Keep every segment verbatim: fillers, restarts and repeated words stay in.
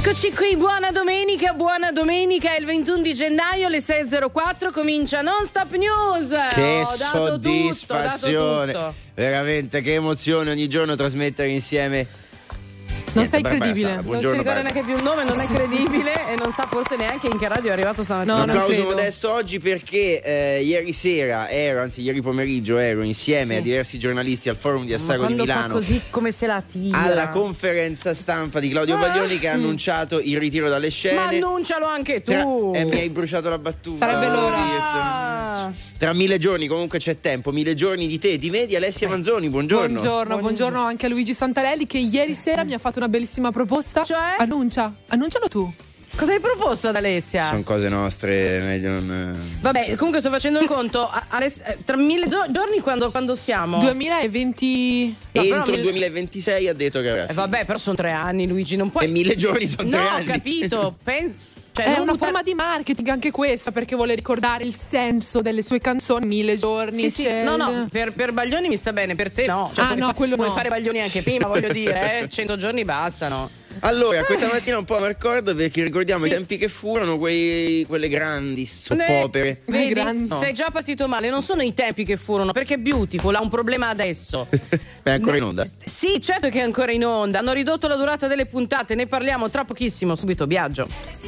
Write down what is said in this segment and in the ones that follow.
Eccoci qui, buona domenica, buona domenica, è il ventuno di gennaio, alle sei e zero quattro comincia Non Stop News. Che ho dato soddisfazione, tutto, ho dato tutto. Veramente, che emozione ogni giorno trasmettere insieme. Non sei Barbara credibile. Sala, Non si buongiorno, ricorda Barbara. neanche più il nome, non è credibile e non sa forse neanche in che radio è arrivato stamattina. No, Un non applauso credo. modesto oggi perché eh, ieri sera ero, anzi ieri pomeriggio ero insieme Sì. a diversi giornalisti al forum di Ma Assago di quando fa Milano così come se la tira. alla conferenza stampa di Claudio Ah. Baglioni che ha annunciato il ritiro dalle Ma scene. annuncialo anche tu. Tra- eh, mi hai bruciato la battuta. Sarebbe l'ora. Ah. Tra mille giorni, comunque c'è tempo, mille giorni di te, di me, di Alessia Manzoni. Buongiorno. Buongiorno, buongiorno anche a Luigi Santarelli che ieri sera mi ha fatto una bellissima proposta. Cioè? Annuncia, annuncialo tu. Cosa hai proposto ad Alessia? Sono cose nostre, meglio non. Vabbè, comunque sto facendo il conto. A- Aless- eh, tra mille do- giorni quando, quando siamo? duemilaventi. No, però Entro il mille- duemilaventisei ha detto che aveva Eh, vabbè, però sono tre anni, Luigi, non puoi. E mille giorni sono No, tre ho anni. capito. Pens- cioè, È non una butta- forma di marketing anche questa, perché vuole ricordare il senso delle sue canzoni. Mille giorni. Sì, sì, c'è no, il- no, per, per Baglioni mi sta bene, per te no. Cioè, Ah, puoi no, fa- quello puoi no. fare Baglioni anche prima, voglio dire, eh. cento giorni bastano. Allora, questa mattina un po' mi ricordo perché ricordiamo Sì. i tempi che furono quei, quelle grandi soppopere. Ne- Vedi, grandi. sei già partito male, non sono i tempi che furono, perché Beautiful ha un problema adesso. È ancora in onda. Sì, certo che è ancora in onda. Hanno ridotto la durata delle puntate, ne parliamo tra pochissimo. Subito Biagio.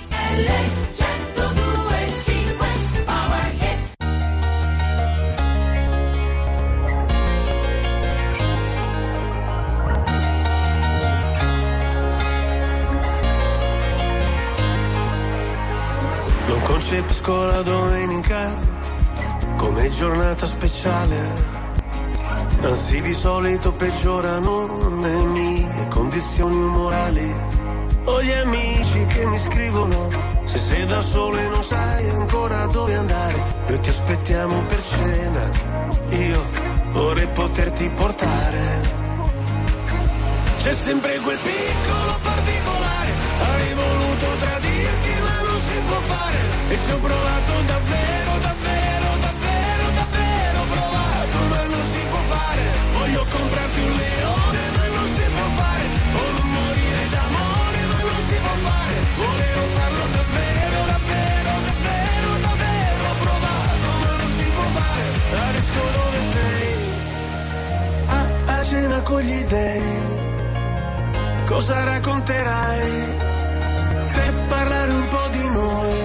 Non concepisco la domenica come giornata speciale, anzi di solito peggiorano le mie condizioni umorali. Ho gli amici che mi scrivono se sei da solo e non sai ancora dove andare, noi ti aspettiamo per cena, io vorrei poterti portare. C'è sempre quel piccolo particolare, avrei voluto tradirti ma non si può fare, e ci ho provato davvero, davvero, davvero, davvero provato, ma non si può fare. Voglio comprarti un leone ma non si può fare, o non morire d'amore ma non si può fare. Volevo farlo davvero, davvero, davvero, davvero provato, ma non si può fare. Adesso dove sei? A, a cena con gli dèi. Cosa racconterai per parlare un po' di noi?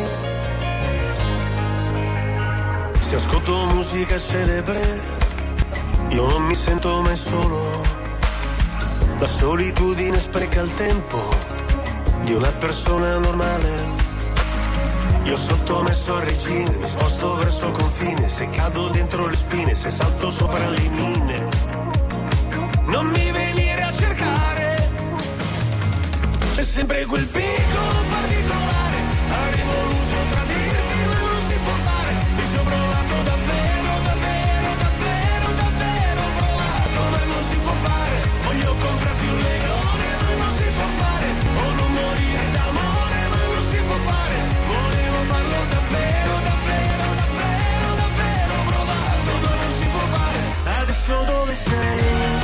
Se ascolto musica celebre, io non mi sento mai solo. La solitudine spreca il tempo di una persona normale. Io sottomesso al regime, mi sposto verso il confine. Se cado dentro le spine, se salto sopra le mine, non mi venire a cercare. C'è sempre quel piccolo particolare, avrei voluto tradirti ma non si può fare, mi ci ho provato davvero, davvero, davvero, davvero provato, ma non si può fare. Voglio comprarti un leone ma non si può fare, o non morire d'amore ma non si può fare. Volevo farlo davvero, davvero, davvero, davvero provato, ma non si può fare. Adesso dove sei?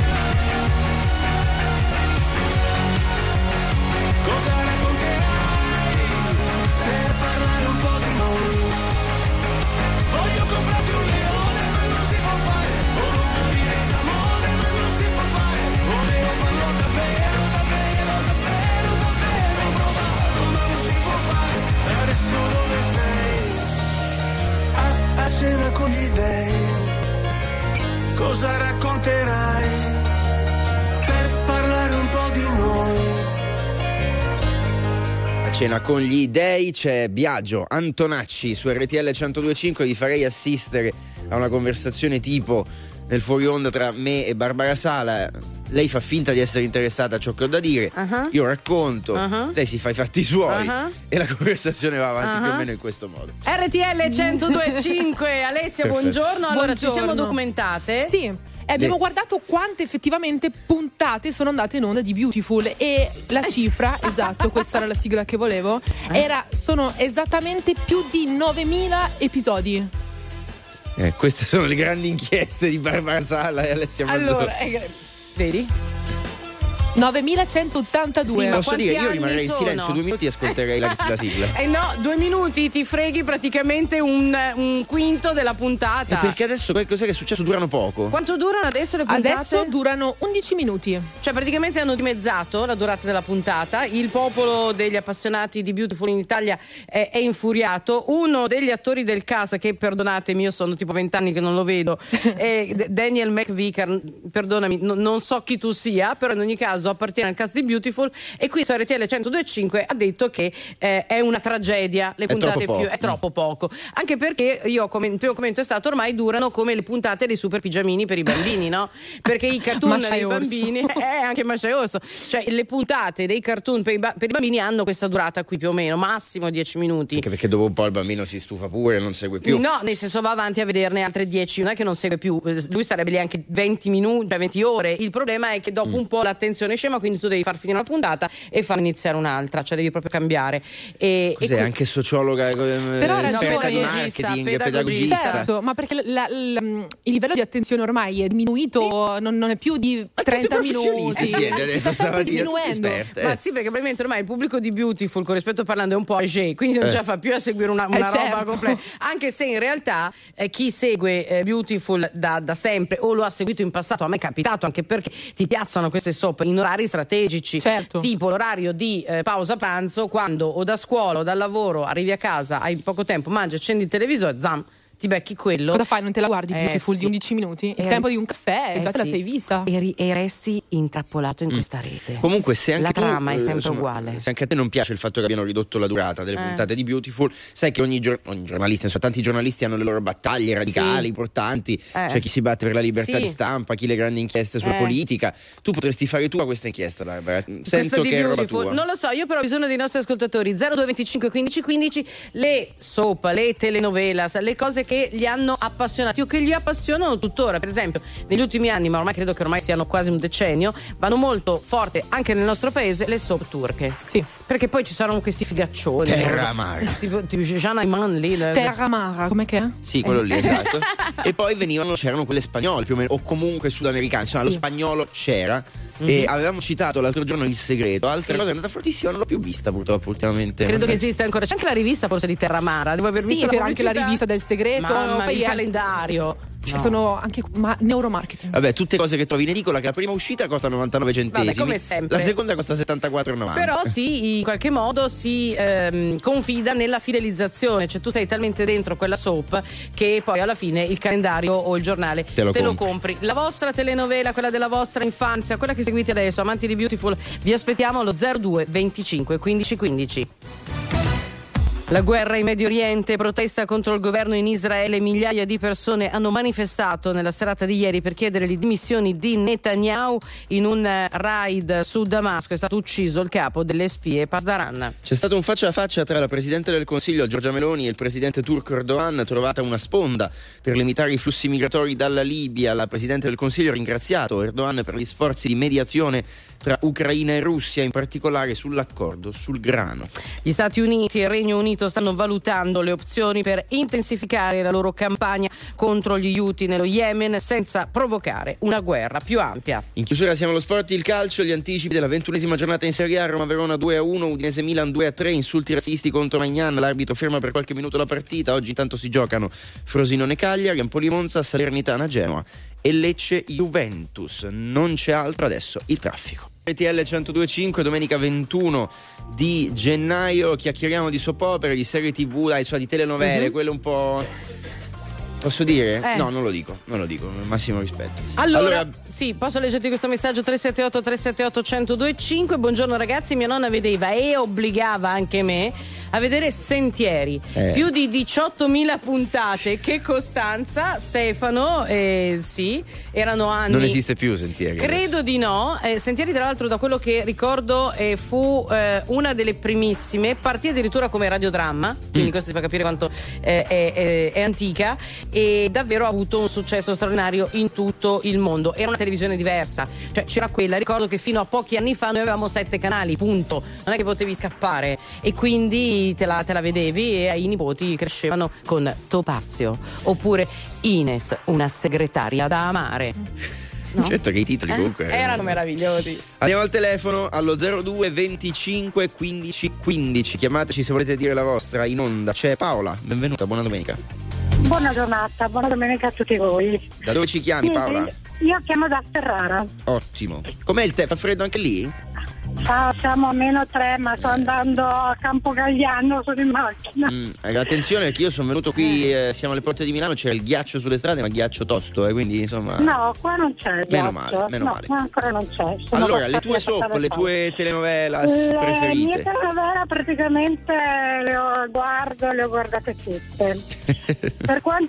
Cosa racconterai per parlare un po' di noi? Voglio comprarti un leone ma non si può fare, o non morire d'amore ma non si può fare. Volevo farlo davvero, davvero, davvero, davvero provato, ma non si può fare. Adesso dove sei? A, a cena con gli dèi. Cosa racconterai per parlare un po' di noi? A cena con gli dèi c'è Biagio Antonacci su R T L centodue e cinque. Vi farei assistere a una conversazione tipo nel fuori onda tra me e Barbara Sala. Lei fa finta di essere interessata a ciò che ho da dire, Uh-huh. io racconto, Uh-huh. lei si fa i fatti suoi Uh-huh. e la conversazione va avanti Uh-huh. più o meno in questo modo. R T L centodue e cinque, Alessia, Perfetto. buongiorno. Allora, ci Buongiorno. siamo documentate. Sì. E abbiamo Le- guardato quante effettivamente puntate sono andate in onda di Beautiful e la cifra, esatto, questa era la sigla che volevo, era, sono esattamente più di novemila episodi. Eh, queste sono le grandi inchieste di Barbara Sala e Alessia Manzoni. Allora, eh, vedi? novemilacentottantadue. Sì, ma Posso dire, io quanti rimarrei in anni silenzio sono? due minuti e ascolterei la, la sigla. Eh no, due minuti ti freghi praticamente un, un quinto della puntata. E perché adesso quel cos'è che è successo? Durano poco. Quanto durano adesso le puntate? Adesso durano undici minuti. Cioè praticamente hanno dimezzato la durata della puntata. Il popolo degli appassionati di Beautiful in Italia è, è infuriato. Uno degli attori del cast, che perdonatemi, io sono tipo vent'anni che non lo vedo, è D- Daniel McVicar, perdonami, no, non so chi tu sia, però in ogni caso appartiene al cast di Beautiful, e qui su R T L centodue e cinque ha detto che eh, è una tragedia, le È puntate troppo più poco. è troppo poco, anche perché io come il primo commento è stato ormai durano come le puntate dei super pigiamini per i bambini, no? Perché i cartoon Masha dei e Orso. bambini è anche Masha e Orso, cioè le puntate dei cartoon per i, ba- per i bambini hanno questa durata qui più o meno, massimo dieci minuti. Anche perché dopo un po' il bambino si stufa pure, non segue più. No, nel senso va avanti a vederne altre dieci, non è che non segue più, lui starebbe lì anche venti minuti, cioè venti ore. Il problema è che dopo Mm. un po' l'attenzione scema, quindi tu devi far finire una puntata e far iniziare un'altra, cioè devi proprio cambiare. E, Cos'è? e qui- Anche sociologa, eh, Però ha esperta ragione. di marketing, pedagogista. Certo, ma perché la- la- il livello di attenzione ormai è diminuito, non, non è più di Ma trenta tutti professionisti minuti. siete, si adesso sta sempre stamattina, tutti diminuendo. esperti, eh. Ma sì, perché probabilmente ormai il pubblico di Beautiful, con rispetto parlando, è un po' âgé, quindi non Eh. ce la fa più a seguire una, una Eh, roba certo. completa. Anche se in realtà eh, chi segue eh, Beautiful da, da sempre o lo ha seguito in passato, a me è capitato, anche perché ti piazzano queste soap in orari strategici, Certo. tipo l'orario di eh, pausa pranzo, quando o da scuola o dal lavoro arrivi a casa, hai poco tempo, mangi, accendi il televisore, zam, ti becchi quello. Cosa fai? Non te la guardi Eh, Beautiful sì. di undici minuti? Il E- tempo di un caffè, eh, già te la sì. sei vista. E, ri- e resti intrappolato in questa rete. Comunque, se anche la tu, trama è eh, sempre insomma, uguale. se anche a te non piace il fatto che abbiano ridotto la durata delle Eh. puntate di Beautiful, sai che ogni, gior- ogni giornalista, insomma, tanti giornalisti hanno le loro battaglie radicali, Sì. importanti. Eh. C'è chi si batte per la libertà Sì. di stampa, chi le grandi inchieste sulla Eh. politica. Tu potresti fare tu a questa inchiesta, Barbara. Questo Sento di che è roba Beautiful, tua. non lo so, io però ho bisogno dei nostri ascoltatori. Zero due venticinque quindici quindici, le soap, le telenovelas, le cose che li hanno appassionati o che li appassionano tuttora. Per esempio, negli ultimi anni, ma ormai credo che ormai siano quasi un decennio, vanno molto forte anche nel nostro paese le soap turche. Sì. Perché poi ci saranno questi figaccioni. Terra Amara. Tipo, tipo Jana Iman lì. le- Terra Amara, com'è che è? Sì, quello lì, esatto. E poi venivano, c'erano quelle spagnole più o meno, o comunque sudamericane. Insomma, Sì. lo spagnolo c'era. E avevamo citato l'altro giorno Il Segreto. Altre Sì. cose è andata fortissima, non l'ho più vista purtroppo ultimamente. Credo Non che è- esista ancora. C'è anche la rivista forse di Terra Amara. Devo aver Sì, visto c'era anche la pubblicità. rivista del Segreto, Mamma, poi il è- calendario. No. Sono anche ma, neuromarketing. Vabbè, tutte cose che trovi in edicola, che la prima uscita costa novantanove centesimi. Vabbè, come sempre. La seconda costa settantaquattro e novanta. Però sì, in qualche modo si ehm, confida nella fidelizzazione, cioè tu sei talmente dentro quella soap che poi alla fine il calendario o il giornale Te lo compri. compri. La vostra telenovela, quella della vostra infanzia, quella che seguite adesso, amanti di Beautiful, vi aspettiamo allo zero due venticinque quindici quindici. La guerra in Medio Oriente, protesta contro il governo in Israele, migliaia di persone hanno manifestato nella serata di ieri per chiedere le dimissioni di Netanyahu. In un eh, raid su Damasco è stato ucciso il capo delle spie Pasdaran. C'è stato un faccia a faccia tra la Presidente del Consiglio Giorgia Meloni e il Presidente turco Erdogan, trovata una sponda per limitare i flussi migratori dalla Libia. La Presidente del Consiglio ha ringraziato Erdogan per gli sforzi di mediazione tra Ucraina e Russia, in particolare sull'accordo sul grano. Gli Stati Uniti e il Regno Unito stanno valutando le opzioni per intensificare la loro campagna contro gli Houthi nello Yemen senza provocare una guerra più ampia. In chiusura siamo allo sport, il calcio, gli anticipi della ventunesima giornata in Serie A, Roma-Verona due a uno, Udinese Milan due a tre, insulti razzisti contro Magnan, l'arbitro ferma per qualche minuto la partita. Oggi intanto si giocano Frosinone-Cagliari, Empoli-Monza, Salernitana-Genoa e Lecce-Juventus. Non c'è altro adesso, il traffico. R T L centodue e cinque, domenica ventuno di gennaio, chiacchieriamo di soap opera, di serie tv, dai, cioè di telenovele, Mhm. quelle un po'... Posso dire? Eh. No, non lo dico, non lo dico, massimo rispetto. Allora, sì, posso leggerti questo messaggio tre sette otto tre sette otto uno zero due cinque. Buongiorno ragazzi, mia nonna vedeva e obbligava anche me a vedere Sentieri. Eh. Più di diciottomila puntate. Che costanza, Stefano, eh, sì, erano anni. Non esiste più Sentieri. Credo di no. Eh, Sentieri, tra l'altro, da quello che ricordo, eh, fu eh, una delle primissime, partì addirittura come radiodramma, quindi Mm. questo ti fa capire quanto eh, è, è- è antica, e davvero ha avuto un successo straordinario in tutto il mondo. Era una televisione diversa, cioè c'era quella, ricordo che fino a pochi anni fa noi avevamo sette canali, punto, non è che potevi scappare, e quindi te la, te la vedevi e i nipoti crescevano con Topazio oppure Ines, una segretaria da amare. No? Certo che i titoli Eh? comunque Erano meravigliosi. Andiamo al telefono allo zero due venticinque quindici quindici. Chiamateci se volete dire la vostra in onda. C'è Paola, benvenuta, buona domenica. Buona giornata, buona domenica a tutti voi. Da dove ci chiami, Paola? Io, io chiamo da Ferrara. Ottimo. Com'è il tè? Fa freddo anche lì? Ah, siamo a meno tre, ma sto andando a Campo Galliano, sono in macchina. Mm, attenzione perché io sono venuto qui, eh, siamo alle porte di Milano, c'era il ghiaccio sulle strade, ma ghiaccio tosto, eh, quindi insomma. No, qua non c'è il Meno ghiaccio. male, meno no, male. ancora non c'è. Sono Allora, le tue passate soap, le cose. tue telenovelas Le mie preferite? telenovela praticamente le ho, guardo, le ho guardate tutte. Per quanto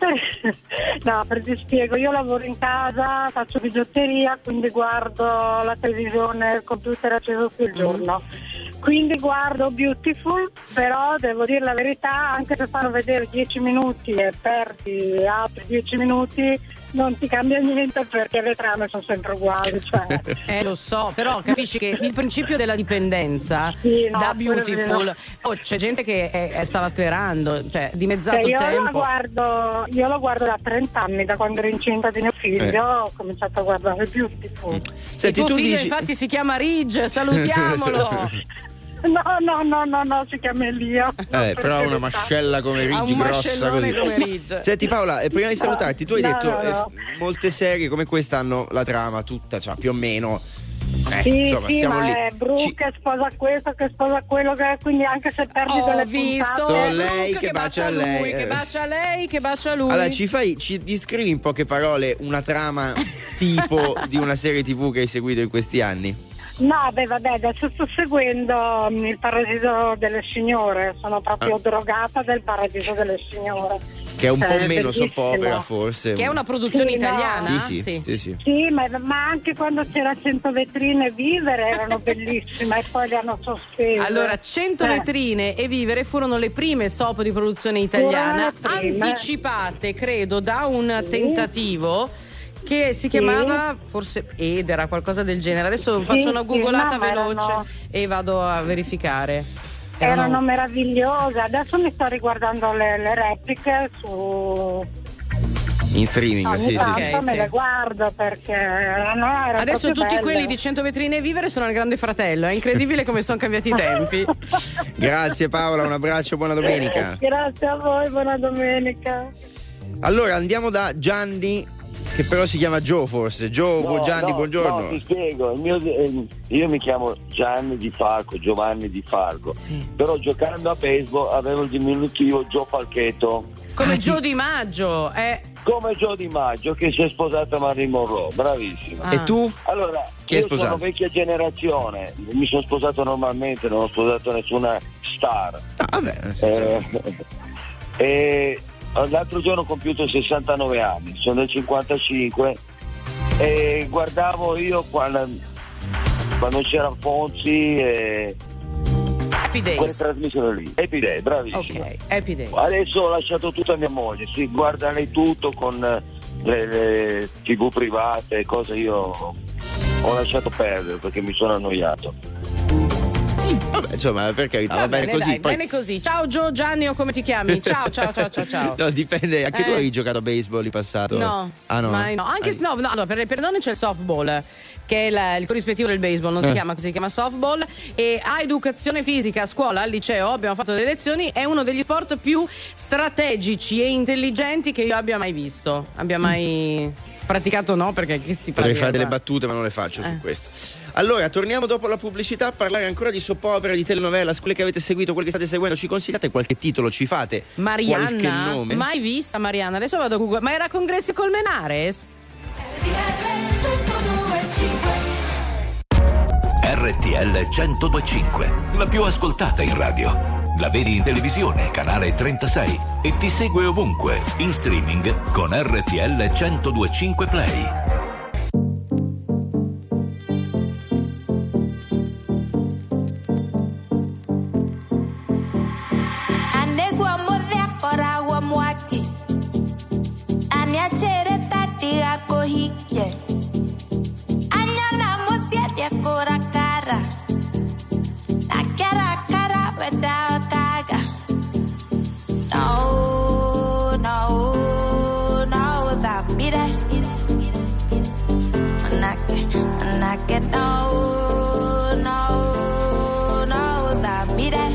no, per ti spiego, io lavoro in casa, faccio bigiotteria, quindi guardo la televisione, il computer acceso tutto il giorno. Quindi guardo Beautiful, però devo dire la verità, anche se fanno vedere dieci minuti e perdi altri dieci minuti, non ti cambia niente perché le trame sono sempre uguali. Cioè. Eh, lo so, però capisci che il principio della dipendenza Sì, no, da quello è Beautiful. vero. Oh, c'è gente che è- è- stava sclerando, cioè dimezzato Cioè, il io, la tempo. guardo, io lo guardo da trenta anni, da quando ero incinta di mio figlio, Eh. ho cominciato a guardare Beautiful. Senti, il tuo tu figlio dici. infatti si chiama Ridge, salutiamolo. No, no, no, no, no, si chiama Elia. Eh, però una mascella come Ha Ridge, un grossa mascellone così. come Ridge. Senti Paola, eh, prima di salutarti, tu hai No, detto no, no. eh, molte serie come questa hanno la trama tutta, cioè più o meno. Eh, Sì, insomma, sì, siamo ma lì. è Brooke Ci- che sposa questo, che sposa quello, che quindi anche se perdi Ho delle visto puntate... lei Brooke che bacia a lei, lui, eh. che bacia a lei, che bacia a lui. Allora, ci fai, ci descrivi in poche parole una trama tipo di una serie tivù che hai seguito in questi anni? No, beh, vabbè, adesso sto seguendo mm, Il Paradiso delle Signore, sono proprio Ah. drogata del Paradiso delle Signore. Che è un po' Eh, meno bellissimo. soppopera forse. Che è una produzione Sì, no. italiana? Sì, sì, sì, sì. Sì, ma, ma anche quando c'era cento vetrine Vivere erano bellissime e poi le hanno sospese. Allora, cento Eh. vetrine e Vivere furono le prime soap di produzione italiana, Furono le prime. anticipate, credo, da un Sì. tentativo che si chiamava, forse Ed era qualcosa del genere. Adesso Sì, faccio una sì, googolata no, ma veloce erano- e vado a verificare. Erano meravigliose, adesso mi sto riguardando le, le repliche su... In streaming, Ogni sì, sì, tanto sì. Ok, me sì. le guardo perché erano, erano Adesso proprio tutti belle. quelli di cento vetrine e Vivere sono al Grande Fratello. È incredibile come sono cambiati i tempi. Grazie Paola, un abbraccio, buona domenica. Grazie a voi, buona domenica. Allora andiamo da Gianni, che però si chiama Joe forse. Joe, No, Gianni, no, buongiorno. No, ti spiego, il mio- eh, io mi chiamo Gianni Di Falco, Giovanni Di Falco, Sì. però giocando a baseball avevo il diminutivo Gio Falchetto, Come Gio Di Maggio. Eh, come Gio Di Maggio che si è sposato a Marilyn Monroe, bravissimo. ah. E tu? Allora, Chi è io sposato? sono vecchia generazione, mi sono sposato normalmente, non ho sposato nessuna star. Ah, vabbè, nel senso- Eh, e l'altro giorno ho compiuto sessantanove anni, sono del cinquantacinque e guardavo io quando, quando c'era Fonzi e Happy quelle Days. trasmissioni lì. Happy Day, bravissimo. Ok, Happy Days. Adesso ho lasciato tutto a mia moglie, si guarda lei tutto con le, le tivù private, cose io ho lasciato perdere perché mi sono annoiato. Vabbè, insomma, per carità, va, Va bene, bene, così. dai, poi- bene così. Ciao Gio, Gianni o come ti chiami? Ciao, ciao, ciao, ciao, ciao. No, dipende, anche tu Eh. avevi giocato a baseball in passato? No, Ah, no? mai no. Anche Ah, se no, no, allora, per, per le donne c'è il softball, che è la- il corrispettivo del baseball, non si Eh. chiama così, si chiama softball. E a educazione fisica a scuola, al liceo, abbiamo fatto delle lezioni, è uno degli sport più strategici e intelligenti che io abbia mai visto, abbia mai praticato, no, perché che si Potrei pratica fare delle qua? battute, ma non le faccio Eh. su questo. Allora, torniamo dopo la pubblicità a parlare ancora di soap opera, di telenovela, quelle che avete seguito, quelle che state seguendo. Ci consigliate qualche titolo? Ci fate qualche Marianna? nome? Mai vista Marianna? Adesso vado a Google. Ma era Congressi Colmenares? R T L centodue e cinque, la più ascoltata in radio. La vedi in televisione, canale trentasei, e ti segue ovunque, in streaming con R T L centodue e cinque Play. Anegua modea koragua mwaki Aniachere tati ako hike Anyana mosia dia kora kara Akara kara weda kaga No, no, no, that mire I get no, no, no, that me there.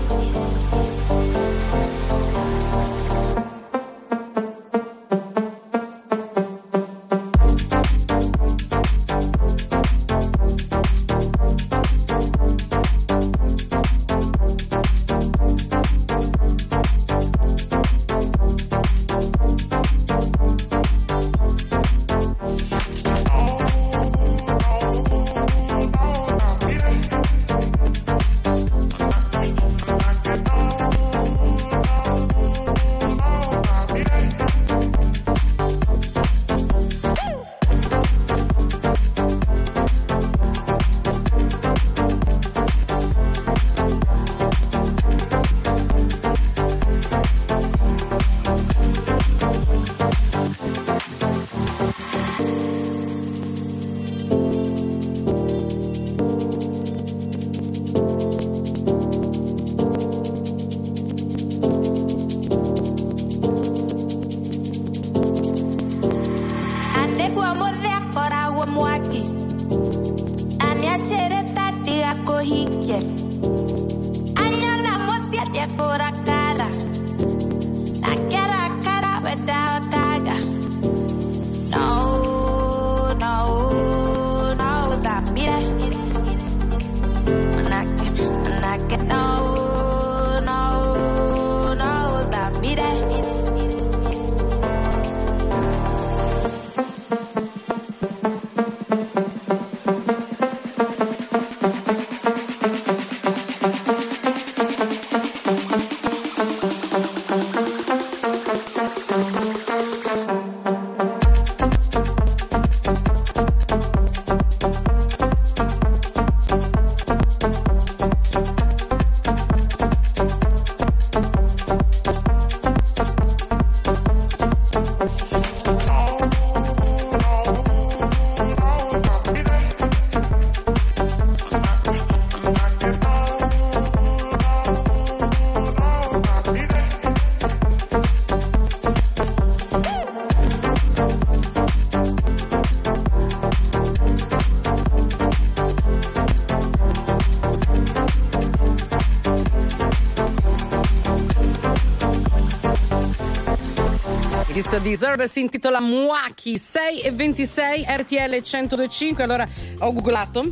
Deserve si intitola Muaki. Sei e ventisei R T L centodue e cinque. Allora ho googlato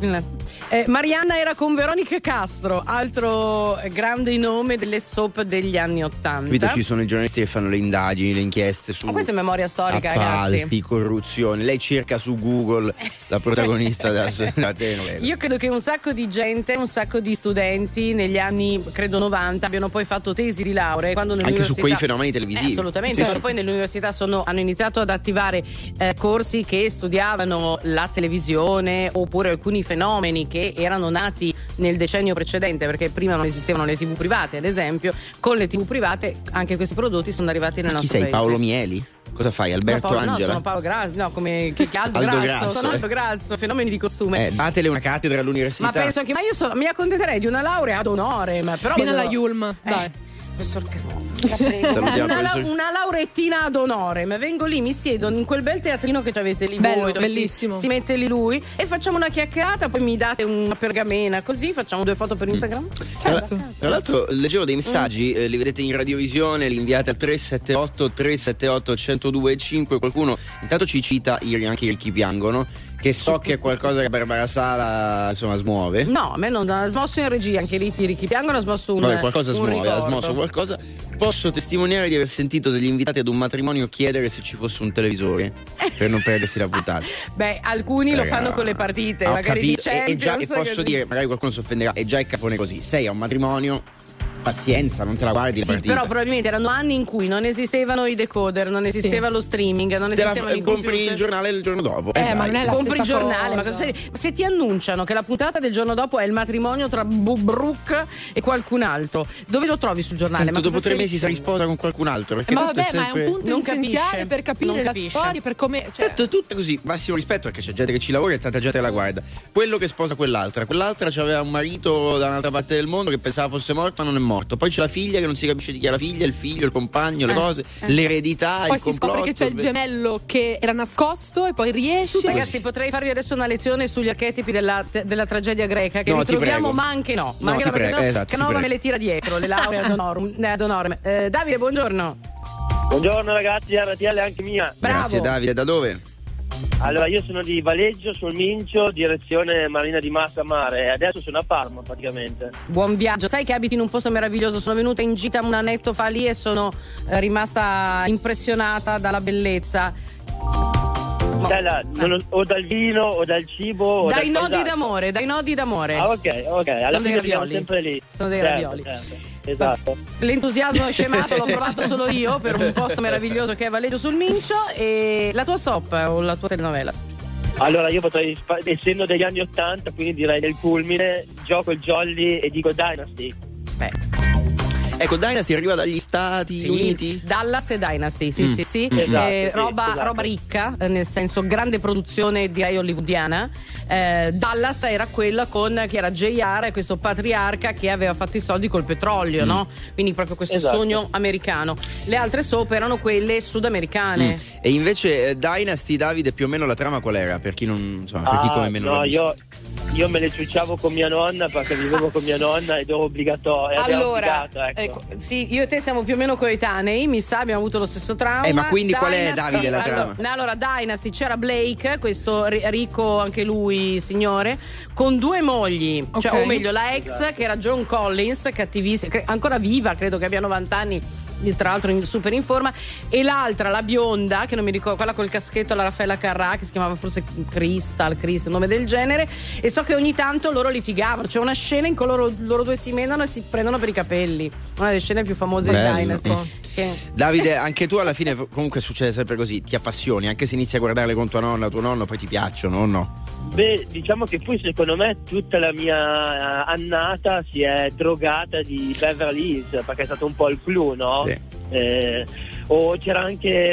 eh, Marianna era con Veronica Castro, altro grande nome delle soap degli anni ottanta. Capito, ci sono i giornalisti che fanno le indagini, le inchieste su Ma questa è memoria storica, appalti, ragazzi. corruzione. Lei cerca su Google la protagonista della sua telenovela. Io credo che un sacco di gente, un sacco di studenti negli anni credo novanta abbiano poi fatto tesi di laurea quando anche su quei fenomeni televisivi. Eh, assolutamente, sì, sì. Poi nell'università sono, hanno iniziato ad attivare eh, corsi che studiavano la televisione oppure alcuni fenomeni che erano nati nel decennio precedente, perché prima non esistevano le tivù private, ad esempio. Con le tivù private anche questi prodotti sono arrivati nel Ma nostro chi sei, paese. Paolo Mieli? Cosa fai, Alberto Paolo, Angela? No, sono Paolo Grasso, no, come che, che Aldo, Aldo Grasso, Grasso, sono eh. Aldo Grasso, fenomeni di costume. Eh, datele una cattedra all'università. Ma penso che ma io so, mi accontenterei di una laurea ad onore, ma però viene vedo- alla Yulm, Eh, dai. Professor Carone, la prego. Salutiamo una, professor- una laurettina ad onore, ma vengo lì, mi siedo in quel bel teatrino che avete lì Bello, voi, dove bellissimo. Si, si mette lì lui e facciamo una chiacchierata, poi mi date una pergamena, così facciamo due foto per Instagram. Certo. Tra l'altro leggevo dei messaggi, eh, li vedete in radiovisione, li inviate al tre sette otto tre sette otto uno zero due cinque. Qualcuno intanto ci cita i- anche i Ricchi Piangono, che so che è qualcosa che Barbara Sala insomma smuove. No, a me non ha smosso in regia, anche i Ricchi, Ricchi Piangono ha smosso un Vabbè, qualcosa un smuove, ha ricordo. smosso qualcosa. Posso testimoniare di aver sentito degli invitati ad un matrimonio chiedere se ci fosse un televisore per non perdersi la puntata. Beh, alcuni lo Raga, fanno con le partite, ho magari capito. di E, e già, e Champions, posso che- dire, magari qualcuno si offenderà, è già il cafone così. Sei a un matrimonio, pazienza, non te la guardi la Sì, partita. però probabilmente erano anni in cui non esistevano i decoder, non esisteva Sì. lo streaming, non Te la esistevano i compri computer. il giornale il giorno dopo. Eh, ma dai. non è la Compri il stessa giornale, ma cosa. cosa sei- se ti annunciano che la puntata del giorno dopo è il matrimonio tra Bubruk e qualcun altro, dove lo trovi sul giornale? Tanto Ma cosa dopo tre stai mesi si dicendo? risposa con qualcun altro. Perché Ma tutto vabbè, ma è sempre... un punto Non essenziale capisce. per capire Non la capisce. storia, per come. Cioè, Tutto, tutto così, massimo rispetto, perché c'è gente che ci lavora e tanta gente la guarda. Quello che sposa quell'altra, quell'altra aveva un marito da un'altra parte del mondo che pensava fosse morto, ma non è morto. morto. Poi c'è la figlia che non si capisce di chi è la figlia, il figlio, il compagno, le Eh, cose, eh. l'eredità, Poi il si scopre complotto. che c'è il gemello che era nascosto e poi riesce. Ragazzi, potrei farvi adesso una lezione sugli archetipi della, della tragedia greca che No, ti ritroviamo, prego. ma anche no. Ma No, anche ti no, perché prego, sennò esatto, ti Canova prego. me le tira dietro, le lauree ad honorem. eh, ad honorem. Eh, Davide, buongiorno. Buongiorno ragazzi, R T L anche mia. Bravo. Grazie Davide, da dove? Allora, io sono di Valeggio sul Mincio, direzione Marina di Massa Mare, e adesso sono a Parma praticamente. Buon viaggio. Sai che abiti in un posto meraviglioso. Sono venuta in gita un annetto fa lì e sono eh, rimasta impressionata dalla bellezza. Dalla- non- o dal vino o dal cibo o Dai dal nodi paesaggio. d'amore, dai nodi d'amore. Ah, ok, ok, alla Sono dei fine siamo ravioli. sempre lì. Sono dei Certo, ravioli. certo. Esatto. L'entusiasmo è scemato, l'ho provato solo io per un posto meraviglioso che è Valeggio sul Mincio. E la tua soap o la tua telenovela? Allora io potrei, spa- essendo degli anni ottanta, quindi direi del culmine, gioco il Jolly e dico Dynasty. Beh. Ecco, Dynasty arriva dagli Stati Sì, Uniti. Dallas e Dynasty, sì, Mm. sì, sì. Esatto, Eh, sì, roba, esatto. roba ricca, eh, nel senso grande produzione direi hollywoodiana. Eh, Dallas era quella con che era J R, questo patriarca che aveva fatto i soldi col petrolio, no? Quindi proprio questo Esatto. sogno americano. Le altre soap erano quelle sudamericane. Mm. E invece eh, Dynasty, Davide, più o meno la trama qual era? Per chi non insomma, per chi Ah, come me non no, l'ha visto. io, io me le ciucciavo con mia nonna perché vivevo con mia nonna ed ero obbligato. ed ero Allora, obbligato, ecco. ecco, sì, io e te siamo più o meno coetanei, mi sa, abbiamo avuto lo stesso trauma. Eh, ma quindi qual è, Dynasty- Davide, la allora, trama? Allora, Dynasty c'era Blake, questo ri- ricco anche lui signore, con due mogli, cioè, Ok. o meglio la ex che era Joan Collins, cattivissima, cre- ancora viva, credo che abbia novanta anni, tra l'altro in- super in forma, e l'altra, la bionda, che non mi ricordo, quella col caschetto, la Raffaella Carrà, che si chiamava forse Crystal, Crystal, un nome del genere, e so che ogni tanto loro litigavano, c'è una scena in cui loro, loro due si menano e si prendono per i capelli, una delle scene più famose Bello. di Dynasty. Mm. Che- Davide, anche tu alla fine comunque succede sempre così, ti appassioni, anche se inizi a guardarle con tua nonna, tuo nonno, poi ti piacciono o no? Beh, diciamo che poi secondo me tutta la mia annata si è drogata di Beverly Hills perché è stato un po' il clou, no? Sì. Eh, o c'era anche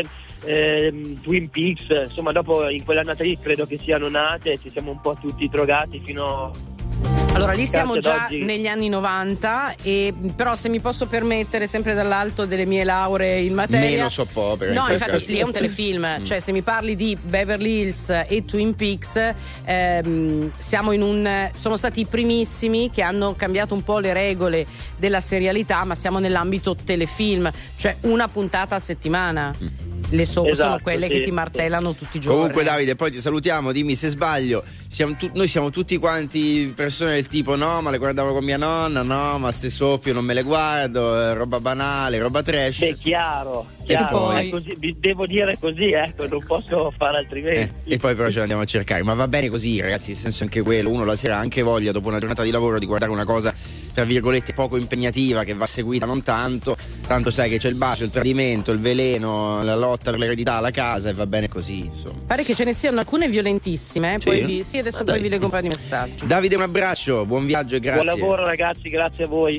ehm, Twin Peaks, insomma dopo in quell'annata lì credo che siano nate e ci siamo un po' tutti drogati fino Allora lì siamo Cazzo, già d'oggi- negli anni novanta, e però se mi posso permettere, sempre dall'alto delle mie lauree in materia, Meno soap opera, in no, quel infatti caso. lì è un telefilm, cioè se mi parli di Beverly Hills e Twin Peaks, ehm, siamo in un sono stati i primissimi che hanno cambiato un po' le regole della serialità, ma siamo nell'ambito telefilm, cioè una puntata a settimana. Le soap sono Esatto, quelle sì, che ti sì. martellano tutti i giorni. Comunque Davide, poi ti salutiamo, dimmi se sbaglio, siamo tu- noi siamo tutti quanti persone del tipo no, ma le guardavo con mia nonna, no, ma ste soppio non me le guardo, eh, roba banale, roba trash. Beh, chiaro, chiaro, poi- è così, vi- devo dire così, ecco, non posso fare Eh, altrimenti. e poi però ce l'andiamo a cercare, ma va bene così ragazzi, nel senso anche quello, uno la sera ha anche voglia dopo una giornata di lavoro di guardare una cosa tra virgolette poco impegnativa che va seguita non tanto, tanto sai che c'è il bacio, il tradimento, il veleno, la lotta per l'eredità, la casa e va bene così insomma. Pare che ce ne siano alcune violentissime, eh, Sì? poi vi, sì, adesso Ma poi dai. vi leggo un paio di messaggi. Davide, un abbraccio, buon viaggio e grazie. Buon lavoro ragazzi, grazie a voi.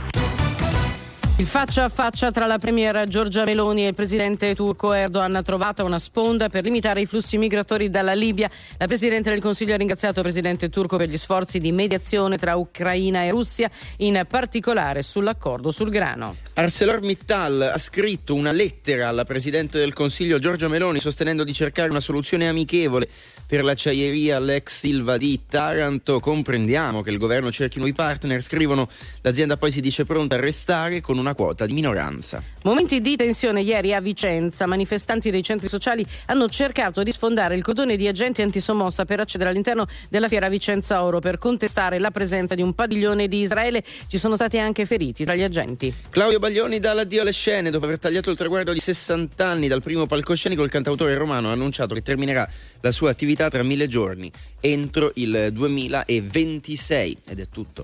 Il faccia a faccia tra la premier Giorgia Meloni e il presidente turco Erdogan ha trovato una sponda per limitare i flussi migratori dalla Libia. La presidente del Consiglio ha ringraziato il presidente turco per gli sforzi di mediazione tra Ucraina e Russia, in particolare sull'accordo sul grano. ArcelorMittal ha scritto una lettera alla presidente del Consiglio Giorgia Meloni sostenendo di cercare una soluzione amichevole per l'acciaieria l'ex Ilva di Taranto. Comprendiamo che il governo cerchi nuovi partner, scrivono, l'azienda poi si dice pronta a restare con una quota di minoranza. Momenti di tensione ieri a Vicenza. Manifestanti dei centri sociali hanno cercato di sfondare il cordone di agenti antisommossa per accedere all'interno della fiera Vicenza Oro per contestare la presenza di un padiglione di Israele. Ci sono stati anche feriti tra gli agenti. Claudio Baglioni dà l'addio alle scene. Dopo aver tagliato il traguardo di sessanta anni dal primo palcoscenico, il cantautore romano ha annunciato che terminerà la sua attività tra mille giorni, entro il duemilaventisei. Ed è tutto.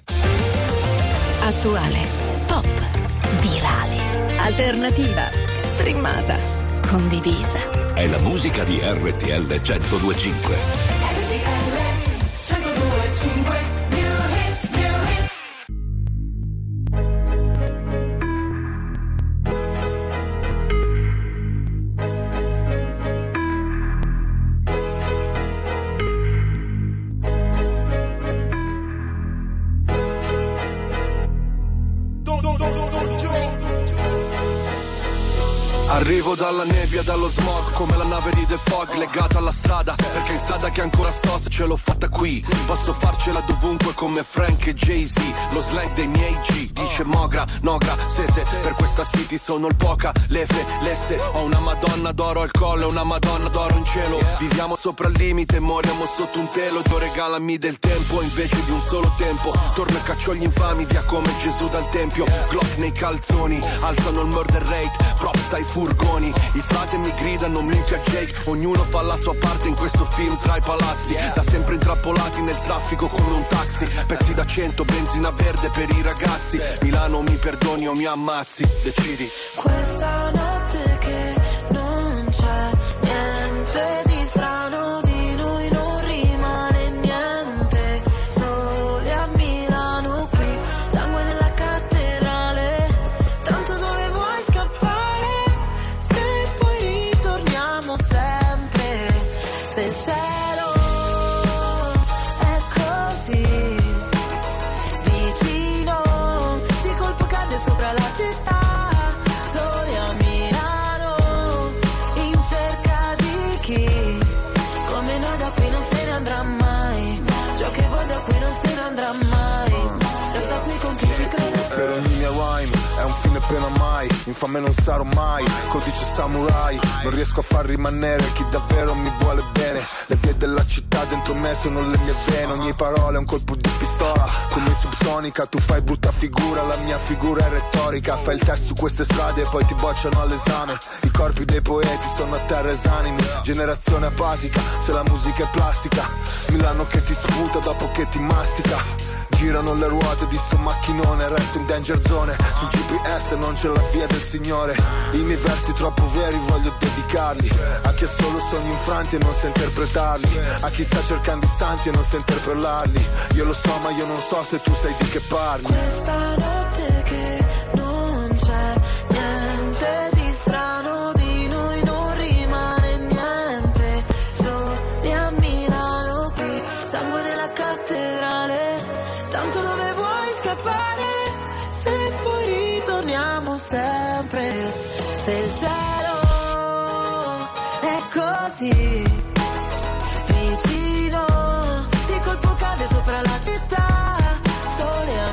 Attuale, pop, virale, alternativa, streamata, condivisa. È la musica di R T L centodue e cinque. Vivo dalla nebbia, dallo smog, come la nave di The Fog, legata alla strada, perché in strada che ancora sto, se ce l'ho fatta qui. Posso farcela dovunque come Frank e Jay-Z, lo slang dei miei G. Dice Mogra, Nogra, Sese, per questa city sono il poca, lefe, lesse. Ho una madonna d'oro al collo e una madonna d'oro in cielo. Viviamo sopra il limite, moriamo sotto un telo. Tu regalami del tempo invece di un solo tempo. Torno e caccio gli infami via come Gesù dal tempio. Glock nei calzoni, alzano il murder rate, props dai furgoni. I frate mi gridano minchia Jake, ognuno fa la sua parte in questo film tra i palazzi. Da sempre intrappolati nel traffico come un taxi. Pezzi da cento, benzina verde per i ragazzi. Milano mi perdoni o mi ammazzi, decidi. Questa notte che non c'è niente di strano, di noi non rimane niente. Soli a Milano qui, sangue nella cattedrale. Tanto dove vuoi scappare, se poi ritorniamo sempre. Se il cielo è così vicino, di colpo cade sopra la città. Soli a Milano, in cerca di chi come noi da qui non se ne andrà mai. Ciò che vuoi da qui non se ne andrà mai. Resta qui con chi ci crede. Per ogni mia rhyme è un fine pena mai, infame non sarò mai, codice samurai. Non riesco a far rimanere chi davvero mi vuole bene. Le vie della città dentro me sono le mie vene. Ogni parola è un colpo di pistola, come subsonica. Tu fai brutta figura, la mia figura è retorica. Fai il test su queste strade e poi ti bocciano all'esame. I corpi dei poeti sono a terra esanimi. Generazione apatica, se la musica è plastica. Milano che ti sputa dopo che ti mastica. Girano le ruote di sto macchinone, resto in danger zone. Sul G P S non c'è la via del Signore. I miei versi troppo veri voglio dedicarli a chi ha solo sogni infranti e non sa interpretarli, a chi sta cercando i santi e non sa interpellarli. Io lo so ma io non so se tu sai di che parli. Questa notte che non c'è niente di strano, di noi non rimane niente. Soli a Milano qui, sangue nella cattedrale. Tanto dove vuoi scappare, se poi ritorniamo sempre. Se il cielo è così vicino, di colpo cade sopra la città. Soli a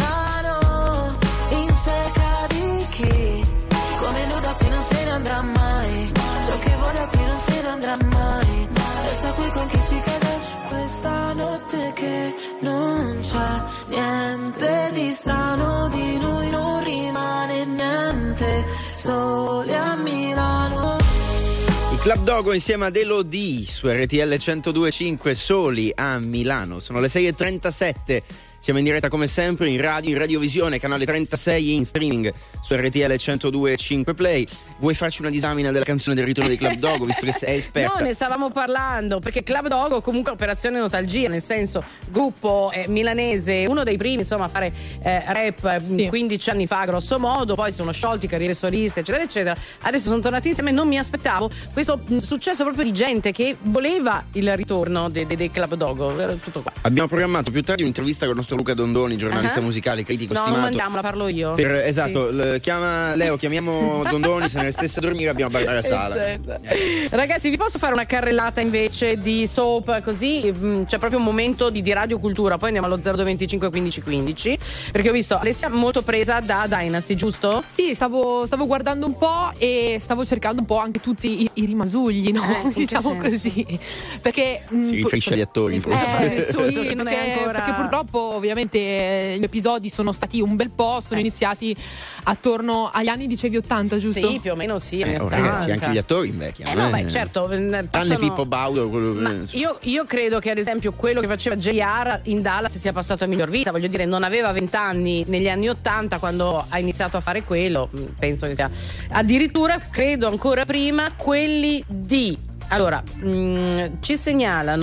Milano, in cerca di chi come noi da qui non se ne andrà mai. Ciò che vuoi da qui non se ne andrà mai. Resta qui con chi ci crede. Questa notte che non c'è niente di strano, di noi non rimane niente. Soli a Milano. I Club Dogo insieme ad Elodie su R T L centodue e cinque, Soli a Milano. Sono le sei e trentasette. Siamo in diretta come sempre in radio, in radiovisione, canale trentasei e in streaming su R T L centodue e cinque Play. Vuoi farci una disamina della canzone del ritorno dei Club Dogo, visto che sei esperta? No, ne stavamo parlando, perché Club Dogo comunque operazione nostalgia, nel senso gruppo eh, milanese, uno dei primi insomma a fare eh, rap Sì. quindici anni fa grosso modo, poi sono sciolti, carriere soliste eccetera eccetera, adesso sono tornati insieme. Non mi aspettavo questo mh, successo proprio di gente che voleva il ritorno dei, dei, dei Club Dogo, tutto qua. Abbiamo programmato più tardi un'intervista con il nostro Luca Dondoni, giornalista uh-huh. musicale, critico no, stimato. No, non mandiamola, parlo io. Per, esatto, sì. l- chiama Leo, chiamiamo Dondoni, se ne stesse a dormire abbiamo Barbara Sala. Ragazzi, vi posso fare una carrellata invece di soap così? C'è proprio un momento di, di radiocultura, poi andiamo allo zero due venticinque quindici quindici, perché ho visto Alessia molto presa da Dynasty, giusto? Sì, stavo, stavo guardando un po' e stavo cercando un po' anche tutti i, i rimasugli, no? Eh, diciamo così. Perché si riferisce agli attori. Eh, sì, che non è perché, ancora... perché purtroppo ovviamente gli episodi sono stati un bel po', sono eh. iniziati attorno agli anni, dicevi ottanta, giusto? Sì, più o meno sì. Eh, oh, ragazzi, anche gli attori invecchiano. Eh no, eh. beh, certo. Tranne Possono... Pippo Baudo. Quello... Ma io, io credo che ad esempio quello che faceva J R in Dallas sia passato a miglior vita. Voglio dire, non aveva vent'anni negli anni ottanta quando ha iniziato a fare quello. Penso che sia addirittura, credo ancora prima, quelli di... Allora, mh, ci segnalano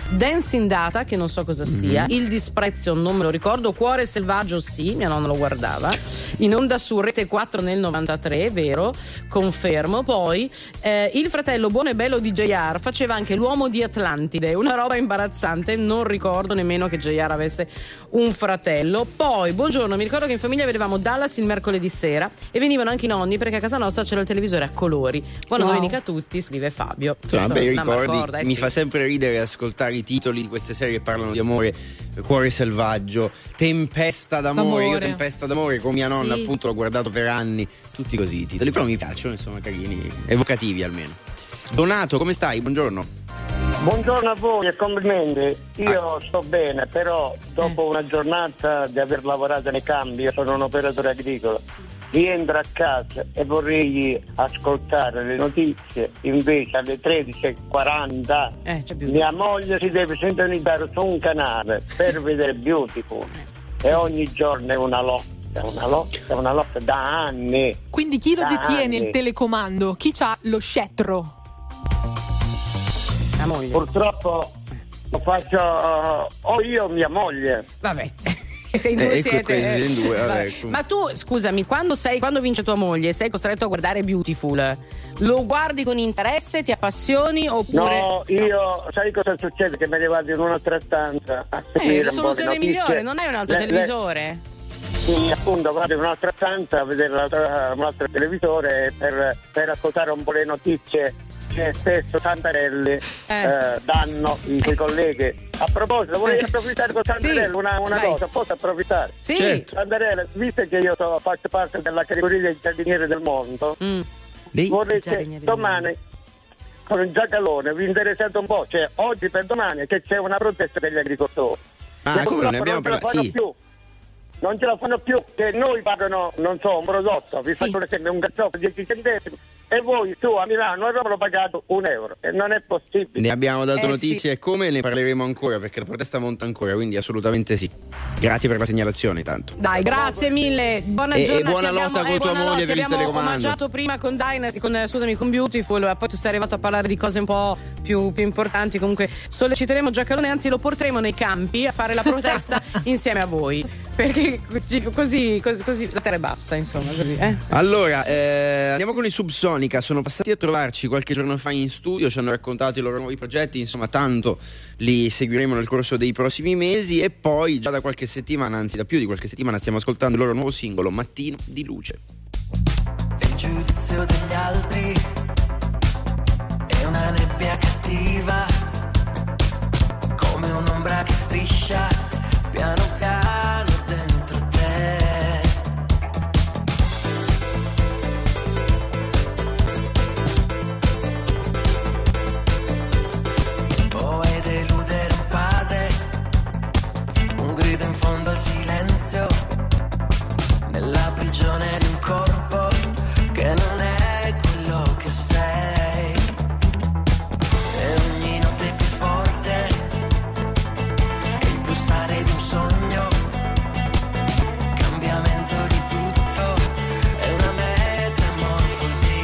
Dancing Data, che non so cosa sia, mm-hmm. Il disprezzo non me lo ricordo, Cuore selvaggio sì, mia nonna lo guardava, in onda su Rete quattro nel novantatré, vero, confermo. Poi eh, il fratello buono e bello di J R faceva anche l'uomo di Atlantide, una roba imbarazzante, non ricordo nemmeno che J R avesse un fratello. Poi buongiorno, mi ricordo che in famiglia vedevamo Dallas il mercoledì sera e venivano anche i nonni perché a casa nostra c'era il televisore a colori. Buona wow. domenica a tutti, scrive Fabio. Insomma, bei ricordi, corda, eh, mi sì. fa sempre ridere ascoltare i titoli di queste serie che parlano di amore, Cuore selvaggio, Tempesta d'amore. Amore. Io Tempesta d'amore con mia nonna sì. appunto l'ho guardato per anni, tutti così i titoli, però mi piacciono, insomma, carini, evocativi almeno. Donato, come stai? Buongiorno. Buongiorno a voi e complimenti. Io ah. sto bene, però dopo una giornata di aver lavorato nei campi, io sono un operatore agricolo, rientro a casa e vorrei ascoltare le notizie, invece alle tredici e quaranta eh, mia moglie si deve sintonizzare su un canale per vedere Beautiful e ogni giorno è una lotta, una lotta, una lotta da anni. Quindi chi lo da detiene anni. Il telecomando? Chi c'ha lo scettro? La moglie. Purtroppo lo faccio uh, o io o mia moglie. Vabbè. Sei in due eh, siete. Eh, in due, vabbè, ma tu, scusami, quando sei quando vince tua moglie, sei costretto a guardare Beautiful, lo guardi con interesse, ti appassioni oppure no? Io sai cosa succede? Che mi arrivate in un'altra stanza a eh, seguire la un po' soluzione di migliore, non hai un altro le, televisore? Le... Sì, appunto, vado in un'altra stanza a vedere l'altra, un altro televisore per, per ascoltare un po' le notizie che spesso Santarelli eh. Eh, danno i suoi colleghi. A proposito, vorrei approfittare con Santarelli sì. una, una cosa, posso approfittare? Sì. Certo. Santarelli, visto che io so, faccio parte della categoria dei giardinieri del mondo, mm. vorrei che domani con il Giacalone vi interessate un po', cioè oggi per domani che c'è una protesta degli agricoltori. Ah, come non ne abbiamo parlato? Sì. Più. Non ce la fanno più, che noi pagano, non so, un prodotto, vi sì. faccio un esempio, un carciofo dieci centesimi e voi su a Milano avevano pagato un euro e non è possibile. Ne abbiamo dato eh, notizie e sì. come ne parleremo ancora perché la protesta monta ancora, quindi assolutamente sì. Grazie per la segnalazione tanto. Dai, grazie mille, buona e, giornata. E buona lotta abbiamo, con eh, tua moglie per il telecomando. Abbiamo omaggiato prima con Dynasty, con, scusami, con Beautiful, poi tu sei arrivato a parlare di cose un po' più, più importanti. Comunque solleciteremo Giacalone, anzi lo porteremo nei campi a fare la protesta insieme a voi, perché così, così, così la terra è bassa, insomma, così, eh? Allora, eh, andiamo con i Subsonica. Sono passati a trovarci qualche giorno fa in studio, ci hanno raccontato i loro nuovi progetti, insomma tanto li seguiremo nel corso dei prossimi mesi e poi già da qualche settimana, anzi da più di qualche settimana, stiamo ascoltando il loro nuovo singolo Mattino di luce. Il giudizio degli altri è una nebbia cattiva, come un'ombra che striscia piano piano dentro te. Vuoi deludere un padre, un grido in fondo al silenzio, nella prigione di un corpo che non è quello che sei. E ogni notte più forte è il pulsare di un sogno, cambiamento di tutto, è una metamorfosi.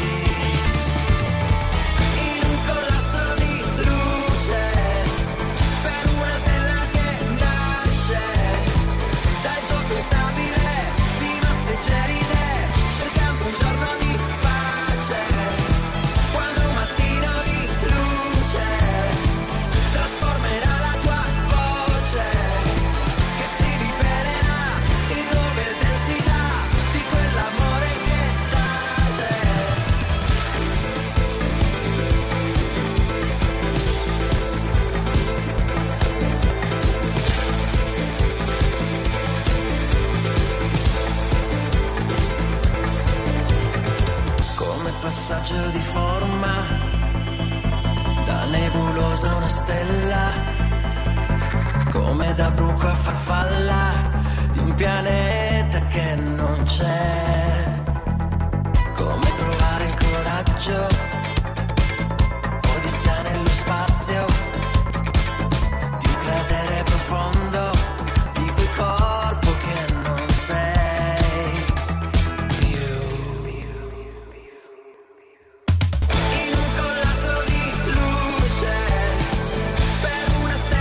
In un collasso di luce, per una stella che nasce dal gioco instabile di masse gelide, cercando un giorno di pace. Quando un mattino di luce trasformerà la tua voce, che si libererà in nuove densità di quell'amore che tace. Come passaggio di forma, da nebulosa a una stella, come da bruco a farfalla di un pianeta che non c'è. Come trovare il coraggio, odissea nello spazio, di un cratere profondo, di quel corpo che non sei più. In un collasso di luce, per una stella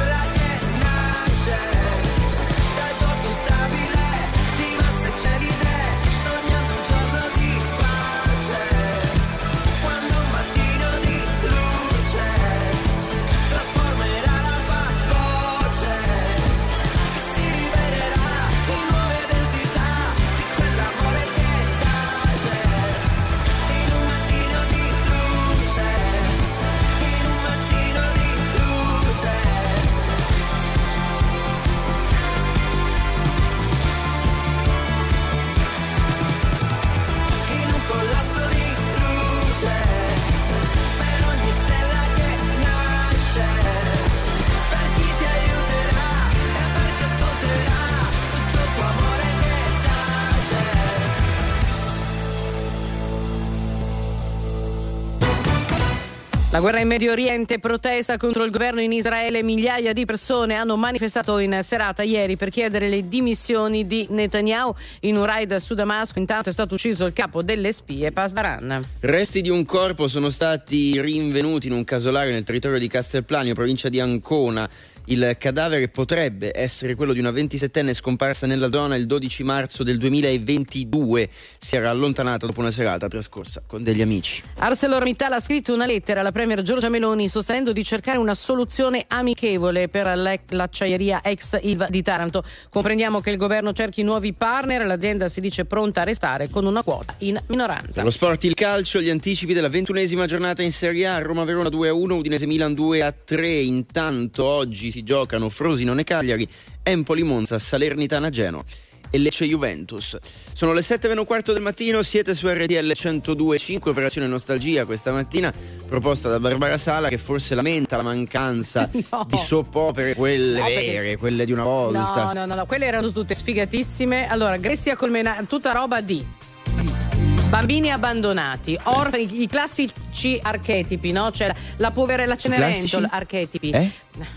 La guerra in Medio Oriente, protesta contro il governo in Israele, migliaia di persone hanno manifestato in serata ieri per chiedere le dimissioni di Netanyahu. In un raid su Damasco intanto è stato ucciso il capo delle spie Pasdaran. Resti di un corpo sono stati rinvenuti in un casolare nel territorio di Castelplanio, provincia di Ancona. Il cadavere potrebbe essere quello di una ventisettenne scomparsa nella zona il dodici marzo del duemilaventidue. Si era allontanata dopo una serata trascorsa con degli amici. ArcelorMittal ha scritto una lettera alla premier Giorgia Meloni sostenendo di cercare una soluzione amichevole per l'acciaieria ex Ilva di Taranto. Comprendiamo che il governo cerchi nuovi partner, l'azienda si dice pronta a restare con una quota in minoranza. Lo sport, il calcio, gli anticipi della ventunesima giornata in Serie A, Roma-Verona due a uno, Udinese-Milan due a tre. Intanto oggi si giocano Frosinone-Cagliari, Empoli-Monza, Salernitana-Genoa e Lecce-Juventus. Sono le sette e un quarto del mattino, siete su R T L centodue e cinque. Operazione Nostalgia questa mattina proposta da Barbara Sala, che forse lamenta la mancanza no. di soap opere, quelle no, perché... vere, quelle di una volta. No, no, no, no, quelle erano tutte sfigatissime. Allora, Gressia Colmenare, tutta roba di bambini abbandonati, orfani, i classici archetipi, no? Cioè la, la poverella Cenerentola, archetipi. Eh?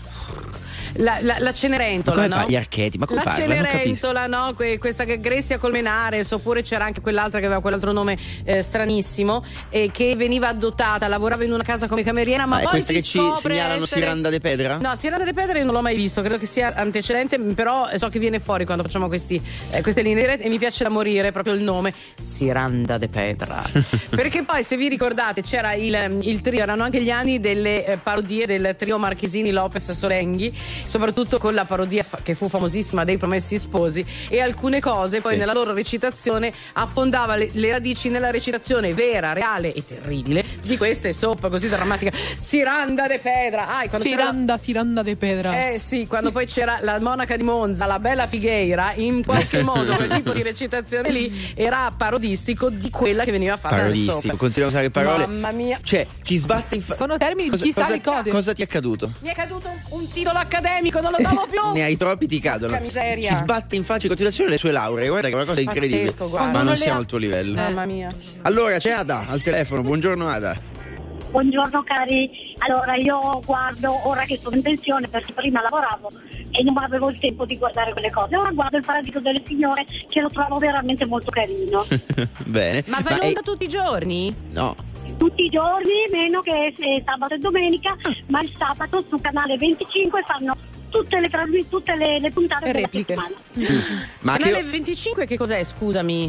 La, la, la Cenerentola, no? Gli archetipi, ma come la parla? Cenerentola, no? Que, questa che Gressia Colmenares, oppure c'era anche quell'altra che aveva quell'altro nome eh, stranissimo, e che veniva adottata, lavorava in una casa come cameriera, ma ah, poi queste si che ci segnalano essere... Siranda de Pedra? No, Siranda de Pedra io non l'ho mai visto, credo che sia antecedente, però so che viene fuori quando facciamo questi, eh, queste linee dirette, e mi piace da morire proprio il nome Siranda de Pedra. Perché poi, se vi ricordate, c'era il, il trio, erano anche gli anni delle eh, parodie del trio Marchesini Lopez Solenghi, soprattutto con la parodia fa- che fu famosissima dei Promessi Sposi, e alcune cose poi sì. nella loro recitazione affondava le, le radici nella recitazione vera, reale e terribile di queste soap così drammatica. Siranda de Pedra, ah, quando Firanda, Firanda de Pedra. Eh sì, quando poi c'era la monaca di Monza, la bella Figueira, in qualche modo quel tipo di recitazione lì era parodistico di quella che veniva fatta nel soap. Parodistico, continuiamo a usare parole. Mamma mia. Cioè, ci sbatti in fa- sono termini di cosa, chi sa cosa, le cose. Cosa ti è accaduto? Mi è caduto un titolo accademico, non lo davo più. Ne hai troppi, ti cadono. Miseria. Ci sbatte in faccia in continuazione le sue lauree. Guarda che è una cosa incredibile. Pazzesco, guarda. Ma non, non siamo ha... al tuo livello. Mamma mia. Allora c'è Ada al telefono. Buongiorno Ada. Buongiorno cari. Allora io guardo, ora che sono in pensione, perché prima lavoravo e non avevo il tempo di guardare quelle cose, ora guardo Il Paradiso delle Signore, che lo trovo veramente molto carino. Bene. Ma va in onda è... tutti i giorni? No. Tutti i giorni, meno che se sabato e domenica, ma il sabato su canale venticinque fanno tutte le tutte le, le puntate della settimana. Ma canale che... venticinque che cos'è, scusami?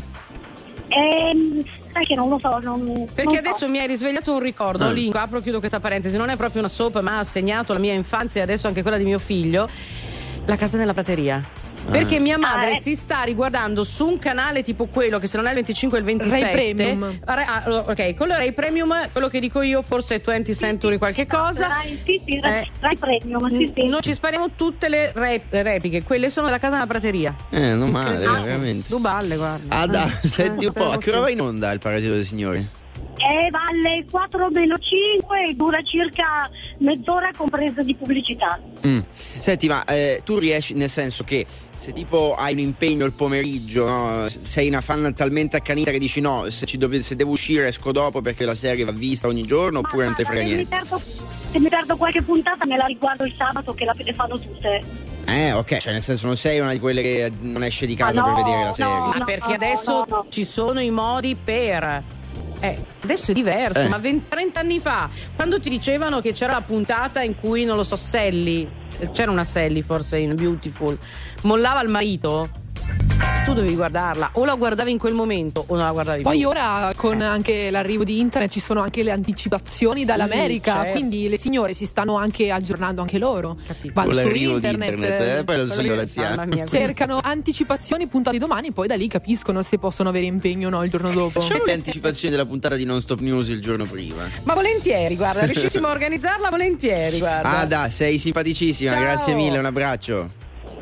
Ehm, sai che non lo so, non, perché non adesso so. mi hai risvegliato un ricordo, ah. lì apro, chiudo questa parentesi, non è proprio una soap, ma ha segnato la mia infanzia e adesso anche quella di mio figlio, La casa nella prateria. Perché mia madre ah, eh. si sta riguardando su un canale tipo quello che se non è il venticinque è il ventisette Rai Premium. Ah, ok, quello Rai Premium, quello che dico io forse è twentieth Century qualche cosa. Rai, sì, sì, Rai, eh, Rai Premium, sì, sì. Noi ci spariamo tutte le, rep- le repliche, quelle sono della casa nella prateria. Eh, non male, ah, veramente. Tu balle, guarda. Ah, da, eh, senti un po', a che ora va va in onda Il Paradiso dei Signori? Eh, va alle quattro meno cinque e dura circa mezz'ora compresa di pubblicità. Mm. Senti, ma eh, tu riesci, nel senso che se tipo hai un impegno il pomeriggio, no? Sei una fan talmente accanita che dici no, se, ci dove, se devo uscire esco dopo perché la serie va vista ogni giorno, ma oppure non te frega niente? Mi perdo, se mi perdo qualche puntata me la riguardo il sabato, che la, le fanno tutte. Eh, ok, cioè nel senso non sei una di quelle che non esce di casa no, per vedere la serie. No, ma no, perché no, adesso no, no. ci sono i modi per... Eh, adesso è diverso, eh. ma venti trenta anni fa, quando ti dicevano che c'era la puntata in cui, non lo so, Sally, c'era una Sally forse in Beautiful, mollava il marito, tu dovevi guardarla, o la guardavi in quel momento o non la guardavi poi più. Ora con anche l'arrivo di internet ci sono anche le anticipazioni sì, dall'America, certo. Quindi le signore si stanno anche aggiornando anche loro. Capito. Vanno con su l'arrivo internet, di internet eh, poi lo sono anziano, cercano anticipazioni puntate domani, poi da lì capiscono se possono avere impegno o no il giorno dopo. Facciamo le anticipazioni della puntata di Non Stop News il giorno prima. Ma volentieri, guarda, riuscissimo a organizzarla volentieri, guarda. Ah, da, sei simpaticissima, Ciao. Grazie mille, un abbraccio. Ciao.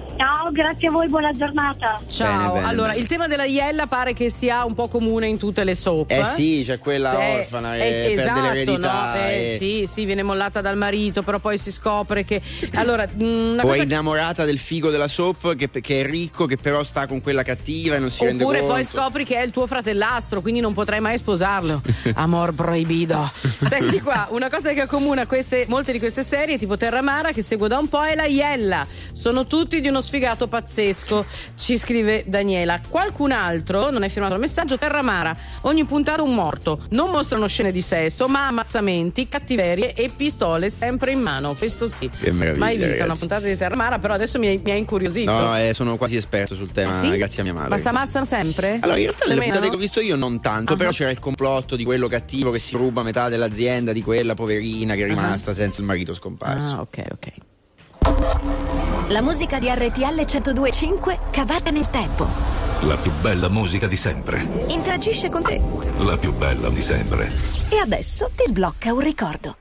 Ciao, grazie a voi, buona giornata. Ciao, Bene, bene, allora bene. il tema della iella pare che sia un po' comune in tutte le soap. Eh sì, c'è quella Sì, orfana che eh, perde esatto, l'eredità. no? Eh, e... sì, sì, viene mollata dal marito, però poi si scopre che allora mh, una O cosa è innamorata del figo della soap che, che è ricco, che però sta con quella cattiva e non si rende Oppure conto. poi scopri che è il tuo fratellastro, quindi non potrai mai sposarlo. Amor proibido. Senti qua, una cosa che accomuna queste, molte di queste serie, tipo Terramara, che seguo da un po', è la iella. Sono tutti di uno sfigato pazzesco, ci scrive Daniela. Qualcun altro, non è firmato il messaggio, Terramara, ogni puntata un morto. Non mostrano scene di sesso, ma ammazzamenti, cattiverie e pistole sempre in mano. Questo sì. Che meraviglia, Mai vista ragazzi. una puntata di Terramara, però adesso mi, mi ha incuriosito. No, no, eh, sono quasi esperto sul tema, Ah, sì? grazie a mia madre. Ma si ammazzano sempre? Allora, in realtà Se nelle meno? puntate che ho visto io non tanto, Ah. però c'era il complotto di quello cattivo che si ruba metà dell'azienda di quella poverina che è rimasta senza il marito scomparso. Ah, ok, ok. La musica di R T L centodue e cinque cavalca nel tempo. La più bella musica di sempre. Interagisce con te. La più bella di sempre. E adesso ti sblocca un ricordo.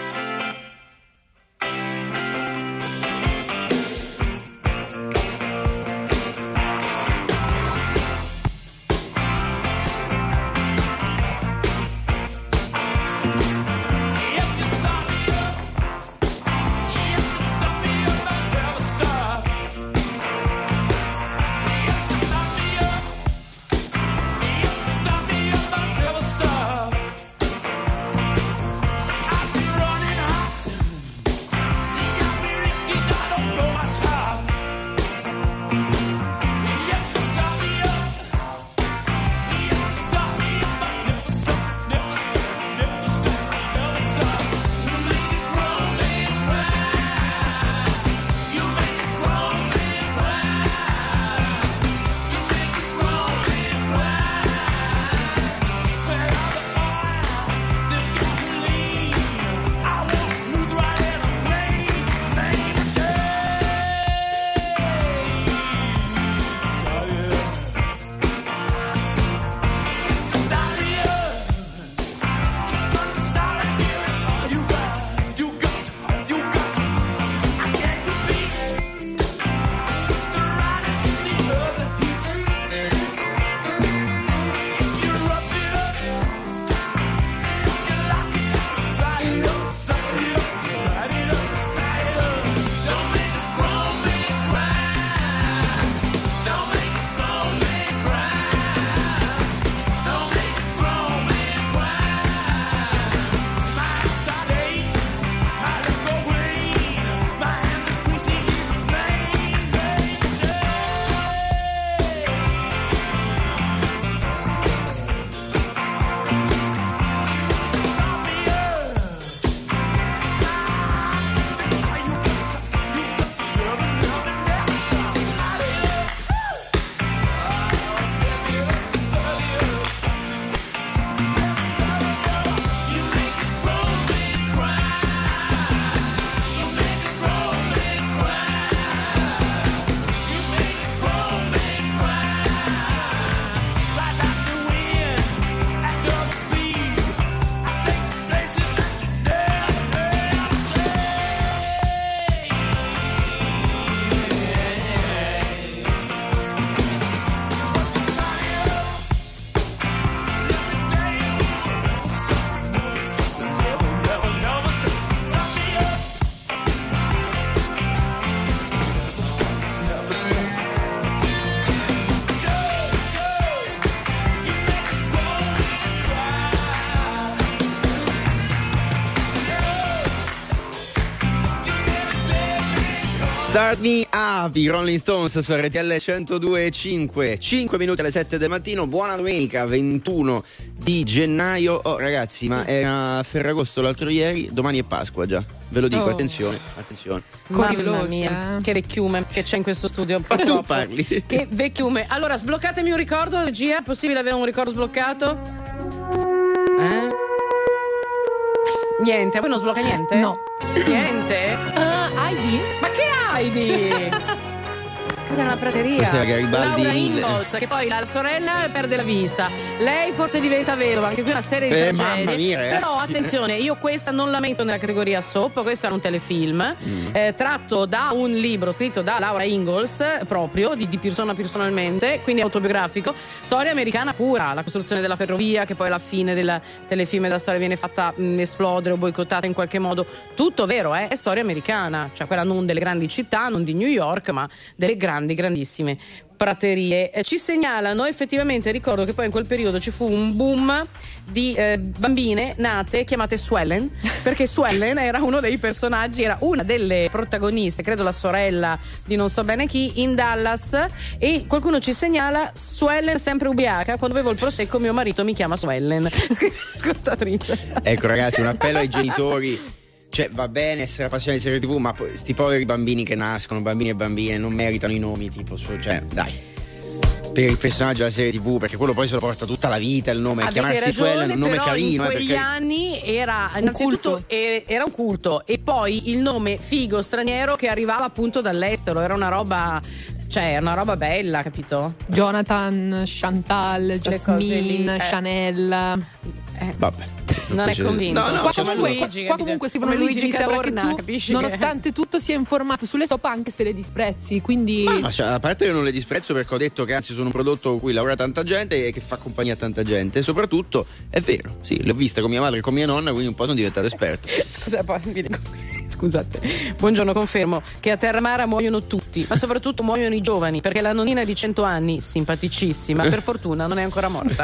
Start Me Up, i Rolling Stones su R T L centodue e cinque, cinque minuti alle sette del mattino. Buona domenica, ventuno di gennaio. Oh ragazzi, ma era Ferragosto l'altro ieri, domani è Pasqua già. Ve lo dico, Oh. attenzione, attenzione. Corri Mamma veloce, mia, eh. che vecchiume che c'è in questo studio. Ma tu purtroppo. parli. Che vecchiume. Allora, sbloccatemi un ricordo, regia. È possibile avere un ricordo sbloccato? Eh? Niente, a voi non sblocca niente? No. Niente? Ah, Heidi? Ma che Heidi? Cos'è una prateria? Questa era Garibaldi Laura mille. Ingalls, che poi la sorella perde la vista. Lei forse diventa vedova, anche qui una serie di Eh, tragedie. mamma mia, ragazzi. Però attenzione, io questa non la metto nella categoria soap, questo era un telefilm Mm. eh, tratto da un libro scritto da Laura Ingalls, proprio di, di persona personalmente, quindi autobiografico, storia americana pura, la costruzione della ferrovia, che poi alla fine del telefilm la storia viene fatta mh, esplodere o boicottata in qualche modo, tutto vero, eh? È storia americana, cioè quella non delle grandi città, non di New York, ma delle grandi, grandissime praterie. Eh, ci segnalano effettivamente, ricordo che poi in quel periodo ci fu un boom di eh, bambine nate chiamate Swellen, perché Swellen era uno dei personaggi, era una delle protagoniste, credo la sorella di non so bene chi, in Dallas, e qualcuno ci segnala Swellen sempre ubriaca, quando bevo il prosecco mio marito mi chiama Swellen. Ascoltatrice. Ecco ragazzi, un appello ai genitori. Cioè va bene essere appassionati di serie tivù, ma poi sti poveri bambini che nascono, bambini e bambine, non meritano i nomi tipo, cioè dai, per il personaggio della serie tivù, perché quello poi se lo porta tutta la vita il nome. Avete chiamarsi ragione, Swellen è un nome però carino, in eh, quegli perché... anni era innanzitutto e- era un culto, e poi il nome figo straniero che arrivava appunto dall'estero, era una roba, cioè una roba bella, capito? Jonathan, Chantal, Jasmine, lì, eh. Chanel. Eh. Vabbè. Non è convinto. No, no, qua, cioè, comunque, Luigi, qua, qua comunque scrivono come Luigi, mi sembra che Cadorna, tu capisci nonostante che... tutto sia informato sulle soap anche se le disprezzi, quindi Ma, ma cioè, a parte che non le disprezzo, perché ho detto che anzi sono un prodotto con cui lavora tanta gente e che fa compagnia a tanta gente, e soprattutto è vero, sì, l'ho vista con mia madre e con mia nonna, quindi un po' sono diventato esperto. Scusa, poi mi dico, scusate, buongiorno, confermo che a Terramara muoiono tutti, ma soprattutto muoiono i giovani, perché la nonnina di cento anni, simpaticissima, per fortuna non è ancora morta.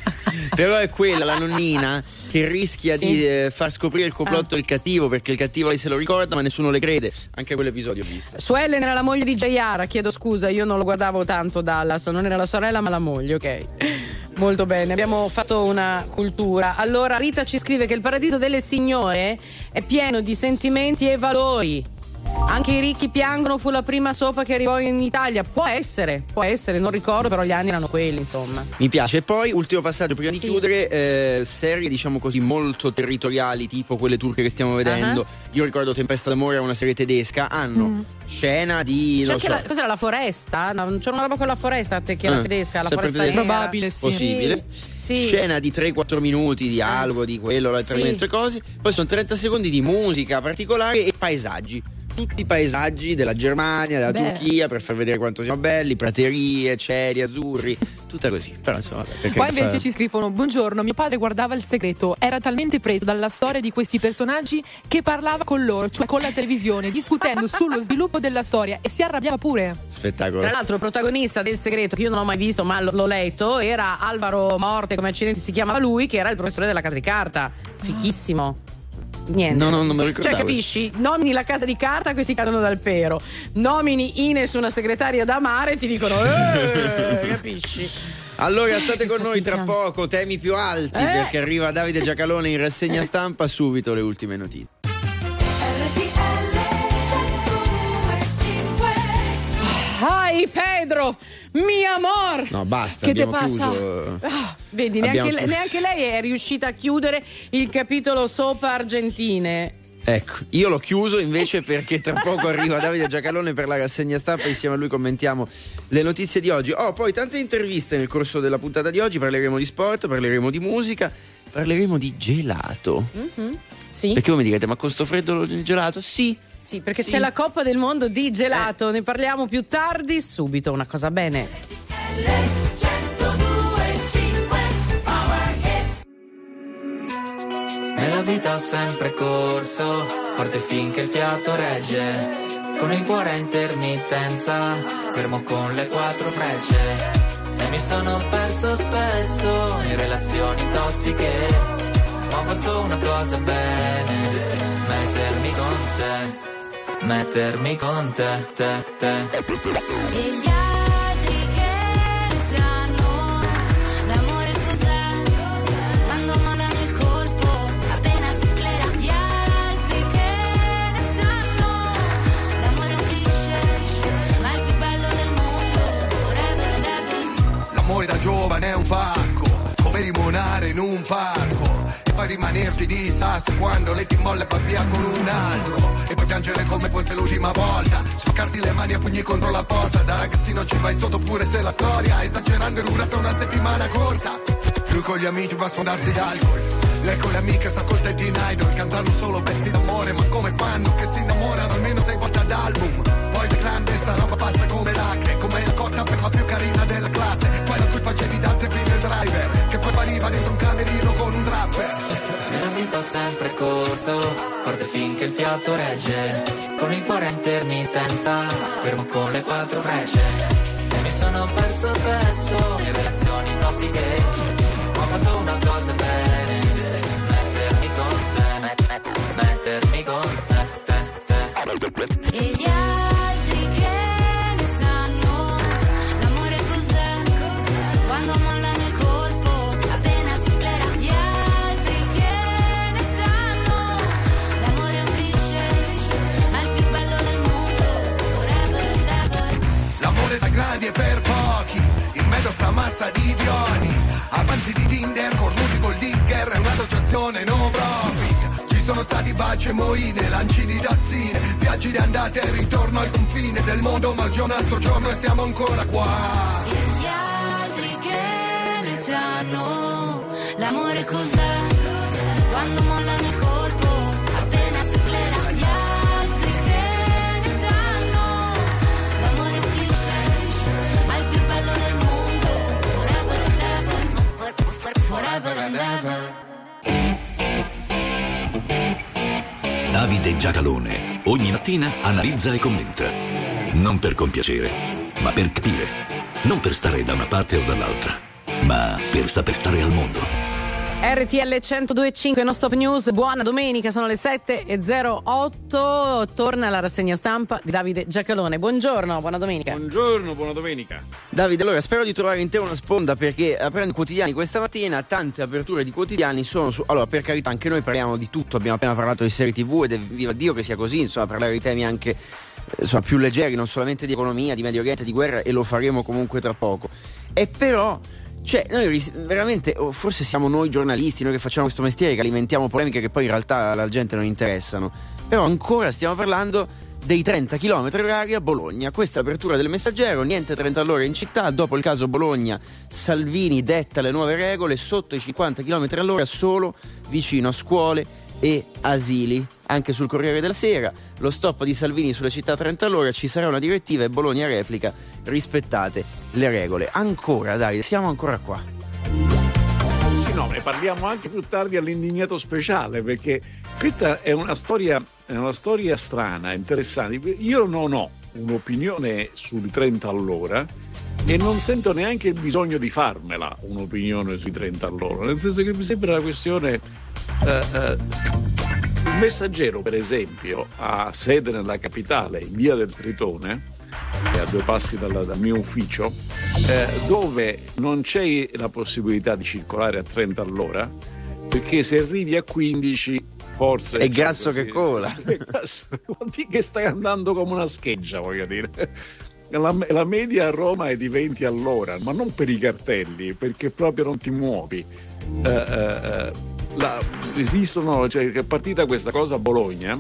Però è quella la nonnina che rischia Sì. di eh, far scoprire il complotto Ah. del cattivo, perché il cattivo lei se lo ricorda ma nessuno le crede. Anche quell'episodio ho visto. Swellen era la moglie di Jayara, chiedo scusa, io non lo guardavo tanto Dallas, non era la sorella ma la moglie, ok. Molto bene, abbiamo fatto una cultura. Allora Rita ci scrive che il paradiso delle signore è pieno di sentimenti e valori. Anche i ricchi piangono fu la prima soap che arrivò in Italia. Può essere, può essere, non ricordo, però gli anni erano quelli, insomma. Mi piace. E poi, ultimo passaggio prima di Sì. chiudere, eh, serie diciamo così molto territoriali, tipo quelle turche che stiamo vedendo. Uh-huh. Io ricordo Tempesta d'amore, era una serie tedesca, hanno Mm. scena di C'è non anche so, la, cos'era la foresta? No, c'era una roba con la foresta te- che era Eh, tedesca, la sempre foresta tedesca. nera. Probabile, sì. possibile. Sì. Scena di tre quattro minuti di dialogo, di quello, l'alternamento Sì. e cose. Poi sono trenta secondi di musica particolare e paesaggi. Tutti i paesaggi della Germania, della Beh. Turchia, per far vedere quanto siamo belli, praterie, cieli azzurri, tutta così. Però insomma, vabbè, perché qua invece fa- ci scrivono: buongiorno, mio padre guardava Il Segreto, era talmente preso dalla storia di questi personaggi che parlava con loro, cioè con la televisione, discutendo sullo sviluppo della storia, e si arrabbiava pure. spettacolo. Tra l'altro il protagonista del Segreto, che io non ho mai visto ma l- l'ho letto, era Alvaro Morte, come accidenti si chiamava lui, che era il professore della Casa di Carta. Fichissimo. Niente. No, no, non me lo Cioè, ricordavo. capisci? Nomini la Casa di Carta, questi cadono dal pero. Nomini Ines, una segretaria da mare, ti dicono eh, capisci? Allora state con noi tra poco, temi più alti, Eh. perché arriva Davide Giacalone in rassegna stampa, subito le ultime notizie. Ai Pedro, mi amor. No, basta, Che te abbiamo passa? chiuso. Ah, vedi, Abbiamo neanche, chiuso. neanche lei è riuscita a chiudere il capitolo soap argentine. Ecco, io l'ho chiuso invece perché tra poco arriva Davide Giacalone per la rassegna stampa, insieme a lui commentiamo le notizie di oggi. Oh, poi tante interviste nel corso della puntata di oggi, parleremo di sport, parleremo di musica, parleremo di gelato. Mhm. Sì. Perché voi mi direte, ma con sto freddo il gelato? Sì. Sì, perché Sì. c'è la Coppa del Mondo di gelato, ne parliamo più tardi, subito una cosa bene. Nella vita ho sempre corso, forte finché il fiato regge. Con il cuore a intermittenza, fermo con le quattro frecce. E mi sono perso spesso in relazioni tossiche. Ma ho fatto una cosa bene, mettermi con te, mettermi con te, te, te. E gli altri che ne sanno l'amore cos'è? Quando mandano il colpo appena si sclera. Gli altri che ne sanno l'amore è un cliché, ma è il più bello del mondo, forever and ever. L'amore da giovane è un pacco, come limonare in un parco. E poi rimanerci di sasso quando lei ti molla e va via con un altro. E poi piangere come fosse l'ultima volta. toccarsi le mani a pugni contro la porta. Da ragazzino ci vai sotto pure se la storia, esagerando è durata una settimana corta. Lui con gli amici va a sfondarsi d'alcol, lei con le amiche s'ascolta i Teen Idol, cantano solo pezzi d'amore, ma come fanno che si innamorano almeno sei volte ad album. Poi The Clan e sta roba passa come l'acre, come la cotta per la più carina della classe, quella a cui facevi danze prima il driver, che poi vaniva dentro un camerino con un trapper. Nella vita ho sempre corso, forte finché il fiato regge, con il cuore a intermittenza, fermo con le quattro frecce. E mi sono perso spesso in relazioni tossiche, ho fatto una cosa bene, mettermi con te, met, met, mettermi con te, te, te. E gli altri che ne sanno, l'amore cos'è, quando molla nel colpo, appena si sclera. Gli altri che ne sanno, l'amore è un cliché, ma è il più bello del mondo, forever and ever. L'amore da grandi e per pochi, in mezzo a sta massa di idioti, avanzi di Tinder con multiple digger, è un'associazione no profit. Ci sono stati baci e moine, lanci di tazzine, viaggi di andata e ritorno al confine del mondo, ma oggi è un altro giorno e siamo ancora qua. E gli altri che ne sanno, l'amore cos'è, quando molla nel colpo, appena si sclera. Gli altri che ne sanno, l'amore è un cliché, ma è il più bello del mondo, forever and ever, forever and ever. Davide Giacalone ogni mattina analizza e commenta, non per compiacere, ma per capire, non per stare da una parte o dall'altra, ma per saper stare al mondo. R T L centodue e cinque Non Stop News, buona domenica, sono le sette e zero otto, torna la rassegna stampa di Davide Giacalone. Buongiorno, buona domenica. Buongiorno, buona domenica. Davide, allora spero di trovare in te una sponda, perché aprendo i quotidiani questa mattina tante aperture di quotidiani sono su... Allora, per carità, anche noi parliamo di tutto, abbiamo appena parlato di serie tivù ed è viva Dio che sia così, insomma, parlare di temi anche insomma più leggeri, non solamente di economia, di Medio Oriente, di guerra, e lo faremo comunque tra poco. E però cioè noi veramente, o forse siamo noi giornalisti, noi che facciamo questo mestiere, che alimentiamo polemiche che poi in realtà la gente non interessano, però ancora stiamo parlando dei trenta chilometri orari a Bologna. Questa apertura del Messaggero, niente trenta all'ora in città, dopo il caso Bologna Salvini detta le nuove regole, sotto i cinquanta chilometri all'ora solo vicino a scuole e asili. Anche sul Corriere della Sera, lo stop di Salvini sulle città trenta all'ora, ci sarà una direttiva e Bologna replica, rispettate le regole. Ancora, dai, siamo ancora qua. Sì, no, ne parliamo anche più tardi all'indignato speciale, perché questa è una storia, è una storia strana, interessante. Io non ho un'opinione sui trenta all'ora e non sento neanche il bisogno di farmela un'opinione sui trenta all'ora, nel senso che mi sembra una questione eh, eh, il Messaggero, per esempio, ha sede nella capitale, in via del Tritone, che è a due passi dalla, dal mio ufficio, eh, dove non c'è la possibilità di circolare a trenta all'ora, perché se arrivi a quindici forse è grasso che cola. Vuol dire che stai andando come una scheggia, voglio dire. La, la media a Roma è di venti all'ora, ma non per i cartelli, perché proprio non ti muovi. Uh, uh, uh, la, esistono, cioè, è partita questa cosa a Bologna,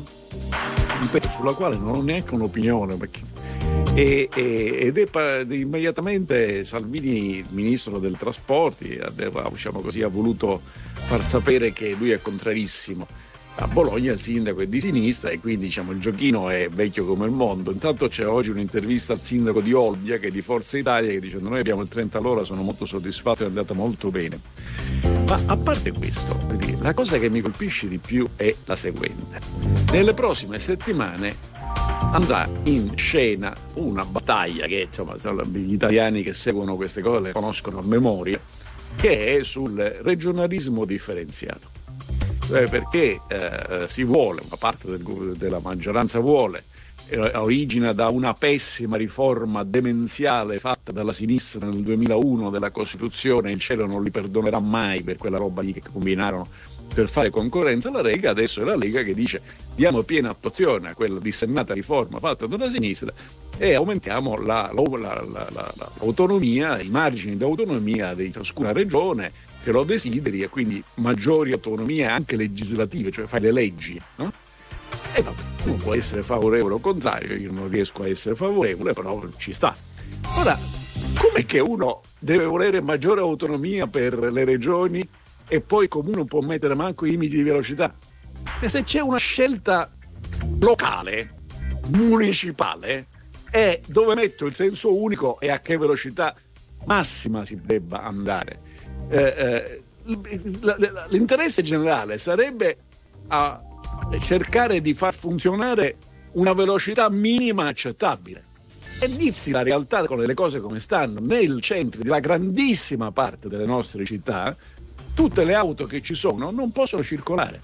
sulla quale non ho neanche un'opinione, perché, e, e, ed è immediatamente Salvini, il ministro dei trasporti, aveva, diciamo così, ha voluto far sapere che lui è contrarissimo. A Bologna il sindaco è di sinistra e quindi, diciamo, il giochino è vecchio come il mondo. Intanto c'è oggi un'intervista al sindaco di Olbia, che è di Forza Italia, che dice: noi abbiamo il trenta all'ora, sono molto soddisfatto, è andata molto bene. Ma a parte questo, la cosa che mi colpisce di più è la seguente: nelle prossime settimane andrà in scena una battaglia che, insomma, gli italiani che seguono queste cose le conoscono a memoria, che è sul regionalismo differenziato. Eh, perché eh, si vuole, una parte del, della maggioranza vuole, eh, origina da una pessima riforma demenziale fatta dalla sinistra nel duemilauno della Costituzione, il cielo non li perdonerà mai per quella roba lì che combinarono per fare concorrenza alla Lega. Adesso è la Lega che dice: diamo piena attuazione a quella dissennata riforma fatta dalla sinistra e aumentiamo la, la, la, la, la, l'autonomia, i margini di autonomia di ciascuna regione che lo desideri, e quindi maggiori autonomie anche legislative, cioè fai le leggi, no? E vabbè. uno può essere favorevole o contrario, io non riesco a essere favorevole, però ci sta. Ora, com'è che uno deve volere maggiore autonomia per le regioni e poi il comune non può mettere manco i limiti di velocità? E se c'è una scelta locale, municipale, è dove metto il senso unico e a che velocità massima si debba andare. Eh, eh, l'interesse generale sarebbe a cercare di far funzionare una velocità minima accettabile e dirsi la realtà con le cose come stanno. Nel centro della grandissima parte delle nostre città tutte le auto che ci sono non possono circolare,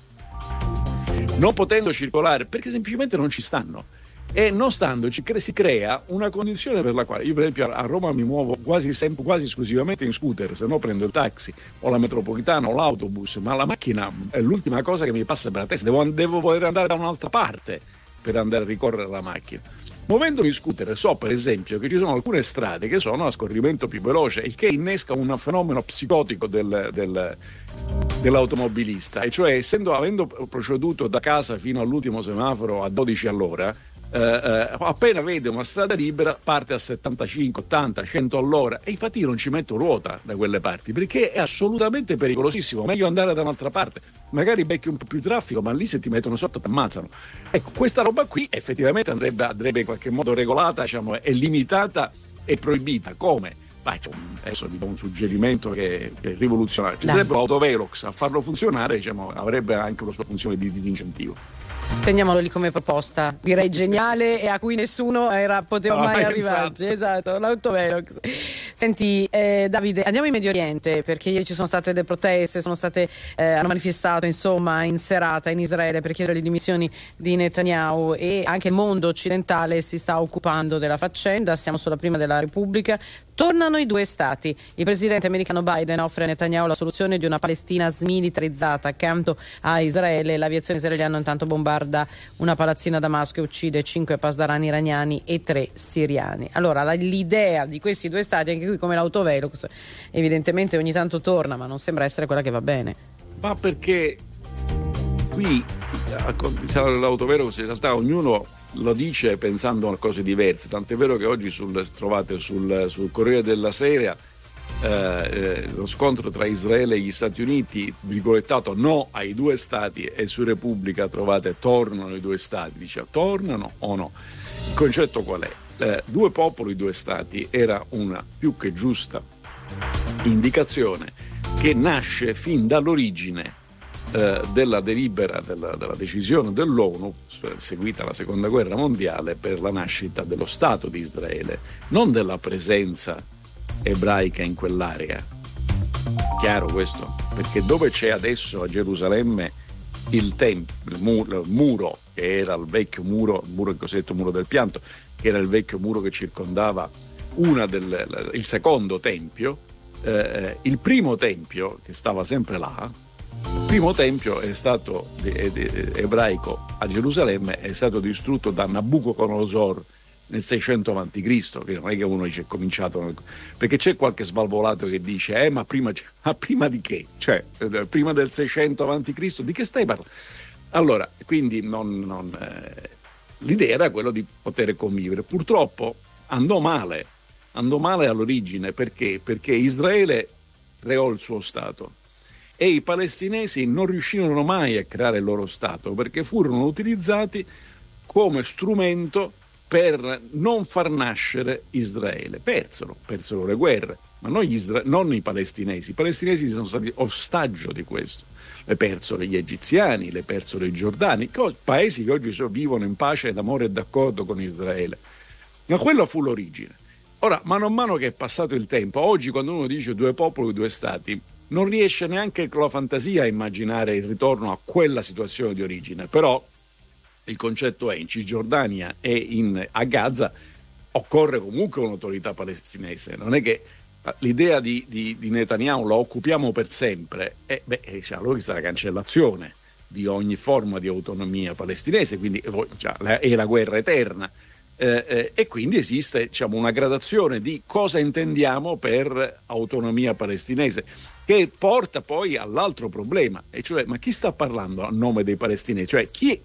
non potendo circolare perché semplicemente non ci stanno, e non standoci si crea una condizione per la quale io per esempio a Roma mi muovo quasi sempre, quasi esclusivamente in scooter, se no prendo il taxi o la metropolitana o l'autobus, ma la macchina è l'ultima cosa che mi passa per la testa, devo, devo voler andare da un'altra parte per andare a ricorrere la macchina. Muovendomi in scooter so per esempio che ci sono alcune strade che sono a scorrimento più veloce, il che innesca un fenomeno psicotico del, del, dell'automobilista, e cioè essendo avendo proceduto da casa fino all'ultimo semaforo a dodici all'ora, eh, eh, appena vede una strada libera parte a settantacinque, ottanta, cento all'ora, e infatti io non ci metto ruota da quelle parti perché è assolutamente pericolosissimo, meglio andare da un'altra parte, magari becchi un po' più traffico, ma lì se ti mettono sotto ti ammazzano. Ecco, questa roba qui effettivamente andrebbe, andrebbe in qualche modo regolata, diciamo, è limitata e proibita. Come? Faccio un, adesso vi do un suggerimento che, che è rivoluzionario. Ci sarebbe l'autovelox, a farlo funzionare, diciamo, avrebbe anche una sua funzione di disincentivo. Teniamolo lì come proposta, direi geniale, e a cui nessuno era, poteva Ah, mai esatto. arrivarci. Esatto, l'autovelox. Senti, eh, Davide, andiamo in Medio Oriente, perché ieri ci sono state delle proteste, sono state, eh, hanno manifestato insomma in serata in Israele per chiedere le dimissioni di Netanyahu, e anche il mondo occidentale si sta occupando della faccenda. Siamo sulla prima della Repubblica. Tornano i due stati. Il presidente americano Biden offre a Netanyahu la soluzione di una Palestina smilitarizzata accanto a Israele. L'aviazione israeliana intanto bombarda una palazzina a Damasco e uccide cinque pasdarani iraniani e tre siriani. Allora, la, l'idea di questi due stati, anche qui come l'autovelox, evidentemente ogni tanto torna, ma non sembra essere quella che va bene. Ma perché qui l'autovelox in realtà ognuno lo dice pensando a cose diverse, tant'è vero che oggi sul, trovate sul, sul Corriere della Sera eh, eh, lo scontro tra Israele e gli Stati Uniti, virgolettato no ai due stati, e su Repubblica trovate tornano i due stati, dice tornano o no. Il concetto qual è? Eh, due popoli, due stati era una più che giusta indicazione che nasce fin dall'origine Eh, della delibera, della, della decisione dell'ONU seguita alla seconda guerra mondiale per la nascita dello Stato di Israele, non della presenza ebraica in quell'area. Chiaro questo? Perché dove c'è adesso a Gerusalemme il tempio, il, muro, il muro che era il vecchio muro, il muro, il cosiddetto muro del pianto, che era il vecchio muro che circondava una del, il secondo tempio, eh, il primo tempio che stava sempre là. Il primo tempio è stato de, de, ebraico a Gerusalemme, è stato distrutto da Nabucodonosor nel seicento avanti Cristo, che non è che uno dice è cominciato, perché c'è qualche svalvolato che dice eh ma prima, ma prima di che? Cioè prima del seicento avanti Cristo di che stai parlando? Allora, quindi non, non, eh, l'idea era quella di poter convivere. Purtroppo andò male, andò male all'origine, perché? Perché Israele creò il suo Stato e i palestinesi non riuscirono mai a creare il loro Stato, perché furono utilizzati come strumento per non far nascere Israele. Persero, persero le guerre, ma non, gli isra- non i palestinesi. I palestinesi sono stati ostaggio di questo. Le persero gli egiziani, le persero i giordani, paesi che oggi so, vivono in pace, d'amore e d'accordo con Israele. Ma quella fu l'origine. Ora, mano a mano che è passato il tempo, oggi quando uno dice due popoli, due stati, non riesce neanche con la fantasia a immaginare il ritorno a quella situazione di origine. Però il concetto è in Cisgiordania e in, a Gaza occorre comunque un'autorità palestinese. Non è che l'idea di, di, di Netanyahu la occupiamo per sempre, e beh, cioè, allora questa è la cancellazione di ogni forma di autonomia palestinese, quindi cioè, è la guerra eterna. Eh, eh, e quindi esiste, diciamo, una gradazione di cosa intendiamo per autonomia palestinese, che porta poi all'altro problema, e cioè ma chi sta parlando a nome dei palestinesi? Cioè chi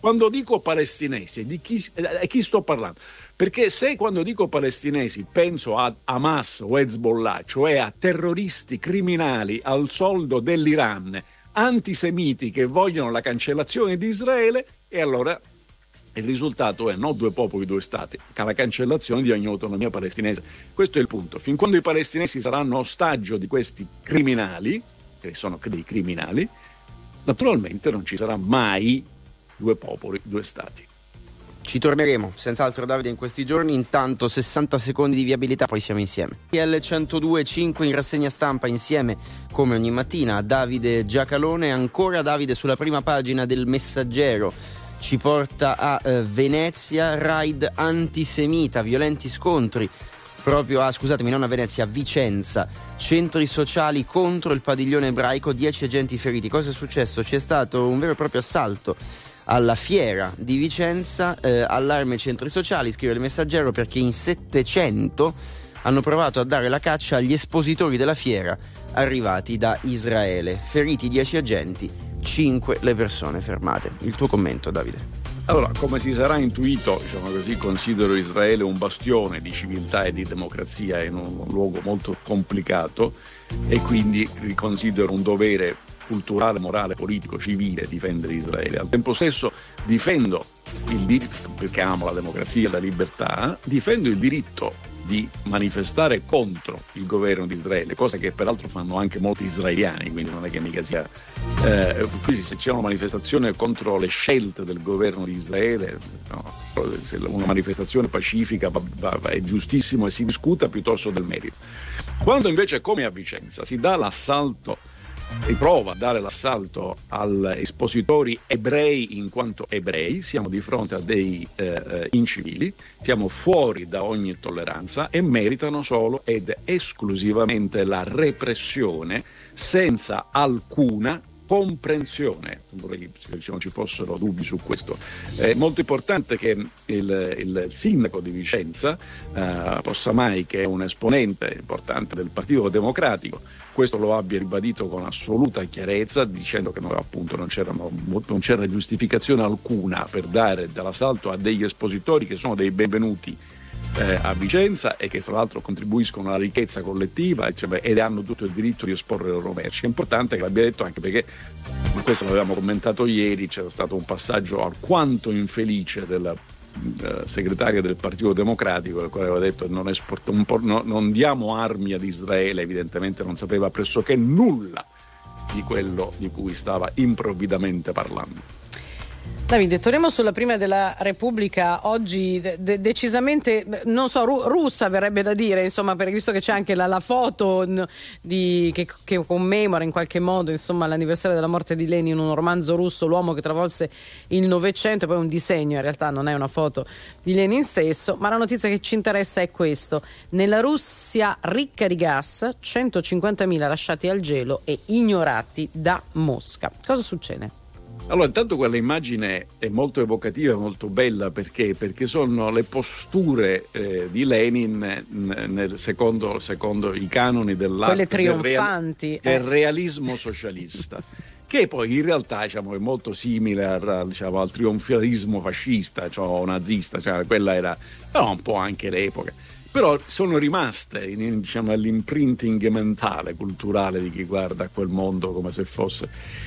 Quando dico palestinesi, di chi, eh, chi sto parlando? Perché se quando dico palestinesi penso a Hamas o Hezbollah, cioè a terroristi criminali al soldo dell'Iran, antisemiti che vogliono la cancellazione di Israele, e allora il risultato è non due popoli, due stati, ma la cancellazione di ogni autonomia palestinese. Questo è il punto. Fin quando i palestinesi saranno ostaggio di questi criminali, che sono dei criminali, naturalmente non ci sarà mai due popoli, due stati. Ci torneremo senz'altro, Davide, in questi giorni. Intanto sessanta secondi di viabilità, poi siamo insieme. R T L centodue e cinque in rassegna stampa insieme come ogni mattina. Davide Giacalone, ancora Davide sulla prima pagina del Messaggero, ci porta a eh, Venezia, raid antisemita, violenti scontri proprio a, scusatemi, non a Venezia, a Vicenza, centri sociali contro il padiglione ebraico, dieci agenti feriti. Cosa è successo? C'è stato un vero e proprio assalto alla fiera di Vicenza, eh, allarme centri sociali, scrive il Messaggero, perché in settecento hanno provato a dare la caccia agli espositori della fiera arrivati da Israele. Feriti dieci agenti, cinque le persone fermate. Il tuo commento, Davide? Allora, come si sarà intuito, diciamo così, considero Israele un bastione di civiltà e di democrazia in un luogo molto complicato, e quindi considero un dovere culturale, morale, politico, civile difendere Israele. Al tempo stesso difendo il diritto, perché amo la democrazia e la libertà, difendo il diritto di manifestare contro il governo di Israele, cosa che peraltro fanno anche molti israeliani, quindi non è che mica sia eh, quindi se c'è una manifestazione contro le scelte del governo di Israele, no, se una manifestazione pacifica va, va, va, è giustissimo e si discuta piuttosto del merito. Quando invece, come a Vicenza, si dà l'assalto, riprova a dare l'assalto agli espositori ebrei in quanto ebrei, siamo di fronte a dei eh, incivili, siamo fuori da ogni tolleranza e meritano solo ed esclusivamente la repressione senza alcuna comprensione. Vorrei che non ci fossero dubbi su questo. È molto importante che il, il sindaco di Vicenza, eh, Possamai, che è un esponente importante del Partito Democratico, questo lo abbia ribadito con assoluta chiarezza, dicendo che no, appunto non, c'erano, non c'era giustificazione alcuna per dare dell'assalto a degli espositori che sono dei benvenuti eh, a Vicenza e che fra l'altro contribuiscono alla ricchezza collettiva, cioè, ed hanno tutto il diritto di esporre le loro merci. È importante che l'abbia detto, anche perché, ma questo l'avevamo commentato ieri, c'era stato un passaggio alquanto infelice della eh, segretaria del Partito Democratico, il quale aveva detto non, esport- un po', no, non diamo armi ad Israele. Evidentemente non sapeva pressoché nulla di quello di cui stava improvvidamente parlando. Davide, torniamo sulla prima della Repubblica, oggi de- decisamente, non so, ru- russa verrebbe da dire, insomma, perché visto che c'è anche la, la foto n- di, che, che commemora in qualche modo, insomma, l'anniversario della morte di Lenin, un romanzo russo, l'uomo che travolse il Novecento, e poi un disegno, in realtà non è una foto di Lenin stesso, ma la notizia che ci interessa è questo: nella Russia ricca di gas, centocinquantamila lasciati al gelo e ignorati da Mosca. Cosa succede? Allora, intanto quella immagine è molto evocativa, molto bella, perché perché sono le posture eh, di Lenin nel secondo, secondo i canoni dell'arte, quelle trionfanti, del, real, eh. del realismo socialista, che poi in realtà, diciamo, è molto simile al, diciamo, al trionfalismo fascista, cioè nazista, cioè quella era però un po' anche l'epoca. Però sono rimaste, in, diciamo, all'imprinting mentale, culturale di chi guarda a quel mondo come se fosse.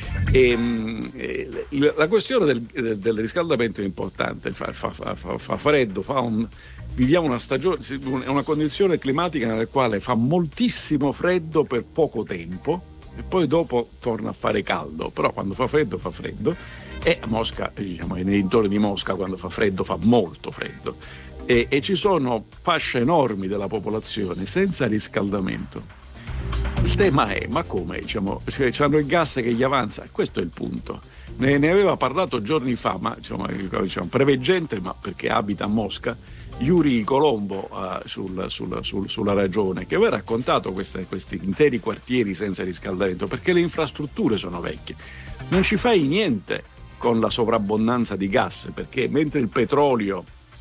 E, e, la questione del, del riscaldamento è importante, fa, fa, fa, fa freddo, fa un, viviamo una stagione, una condizione climatica nella quale fa moltissimo freddo per poco tempo e poi dopo torna a fare caldo, però quando fa freddo fa freddo, e a Mosca, diciamo, nei dintorni di Mosca quando fa freddo fa molto freddo. E, e ci sono fasce enormi della popolazione senza riscaldamento. Il tema è, ma come? Diciamo, hanno il gas che gli avanza? Questo è il punto. Ne, ne aveva parlato giorni fa, ma diciamo, diciamo, preveggente, ma perché abita a Mosca, Yuri Colombo uh, sul, sul, sul, sulla Ragione, che aveva raccontato queste, questi interi quartieri senza riscaldamento, perché le infrastrutture sono vecchie. Non ci fai niente con la sovrabbondanza di gas, perché mentre il petrolio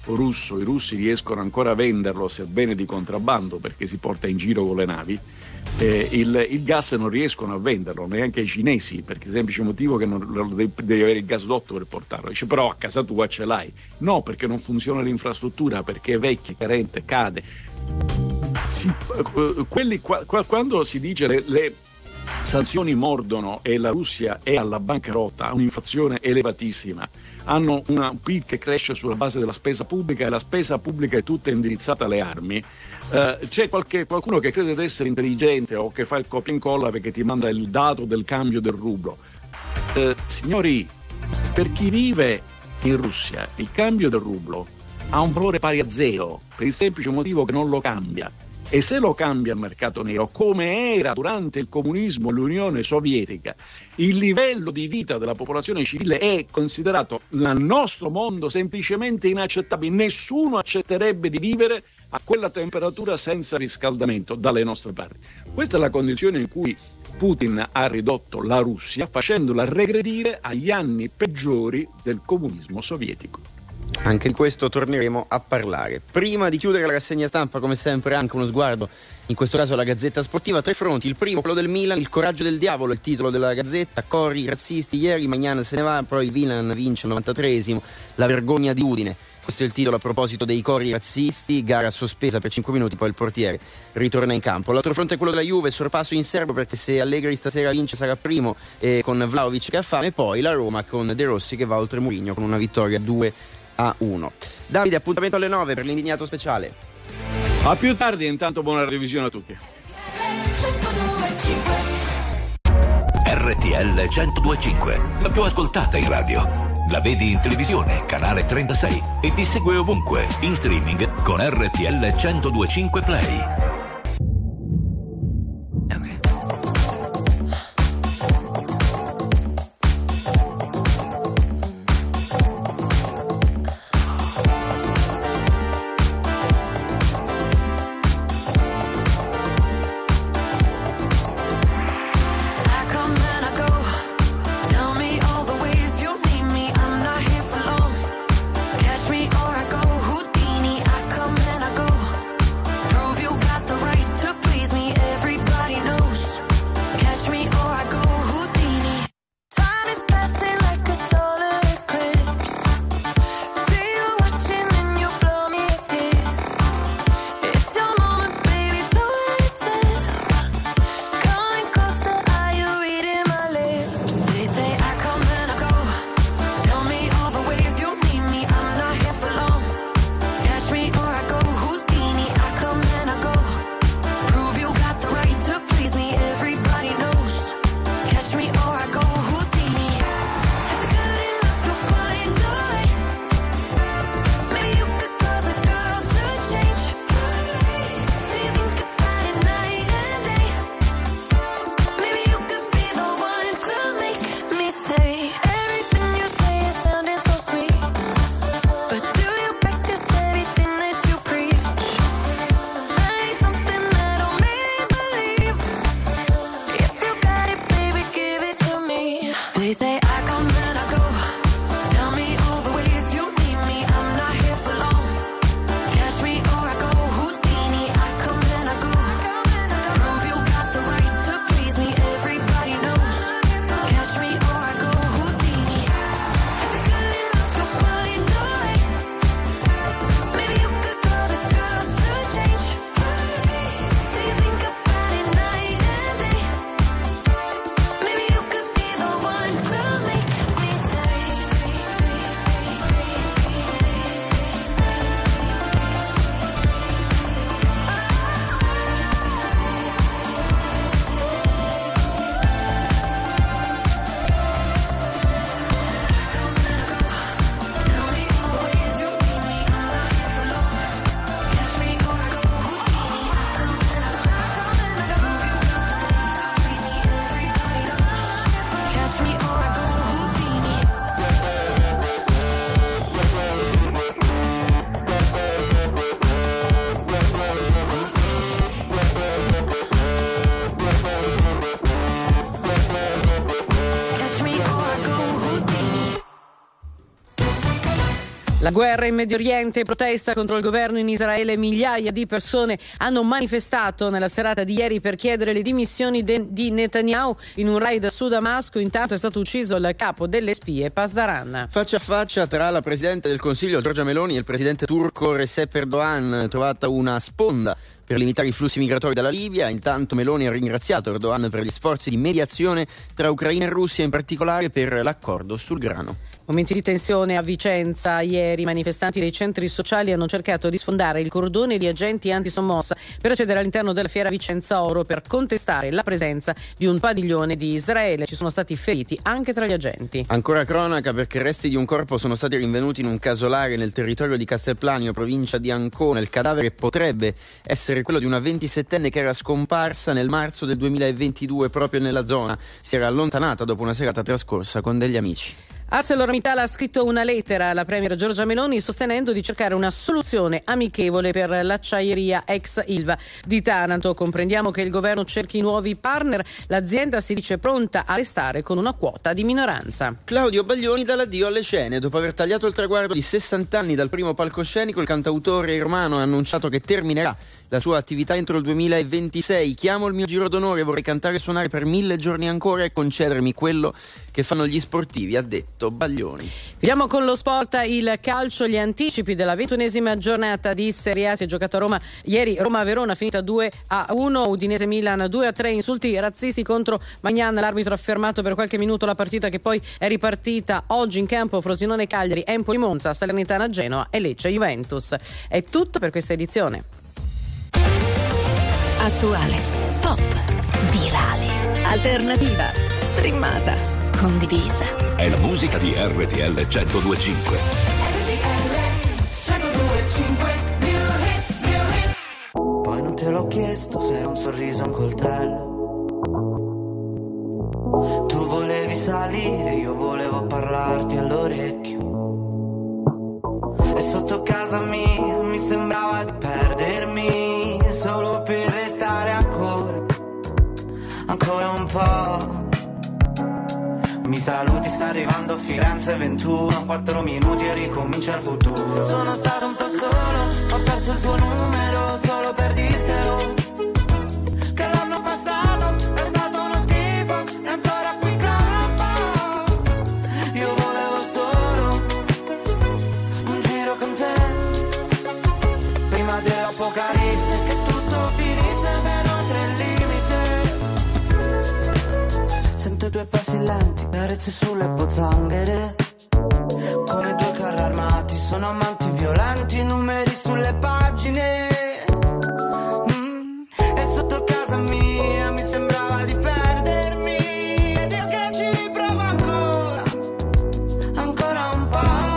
russo, i russi riescono ancora a venderlo, sebbene di contrabbando, perché si porta in giro con le navi. Eh, il, il gas non riescono a venderlo neanche ai cinesi, perché il semplice motivo che non, devi, devi avere il gasdotto per portarlo. Dice, però a casa tua ce l'hai. No, perché non funziona l'infrastruttura, perché è vecchia, carente, cade. Si, quelli, quando si dice le, le sanzioni mordono e la Russia è alla bancarotta, ha un'inflazione elevatissima, hanno una P I L che cresce sulla base della spesa pubblica e la spesa pubblica è tutta indirizzata alle armi, eh, c'è qualche, qualcuno che crede di essere intelligente o che fa il copia e incolla perché ti manda il dato del cambio del rublo. Eh, signori, per chi vive in Russia il cambio del rublo ha un valore pari a zero, per il semplice motivo che non lo cambia. E se lo cambia il mercato nero, come era durante il comunismo e l'Unione Sovietica, il livello di vita della popolazione civile è considerato nel nostro mondo semplicemente inaccettabile. Nessuno accetterebbe di vivere a quella temperatura senza riscaldamento dalle nostre parti. Questa è la condizione in cui Putin ha ridotto la Russia, facendola regredire agli anni peggiori del comunismo sovietico. Anche di questo torneremo a parlare. Prima di chiudere la rassegna stampa, come sempre, anche uno sguardo, in questo caso alla Gazzetta Sportiva. Tre fronti: il primo, quello del Milan, il coraggio del diavolo, il titolo della Gazzetta. Corri, i razzisti, ieri, Magnan se ne va, poi il Milan vince al novantatreesimo, la vergogna di Udine. Questo è il titolo a proposito dei cori razzisti, gara sospesa per cinque minuti, poi il portiere ritorna in campo. L'altro fronte è quello della Juve, sorpasso in serbo perché se Allegri stasera vince sarà primo, e con Vlahovic che ha fame, e poi la Roma con De Rossi che va oltre Mourinho con una vittoria due a uno. Davide, appuntamento alle nove per l'indignato speciale. A più tardi, intanto buona revisione a tutti. R T L centodue e cinque, la più ascoltata in radio. La vedi in televisione, canale trentasei, e ti segue ovunque, in streaming con R T L centodue e cinque Play. Catch me or I go Houdini. I come and I go. Prove you got the La guerra in Medio Oriente, protesta contro il governo in Israele, migliaia di persone hanno manifestato nella serata di ieri per chiedere le dimissioni de- di Netanyahu in un raid su Damasco. Intanto è stato ucciso il capo delle spie Pasdaran. Faccia a faccia tra la Presidente del Consiglio Giorgia Meloni e il Presidente turco Recep Erdogan, trovata una sponda per limitare i flussi migratori dalla Libia. Intanto Meloni ha ringraziato Erdogan per gli sforzi di mediazione tra Ucraina e Russia, in particolare per l'accordo sul grano. Momenti di tensione a Vicenza. Ieri i manifestanti dei centri sociali hanno cercato di sfondare il cordone di agenti antisommossa per accedere all'interno della fiera Vicenza Oro per contestare la presenza di un padiglione di Israele. Ci sono stati feriti anche tra gli agenti. Ancora cronaca, perché resti di un corpo sono stati rinvenuti in un casolare nel territorio di Castelplanio, provincia di Ancona. Il cadavere potrebbe essere quello di una ventisettenne che era scomparsa nel marzo del duemilaventidue proprio nella zona. Si era allontanata dopo una serata trascorsa con degli amici. ArcelorMittal ha scritto una lettera alla premier Giorgia Meloni sostenendo di cercare una soluzione amichevole per l'acciaieria ex Ilva di Taranto. Comprendiamo che il governo cerchi nuovi partner. L'azienda si dice pronta a restare con una quota di minoranza. Claudio Baglioni dà l'addio alle scene. Dopo aver tagliato il traguardo di sessanta anni dal primo palcoscenico, il cantautore romano ha annunciato che terminerà la sua attività entro il duemilaventisei. Chiamo il mio giro d'onore, vorrei cantare e suonare per mille giorni ancora e concedermi quello che fanno gli sportivi, ha detto Baglioni. Chiudiamo con lo sport, il calcio, gli anticipi della ventunesima giornata di Serie A. Si è giocato a Roma ieri, Roma-Verona finita due a uno, Udinese-Milan due a tre, insulti razzisti contro Magnan, l'arbitro ha fermato per qualche minuto la partita che poi è ripartita. Oggi in campo Frosinone-Cagliari, Empoli-Monza, Salernitana-Genoa e Lecce-Juventus. È tutto per questa edizione. Attuale, pop, virale, alternativa, streamata, condivisa. È la musica di R T L centodue e cinque. Poi non te l'ho chiesto se era un sorriso o un coltello. Tu volevi salire, io volevo parlarti all'orecchio. E sotto casa mia mi sembrava di perdermi solo per restare ancora, ancora un po'. Mi saluti, sta arrivando Firenze ventuno, quattro minuti e ricomincia il futuro. Sono stato un po' solo, ho perso il tuo numero solo per dirtelo, che l'anno passato è stato uno schifo e ancora qui campo. Io volevo solo un giro con te, prima dell'apocalisse, che tutto finisse ben oltre il limite. Sento i tuoi passi lenti, carezze sulle pozzanghere, come due carri armati, sono amanti violenti, numeri sulle pagine. Mm. E sotto casa mia mi sembrava di perdermi, ed io che ci riprovo ancora, ancora un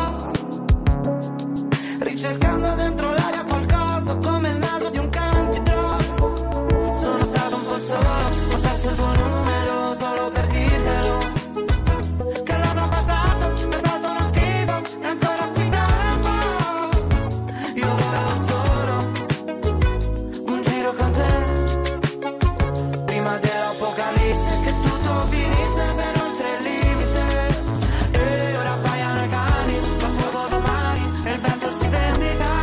po', ricercando dentro l'aria qualcosa come il naso di un cane antidroga. Sono stato un po' solo, ho perso il tuo numero solo per dirtelo, che l'anno passato è stato uno schifo e ancora qui da un po'. Io volevo solo un giro con te, prima dell'apocalisse, che tutto finisse ben oltre il limite. E ora appaiano i cani, ma fuoco domani e il vento si vendica.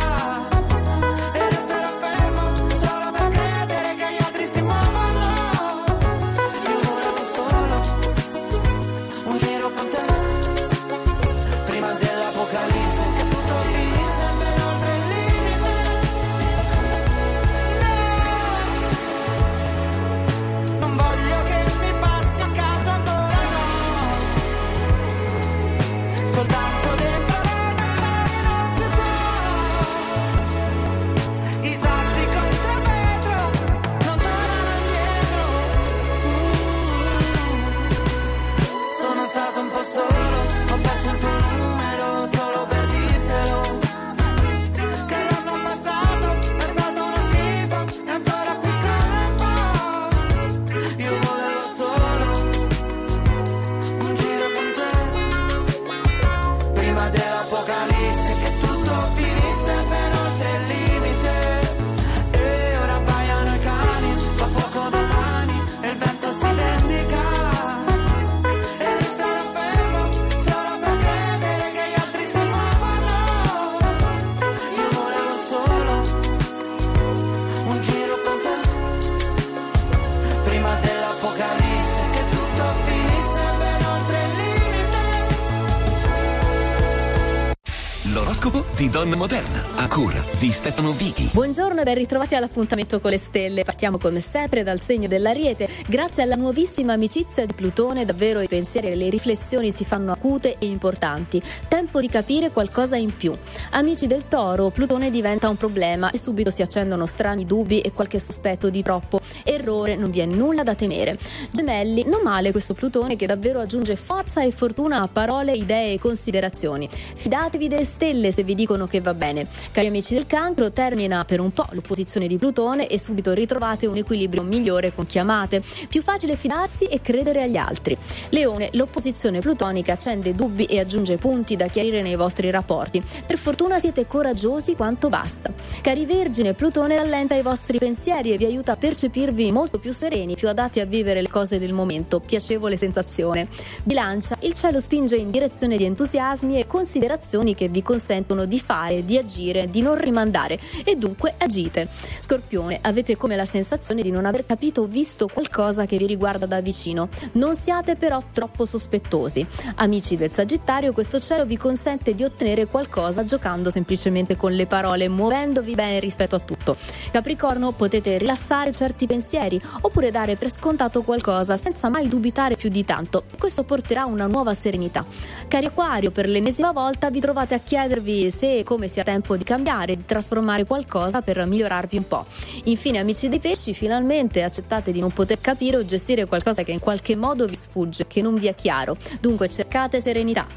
di donna moderna, a cura di Stefano Vighi. Buongiorno e ben ritrovati all'appuntamento con le stelle. Partiamo come sempre dal segno dell'Ariete. Grazie alla nuovissima amicizia di Plutone, davvero i pensieri e le riflessioni si fanno acute e importanti. Tempo di capire qualcosa in più. Amici del Toro, Plutone diventa un problema e subito si accendono strani dubbi e qualche sospetto di troppo. Errore, non vi è nulla da temere. Gemelli, non male questo Plutone che davvero aggiunge forza e fortuna a parole, idee e considerazioni. Fidatevi delle stelle se vi dicono che va bene. Cari amici del Cancro, termina per un po' l'opposizione di Plutone e subito ritrovate un equilibrio migliore con chi amate. Più facile fidarsi e credere agli altri. Leone, l'opposizione plutonica accende dubbi e aggiunge punti da chiarire nei vostri rapporti. Per fortuna siete coraggiosi quanto basta. Cari Vergine, Plutone rallenta i vostri pensieri e vi aiuta a percepirvi molto più sereni, più adatti a vivere le cose del momento. Piacevole sensazione. Bilancia, il cielo spinge in direzione di entusiasmi e considerazioni che vi consentono di fare, di agire, di non rimandare e dunque agite. Scorpione, avete come la sensazione di non aver capito o visto qualcosa che vi riguarda da vicino. Non siate però troppo sospettosi. Amici del Sagittario, questo cielo vi consente di ottenere qualcosa giocando semplicemente con le parole, muovendovi bene rispetto a tutto. Capricorno, potete rilassare certi pensieri oppure dare per scontato qualcosa senza mai dubitare più di tanto. Questo porterà una nuova serenità. Cari Acquario, per l'ennesima volta vi trovate a chiedervi se e come sia tempo di cambiare, di trasformare qualcosa per migliorarvi un po'. Infine, amici dei Pesci, finalmente accettate di non poter capire o gestire qualcosa che in qualche modo vi sfugge, che non vi è chiaro. Dunque cercate serenità.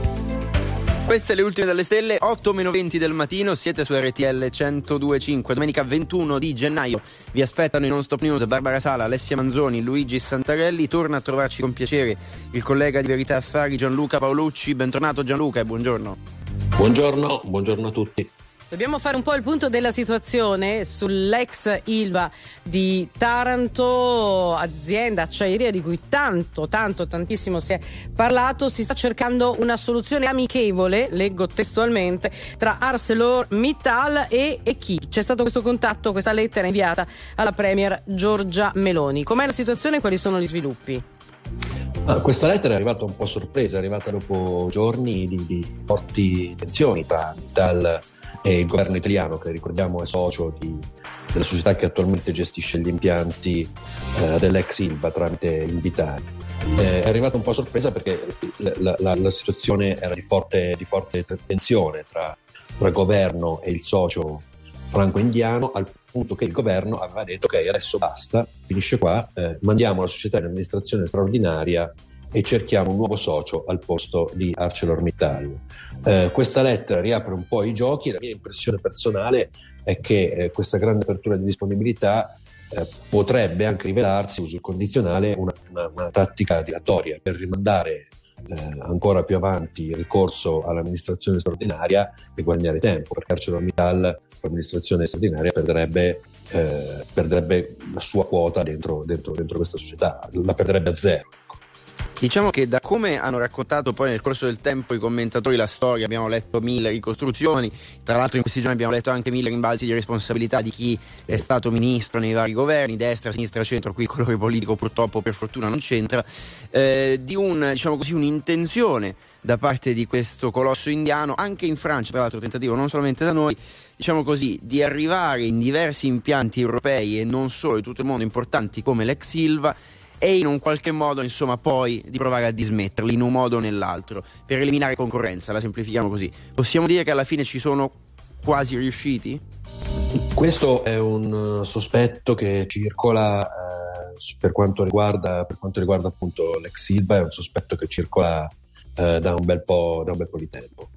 Queste le ultime dalle stelle, otto meno venti del mattino, siete su R T L centodue e cinque. Domenica ventuno di gennaio vi aspettano in Non Stop News Barbara Sala, Alessia Manzoni, Luigi Santarelli. Torna a trovarci con piacere il collega di Verità Affari Gianluca Paolucci. Bentornato Gianluca e buongiorno. Buongiorno, buongiorno a tutti. Dobbiamo fare un po' il punto della situazione sull'ex Ilva di Taranto, azienda acciaieria di cui tanto, tanto, tantissimo si è parlato. Si sta cercando una soluzione amichevole, leggo testualmente, tra ArcelorMittal e, e chi? C'è stato questo contatto, questa lettera inviata alla Premier Giorgia Meloni. Com'è la situazione e quali sono gli sviluppi? Ah, questa lettera è arrivata un po' a sorpresa, è arrivata dopo giorni di, di forti tensioni tra Mittal e il governo italiano, che ricordiamo è socio di, della società che attualmente gestisce gli impianti eh, dell'ex Ilva tramite Invitalia. Eh, è arrivata un po' a sorpresa perché la, la, la situazione era di forte, di forte tensione tra, tra governo e il socio franco-indiano, al punto che il governo aveva detto ok, adesso basta, finisce qua, eh, mandiamo la società in amministrazione straordinaria e cerchiamo un nuovo socio al posto di ArcelorMittal. Eh, questa lettera riapre un po' i giochi. La mia impressione personale è che eh, questa grande apertura di disponibilità eh, potrebbe anche rivelarsi, uso il condizionale, una, una, una tattica dilatoria per rimandare eh, ancora più avanti il ricorso all'amministrazione straordinaria e guadagnare tempo, perché ArcelorMittal, l'amministrazione straordinaria, perderebbe, eh, perderebbe la sua quota dentro, dentro, dentro questa società, la perderebbe a zero. Diciamo che da come hanno raccontato poi nel corso del tempo i commentatori la storia, abbiamo letto mille ricostruzioni, tra l'altro in questi giorni abbiamo letto anche mille rimbalzi di responsabilità di chi è stato ministro nei vari governi, destra, sinistra, centro, qui il colore politico purtroppo per fortuna non c'entra, eh, di un, diciamo così, un'intenzione da parte di questo colosso indiano, anche in Francia tra l'altro tentativo non solamente da noi, diciamo così, di arrivare in diversi impianti europei e non solo di tutto il mondo importanti come l'ex Ilva, e in un qualche modo insomma poi di provare a dismetterli in un modo o nell'altro per eliminare concorrenza, la semplifichiamo così. Possiamo dire che alla fine ci sono quasi riusciti? Questo è un sospetto che circola eh, per quanto riguarda per quanto riguarda appunto l'ex Ilva, è un sospetto che circola eh, da un bel po' da un bel po' di tempo.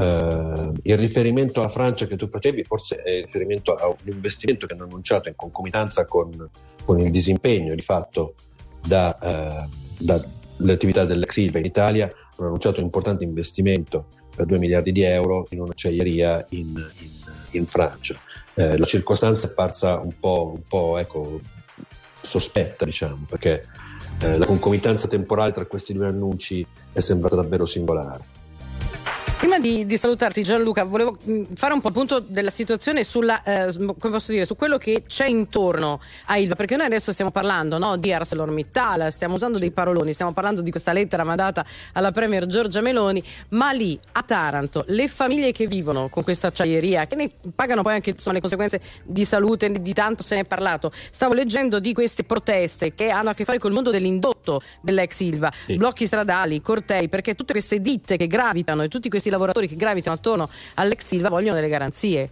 Uh, il riferimento alla Francia che tu facevi forse è il riferimento a un investimento che hanno annunciato in concomitanza con, con il disimpegno di fatto da, uh, dall'attività dell'ex Ilva in Italia. Hanno annunciato un importante investimento per due miliardi di euro in un'acciaieria in, in, in Francia. Uh, la circostanza è parsa un po', un po' ecco, sospetta, diciamo, perché uh, la concomitanza temporale tra questi due annunci è sembrata davvero singolare. Prima di, di salutarti Gianluca, volevo fare un po' il punto della situazione sulla, eh, come posso dire, su quello che c'è intorno a Ilva, perché noi adesso stiamo parlando, no, di ArcelorMittal, stiamo usando dei paroloni, stiamo parlando di questa lettera mandata alla premier Giorgia Meloni, ma lì a Taranto le famiglie che vivono con questa acciaieria, che ne pagano poi anche insomma, le conseguenze di salute, di tanto se ne è parlato. Stavo leggendo di queste proteste che hanno a che fare col mondo dell'indotto dell'ex Ilva, sì. Blocchi stradali, cortei, perché tutte queste ditte che gravitano e tutti questi lavoratori che gravitano attorno all'ex Ilva vogliono delle garanzie.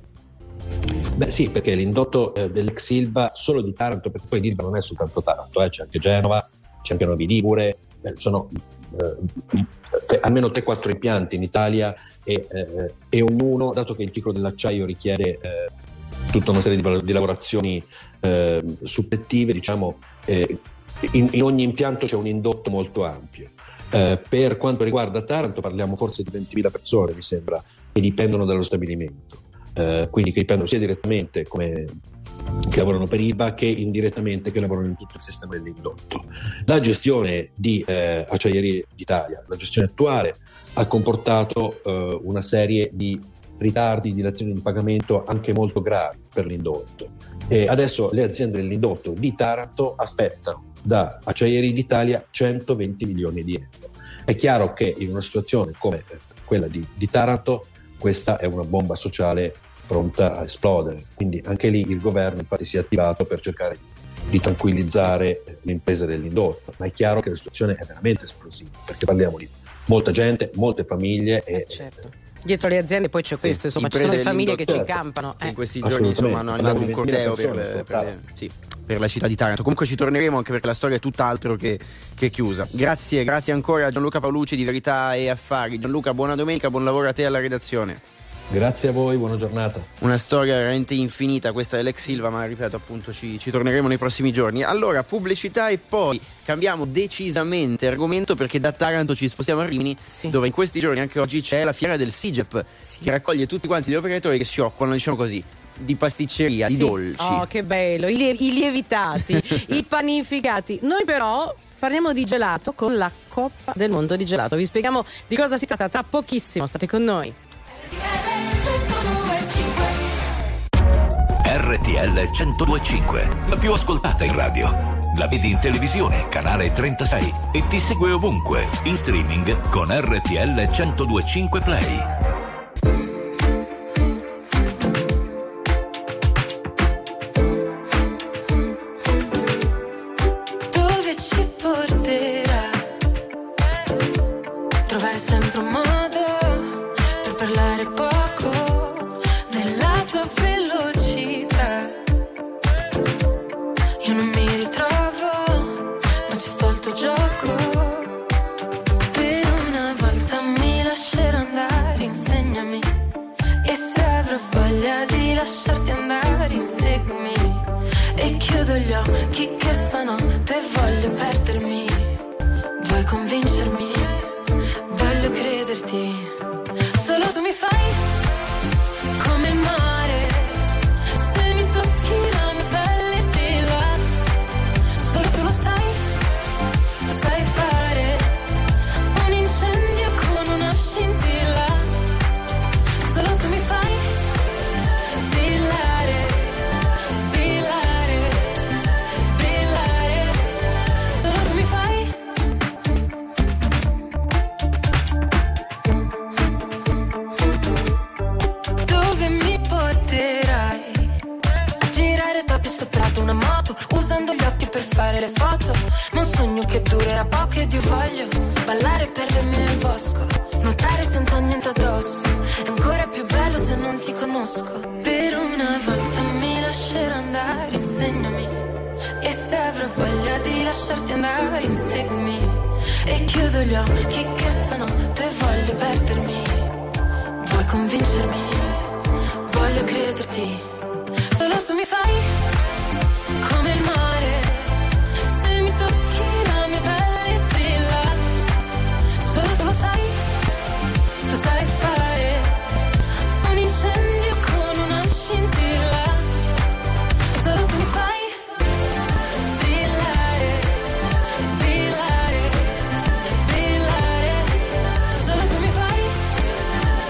Beh sì, perché l'indotto eh, dell'ex Ilva solo di Taranto, perché poi l'Ilva non è soltanto Taranto, eh, c'è anche Genova, c'è anche Novi Ligure, eh, sono eh, eh, almeno tre quattro impianti in Italia e, eh, e ognuno, dato che il ciclo dell'acciaio richiede eh, tutta una serie di, di lavorazioni eh, supplettive, diciamo, eh, in, in ogni impianto c'è un indotto molto ampio. Eh, per quanto riguarda Taranto parliamo forse di ventimila persone, mi sembra, che dipendono dallo stabilimento, eh, quindi che dipendono sia direttamente come che lavorano per Ilva che indirettamente che lavorano in tutto il sistema dell'indotto. La gestione di eh, Acciaierie d'Italia, la gestione attuale, ha comportato eh, una serie di ritardi, dilazioni di pagamento anche molto gravi per l'indotto, e adesso le aziende dell'indotto di Taranto aspettano da Acciaierie d'Italia centoventi milioni di euro. È chiaro che in una situazione come quella di, di Taranto questa è una bomba sociale pronta a esplodere, quindi anche lì il governo infatti si è attivato per cercare di tranquillizzare le imprese dell'indotto, ma è chiaro che la situazione è veramente esplosiva, perché parliamo di molta gente, molte famiglie e certo. Dietro le aziende poi c'è questo, sì, insomma ci sono le famiglie che ci incampano. Eh. In questi giorni insomma hanno animato un corteo per, per, le, sì, per la città di Taranto. Comunque ci torneremo anche perché la storia è tutt'altro che, che chiusa. Grazie, grazie ancora a Gianluca Paolucci di Verità e Affari. Gianluca, buona domenica, buon lavoro a te alla redazione. Grazie a voi, buona giornata. Una storia veramente infinita questa dell'ex Ilva, ma ripeto appunto ci, ci torneremo nei prossimi giorni. Allora, pubblicità e poi cambiamo decisamente argomento perché da Taranto ci spostiamo a Rimini, sì. dove in questi giorni, anche oggi, c'è la fiera del SIGEP, sì. che raccoglie tutti quanti gli operatori che si occupano, diciamo così, di pasticceria, sì. di dolci. Oh, che bello, i, lie- i lievitati, i panificati. Noi però parliamo di gelato con la Coppa del Mondo di Gelato. Vi spieghiamo di cosa si tratta tra pochissimo, state con noi. R T L centodue e cinque, la più ascoltata in radio. La vedi in televisione, canale trentasei, e ti segue ovunque, in streaming con R T L centodue e cinque Play. Dove ci porterà? Trovare sempre un modo per parlare poco nella tua velocità. Io non mi ritrovo, ma ci sto al tuo gioco. Per una volta mi lascerò andare, insegnami. E se avrò voglia di lasciarti andare, inseguimi. E chiudo gli occhi che stanotte voglio perdermi. Vuoi convincermi? Voglio crederti. Solo tu mi fai come il mare. Se mi tocchi la mia pelle di là. Solo tu lo sai. Tu sai fare un incendio con una scintilla. Solo tu mi fai brillare, brillare, brillare. Solo tu mi fai. Dove mi porterai? A girare tocchi sopra una moto, usando gli occhi per fare le foto. Ma un sogno che durerà poco ed io voglio ballare e perdermi nel bosco. Nuotare senza niente addosso, è ancora più bello se non ti conosco. Per una volta mi lascerò andare, insegnami. E se avrò voglia di lasciarti andare, inseguimi. E chiudo gli occhi che stanotte voglio perdermi. Vuoi convincermi? Voglio crederti. Solo tu mi fai come il mare. Se mi tocchi la mia pelle brilla. Solo tu lo sai. Tu sai fare un incendio con una scintilla. Solo tu mi fai brillare, brillare, brillare. Solo tu mi fai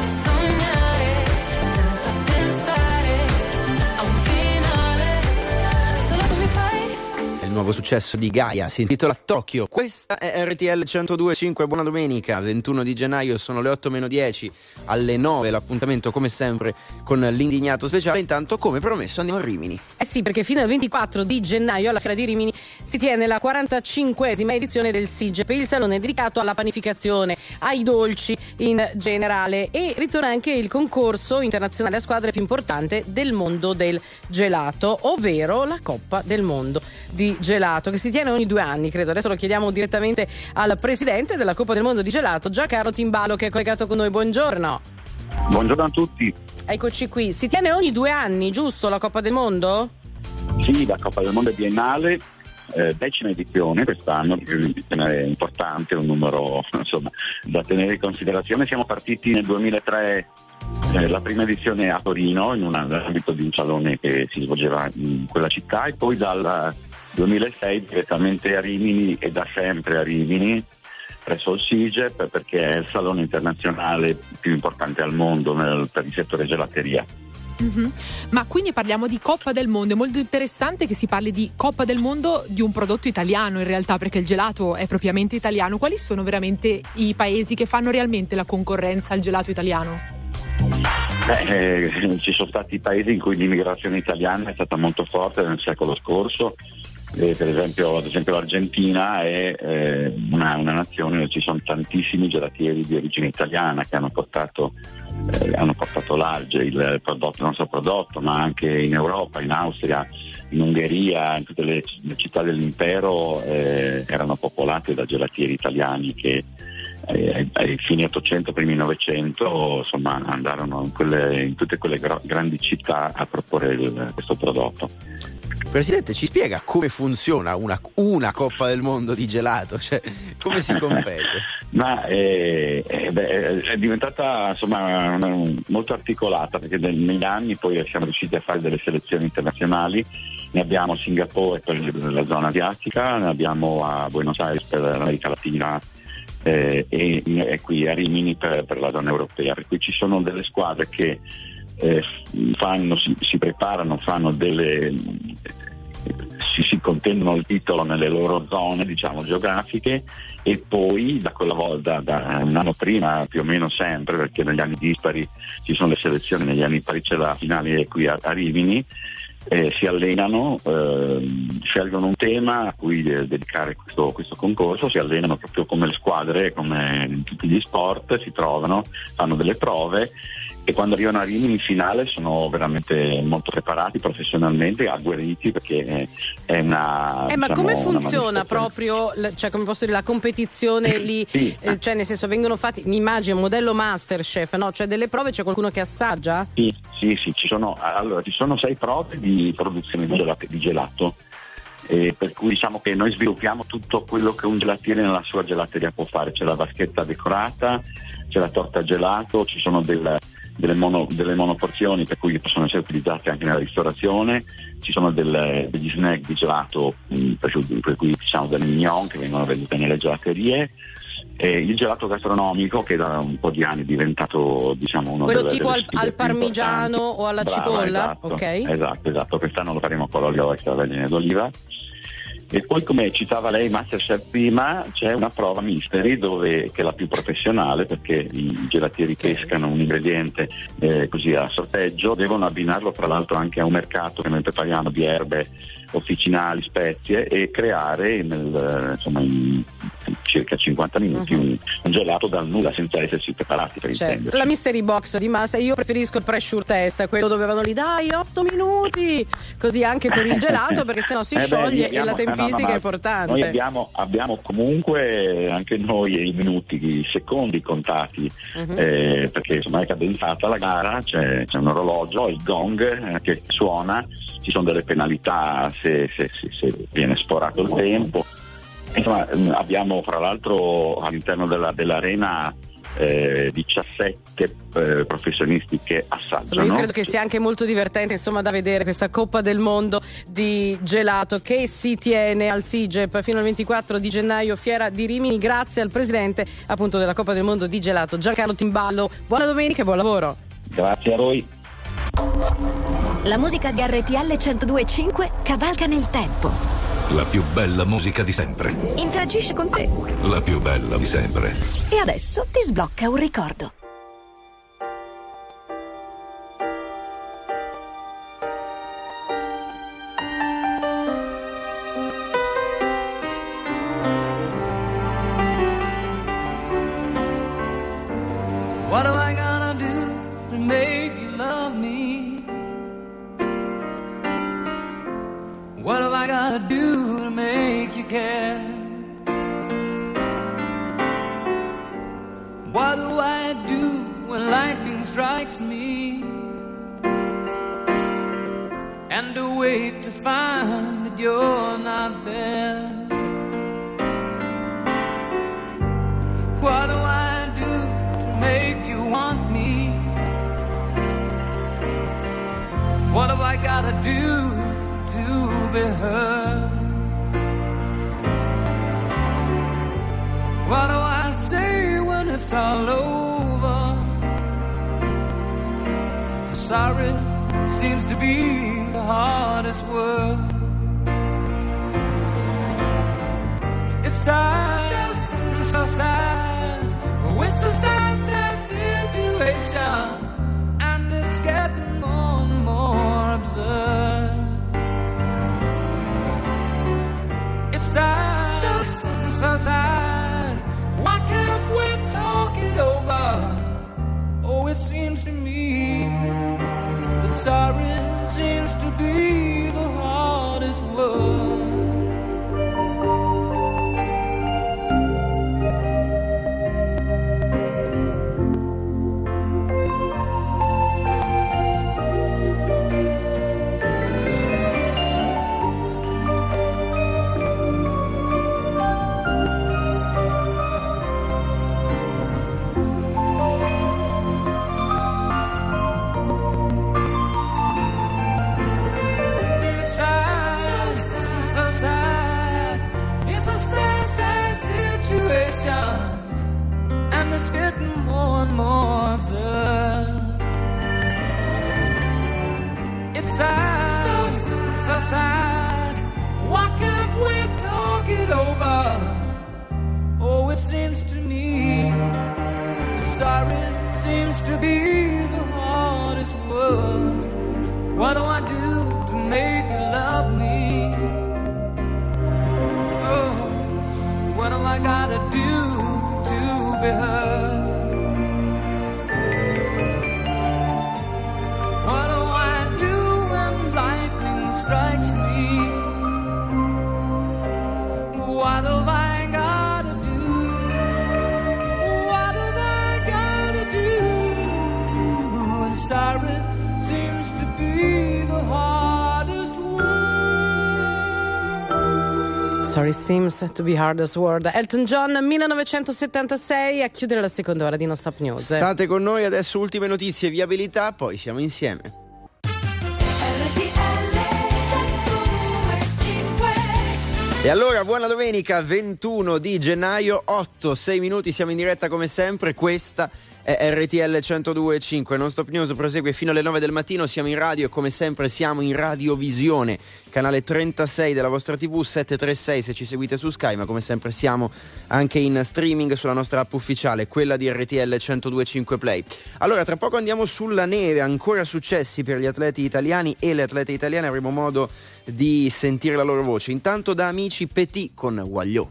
nuovo successo di Gaia, si intitola Tokyo. Questa è R T L centodue e cinque, buona domenica, ventuno di gennaio, sono le otto meno dieci, alle nove l'appuntamento come sempre con l'indignato speciale. Intanto, come promesso, andiamo a Rimini. Eh sì, perché fino al ventiquattro di gennaio alla Fiera di Rimini si tiene la quarantacinquesima edizione del SIGEP, il salone dedicato alla panificazione, ai dolci in generale, e ritorna anche il concorso internazionale a squadre più importante del mondo del gelato, ovvero la Coppa del Mondo di Gelato, che si tiene ogni due anni, credo. Adesso lo chiediamo direttamente al presidente della Coppa del Mondo di Gelato, Giancarlo Timbalo, che è collegato con noi. Buongiorno. Buongiorno a tutti. Eccoci qui. Si tiene ogni due anni, giusto, la Coppa del Mondo? Sì, la Coppa del Mondo è biennale, eh, decima edizione quest'anno, è importante, un numero insomma da tenere in considerazione. Siamo partiti nel duemilatré, eh, la prima edizione a Torino, in una, nell'ambito di un salone che si svolgeva in quella città, e poi dal duemilasei direttamente a Rimini, e da sempre a Rimini presso il SIGEP, perché è il salone internazionale più importante al mondo nel, per il settore gelateria. Mm-hmm. Ma quindi parliamo di Coppa del Mondo, è molto interessante che si parli di Coppa del Mondo di un prodotto italiano, in realtà, perché il gelato è propriamente italiano. Quali sono veramente i paesi che fanno realmente la concorrenza al gelato italiano? Beh, eh, ci sono stati paesi in cui l'immigrazione italiana è stata molto forte nel secolo scorso. Eh, per esempio, ad esempio l'Argentina è eh, una, una nazione dove ci sono tantissimi gelatieri di origine italiana che hanno portato eh, hanno portato large il prodotto, il nostro prodotto, ma anche in Europa, in Austria, in Ungheria, in tutte le, le città dell'impero eh, erano popolate da gelatieri italiani che eh, ai fine ottocento, primi novecento, insomma, andarono in, quelle, in tutte quelle gra- grandi città a proporre il, questo prodotto. Presidente, ci spiega come funziona una, una Coppa del Mondo di gelato? Cioè, come si compete? Ma è, è, beh, è diventata insomma una, molto articolata, perché negli anni poi siamo riusciti a fare delle selezioni internazionali. Ne abbiamo a Singapore per la zona asiatica, ne abbiamo a Buenos Aires per l'America Latina eh, e, e qui a Rimini per, per la zona europea. Per cui ci sono delle squadre che Eh, fanno, si, si preparano, fanno delle si, si contendono il titolo nelle loro zone, diciamo, geografiche, e poi da quella volta, da un anno prima più o meno sempre, perché negli anni dispari ci sono le selezioni, negli anni pari c'è la finale qui a, a Rimini, eh, si allenano, eh, scelgono un tema a cui eh, dedicare questo, questo concorso, si allenano proprio come le squadre, come in tutti gli sport, si trovano, fanno delle prove, e quando arrivano a Rimini in finale sono veramente molto preparati professionalmente, agguerriti, perché è una eh, ma diciamo, come funziona proprio, cioè, come posso dire, la competizione lì? Sì. Eh, cioè, nel senso, vengono fatti, mi immagino, un modello Masterchef, no? Cioè delle prove, c'è qualcuno che assaggia? Sì, sì, sì, ci sono, allora, ci sono sei prove di produzione di gelato, di gelato. Eh, per cui diciamo che noi sviluppiamo tutto quello che un gelatiere nella sua gelateria può fare. C'è la vaschetta decorata, c'è la torta gelato, ci sono del, delle, mono, delle monoporzioni, per cui possono essere utilizzate anche nella ristorazione, ci sono del, degli snack di gelato, mh, per, per cui diciamo delle mignon che vengono vendute nelle gelaterie. E il gelato gastronomico, che da un po' di anni è diventato, diciamo, uno quello delle, tipo delle al, al parmigiano o alla Brava, cipolla? Esatto, ok. Esatto, esatto. Quest'anno lo faremo con l'olio extravergine d'oliva. E poi, come citava lei Masterchef prima, c'è una prova mystery, dove, che è la più professionale, perché i gelatieri pescano un ingrediente eh, così a sorteggio, devono abbinarlo tra l'altro anche a un mercato che noi prepariamo di erbe officinali, spezie, e creare nel, insomma, in circa cinquanta minuti uh-huh. un, un gelato dal nulla, senza essersi preparati, per cioè, intenderci. la mystery box di massa, io preferisco il pressure test, quello dove vanno lì, dai, otto minuti, così anche per il gelato, perché sennò si eh beh, scioglie abbiamo, e la tempistica no, no, è importante. Noi abbiamo, abbiamo comunque anche noi i minuti, i secondi contati, uh-huh. eh, perché insomma è cadenzata la gara, c'è, c'è un orologio, il gong eh, che suona, ci sono delle penalità se, se, se, se viene sforato il tempo. Insomma, abbiamo fra l'altro all'interno della, dell'arena eh, diciassette eh, professionisti che assaggiano. Insomma, io credo che sia anche molto divertente, insomma, da vedere questa Coppa del Mondo di gelato che si tiene al SIGEP fino al ventiquattro di gennaio, Fiera di Rimini. Grazie al presidente appunto della Coppa del Mondo di gelato, Giancarlo Timballo. Buona domenica e buon lavoro. Grazie a voi. La musica di R T L centodue e cinque cavalca nel tempo. La più bella musica di sempre. Interagisce con te. La più bella di sempre. E adesso ti sblocca un ricordo. What am I gonna do to make you love me? What have I gotta do to make you care? What do I do when lightning strikes me? And awake to find that you're not there. What do I do to make you want me? What have I gotta do to be heard? What do I say when it's all over? Sorry seems to be the hardest word. It's sad, so sad. It's a sad, sad situation, and it's getting more and more absurd. It's sad, so, so sad. Why can't we talk it over? Oh, it seems to me that sorry seems to be the hardest word. And it's getting more and more absurd. It's sad, so, so sad. Why can't we talk it over? Oh, it seems to me that sorry seems to be the hardest word. What do I do to make you love me? Oh, what have I gotta do to be heard? What do I do when lightning strikes me? What have I gotta do? What have I gotta do? And sorry seems to be the hardest Sorry seems to be hardest word. Elton John, millenovecentosettantasei, a chiudere la seconda ora di Non Stop News. State con noi, adesso ultime notizie, viabilità, poi siamo insieme. E allora, buona domenica, ventuno di gennaio, otto sei minuti, siamo in diretta come sempre, questa è R T L centodue e cinque. Non Stop News prosegue fino alle nove del mattino, siamo in radio e come sempre siamo in radiovisione, canale trentasei della vostra tivù, settecentotrentasei se ci seguite su Sky, ma come sempre siamo anche in streaming sulla nostra app ufficiale, quella di R T L centodue e cinque Play. Allora, tra poco andiamo sulla neve, ancora successi per gli atleti italiani e le atlete italiane, avremo modo di sentire la loro voce. Intanto da Amici Petit con Wagliò.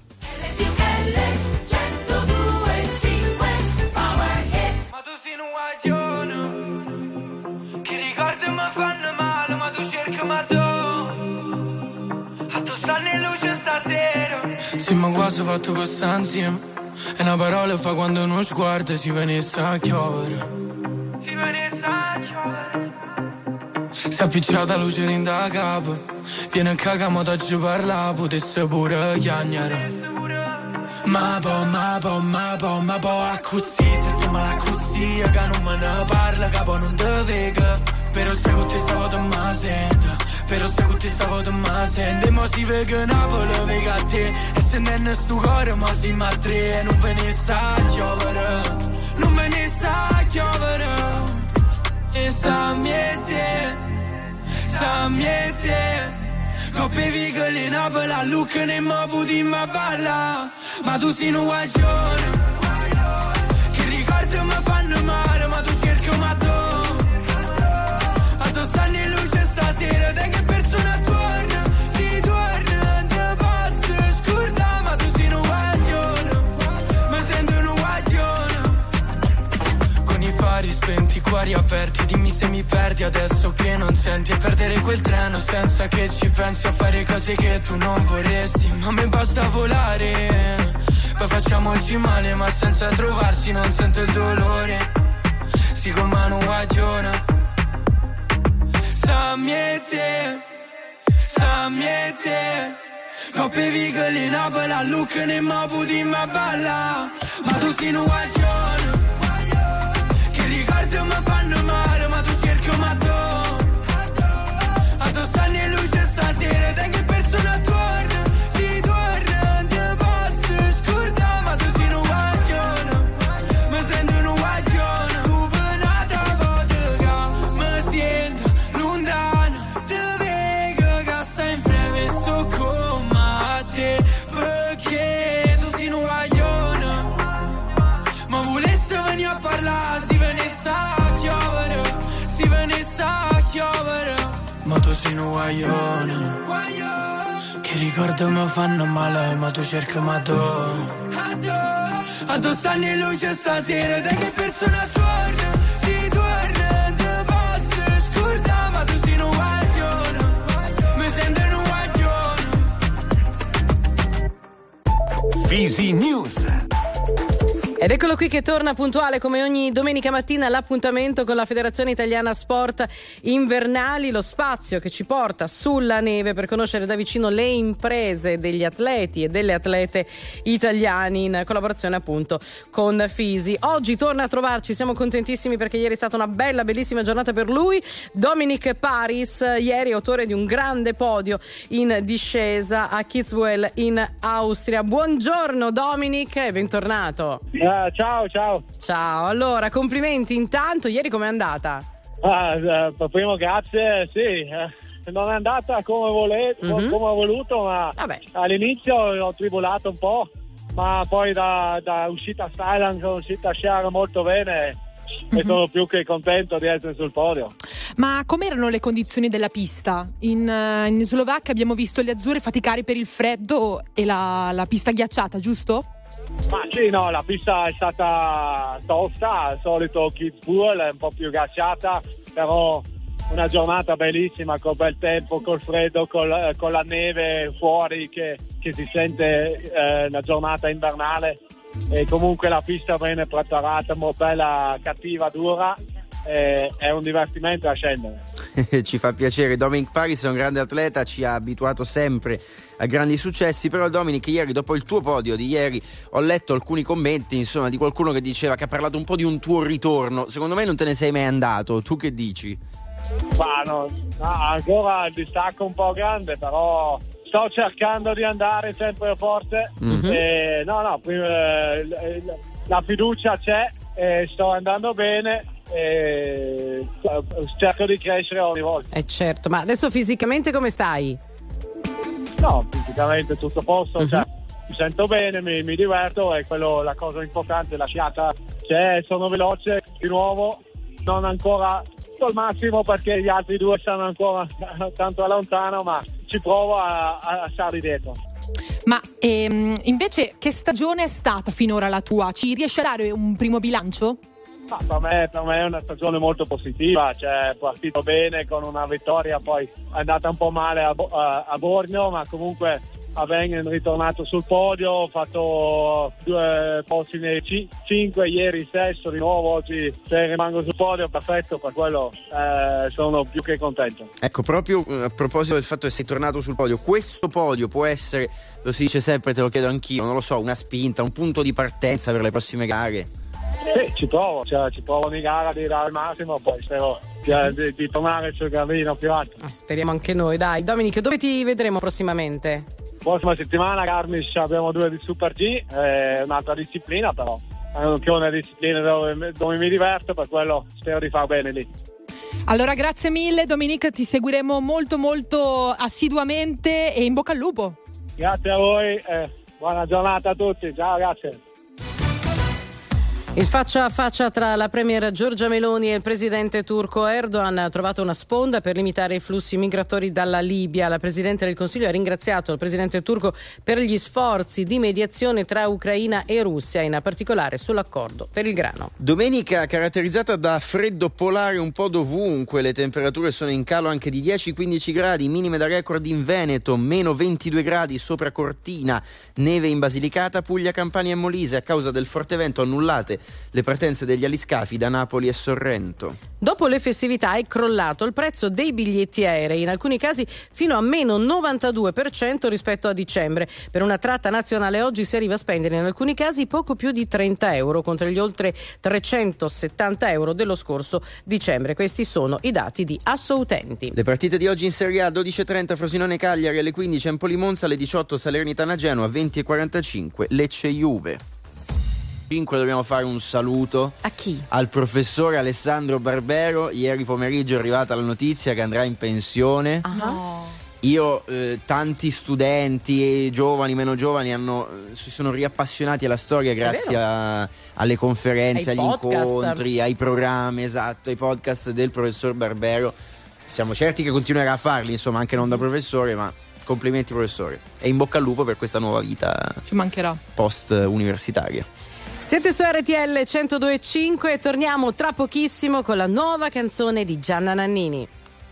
Sì, ma quasi ho fatto questa insieme. E una parola fa quando uno sguardo si venisse a chiovere. Si venisse a chiovere. Si è appicciata luce in da capo. Viene a cagamo da ci parla, potesse pure chiagnare. Ma po, ma po, ma po, ma po, a così, se sto male così, che non me ne parla, capo non te vega. Però se con te stavo te ma sento, però se con te stavo te ma sento. E mo si vega Napoli, vega a te, e se non è sto cuore, ma si ma tre. Non ve ne sa chiovere, non ve ne sa chiovere. E sta miete, sta miete, Coppe vigole in abola, look ne mobu di ma balla. Ma tu sei un guaglione, che ricordi mi fanno male, ma tu cerchi ma tu. A tu stanno in luce stasera, da che persona torna? Si torna, te posso scordare, ma tu sei un guaglione, mi sento un guaglione. Con i fari spenti, cuori aperti, dimmi se mi perdi adesso che non senti. E perdere quel treno senza che ci pensi a fare cose che tu non vorresti. Ma mi basta volare, poi facciamoci male, ma senza trovarsi non sento il dolore. Si con mano guagliona. Sammi e te, Sammi e te. Coppe vigole in abola, look ne mobu di ma balla. Ma tu sei un guaglione, che ricordi mi fanno male, ma tu cerchi ma tu. A tu stanno in luce stasera, da che persona torna? Si torna, te posso scordare, ma tu sei un guaglione, mi sento un guaglione. Tu penata vodka, mi sento lontano, te vedo che stai in breve so come te, perché tu sei un guaglione. Ma volesse venire a parlare, si venisse a chiovere, si venisse a chiovere. Ma tu sei un guaglione, che ricordo mi fanno male, ma tu cerchi ma tu. A tu stanno in luce stasera, da che persona torna? Si torna, te posso scordare, ma tu sei un guaglione, mi sento un guaglione. Fisi News. Ed eccolo qui che torna puntuale come ogni domenica mattina l'appuntamento con la Federazione Italiana Sport Invernali, lo spazio che ci porta sulla neve per conoscere da vicino le imprese degli atleti e delle atlete italiani in collaborazione appunto con Fisi. Oggi torna a trovarci, siamo contentissimi perché ieri è stata una bella, bellissima giornata per lui. Dominic Paris, ieri autore di un grande podio in discesa a Kitzbühel in Austria. Buongiorno Dominic e bentornato. Uh, ciao, ciao. Ciao, allora complimenti intanto, ieri com'è andata? Ah, uh, primo grazie, sì, uh, non è andata come, vole- mm-hmm. come ho voluto, ma Vabbè. all'inizio ho tribolato un po', ma poi da, da uscita a Thailand sono uscita a sciare molto bene mm-hmm. e sono più che contento di essere sul podio. Ma com'erano le condizioni della pista? In, uh, in Slovacchia abbiamo visto gli azzurri faticare per il freddo e la, la pista ghiacciata, giusto? Ma sì, no, la pista è stata tosta, al solito Kitzbühel è un po' più ghiacciata, però una giornata bellissima col bel tempo, col freddo, col, con la neve fuori che, che si sente eh, una giornata invernale e comunque la pista bene preparata, molto bella, cattiva, dura, e, è un divertimento a scendere. Ci fa piacere, Dominic Paris è un grande atleta, ci ha abituato sempre a grandi successi, però Dominic ieri dopo il tuo podio di ieri ho letto alcuni commenti insomma di qualcuno che diceva che ha parlato un po' di un tuo ritorno, secondo me non te ne sei mai andato, tu che dici? Ma no, no, ancora il distacco un po' grande, però sto cercando di andare sempre forte mm-hmm. e, no no, prima, la fiducia c'è e sto andando bene e cerco di crescere ogni volta. Eh certo, ma adesso fisicamente come stai? No, fisicamente tutto a posto, uh-huh. cioè, mi sento bene, mi, mi diverto e quello la cosa importante, la sciata c'è, sono veloce di nuovo, non ancora al massimo perché gli altri due stanno ancora tanto lontano, ma ci provo a, a starli dietro. Ma ehm, invece che stagione è stata finora la tua? Ci riesci a dare un primo bilancio? Ah, per, me, per me è una stagione molto positiva, cioè è partito bene con una vittoria, poi è andata un po' male a, a, a Bormio, ma comunque a Wengen è ritornato sul podio, ho fatto due posti nei c- cinque, ieri sesto di nuovo, oggi se rimango sul podio perfetto, per quello eh, sono più che contento. Ecco, proprio a proposito del fatto che sei tornato sul podio, questo podio può essere, lo si dice sempre, te lo chiedo anch'io, non lo so, una spinta, un punto di partenza per le prossime gare? Sì, ci provo, cioè, ci provo ogni gara di dare il massimo, poi spero di, di, di tornare sul gradino più alto. Ah, speriamo anche noi, dai. Dominic, dove ti vedremo prossimamente? Prossima settimana a Garmisch abbiamo due di Super G, eh, un'altra disciplina però, è anche una disciplina dove, dove mi diverto, per quello spero di far bene lì. Allora grazie mille Dominique, ti seguiremo molto molto assiduamente e in bocca al lupo. Grazie a voi, eh, buona giornata a tutti, ciao, grazie. Il faccia a faccia tra la premier Giorgia Meloni e il presidente turco Erdogan ha trovato una sponda per limitare i flussi migratori dalla Libia. La presidente del Consiglio ha ringraziato il presidente turco per gli sforzi di mediazione tra Ucraina e Russia, in particolare sull'accordo per il grano. Domenica caratterizzata da freddo polare un po' dovunque, le temperature sono in calo anche di dieci quindici gradi, minime da record in Veneto, meno ventidue gradi sopra Cortina, neve in Basilicata, Puglia, Campania e Molise a causa del forte vento, annullate le partenze degli aliscafi da Napoli e Sorrento. Dopo le festività è crollato il prezzo dei biglietti aerei, in alcuni casi fino a meno novantadue per cento rispetto a dicembre. Per una tratta nazionale oggi si arriva a spendere in alcuni casi poco più di trenta euro contro gli oltre trecentosettanta euro dello scorso dicembre. Questi sono i dati di Assoutenti. Le partite di oggi in Serie A: dodici e trenta Frosinone Cagliari, alle quindici Empoli Monza, alle diciotto Salernitana Genoa, venti e quarantacinque Lecce Juve. Dobbiamo fare un saluto a chi? Al professore Alessandro Barbero. Ieri pomeriggio è arrivata la notizia che andrà in pensione. Ah. No. Io, eh, tanti studenti, giovani, meno giovani, hanno, si sono riappassionati alla storia grazie a, alle conferenze, ai agli podcast. incontri, ai programmi, esatto, ai podcast del professor Barbero. Siamo certi che continuerà a farli, insomma, anche non da professore, ma complimenti professore. E in bocca al lupo per questa nuova vita. Ci mancherà. Post universitaria. Siete su R T L centodue e cinque e torniamo tra pochissimo con la nuova canzone di Gianna Nannini.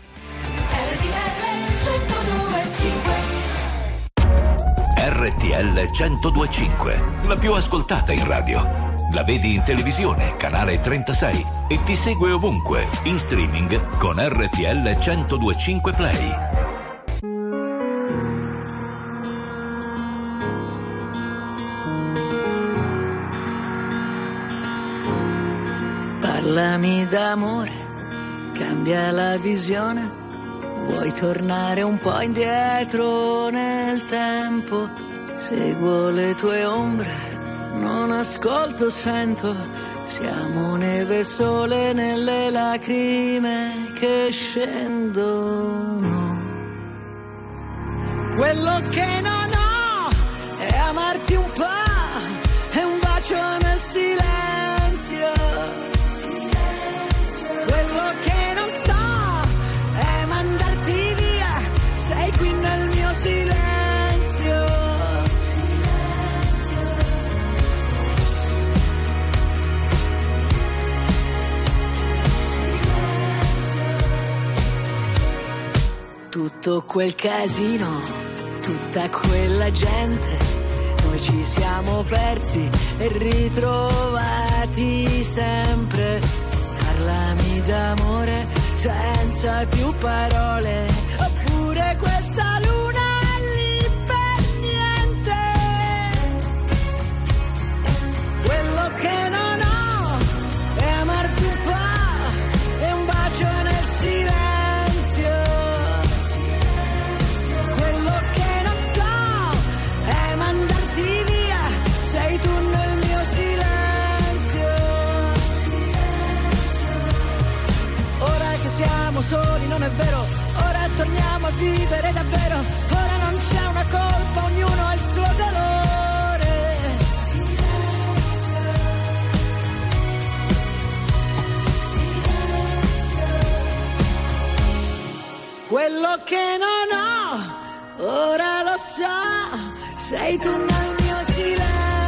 R T L centodue e cinque, la più ascoltata in radio. La vedi in televisione, canale trentasei, e ti segue ovunque, in streaming con R T L centodue e cinque Play. Parlami d'amore, cambia la visione, vuoi tornare un po' indietro nel tempo, seguo le tue ombre, non ascolto, sento, siamo neve e sole nelle lacrime che scendono. Quello che non ho è amarti un po', è un bacio nel silenzio. Quello che non so è mandarti via, sei qui nel mio silenzio. Tutto quel casino, tutta quella gente, noi ci siamo persi e ritrovati sempre. Parlami d'amore senza più parole, oppure questa luna è lì per niente. Quello che non ho è amarti un po', è un bacio nel silenzio. Quello che non so è mandarti via, sei tu nel mio silenzio. Siamo soli, non è vero, ora torniamo a vivere davvero, ora non c'è una colpa, ognuno ha il suo dolore. Quello che non ho, ora lo so, sei tu nel mio silenzio.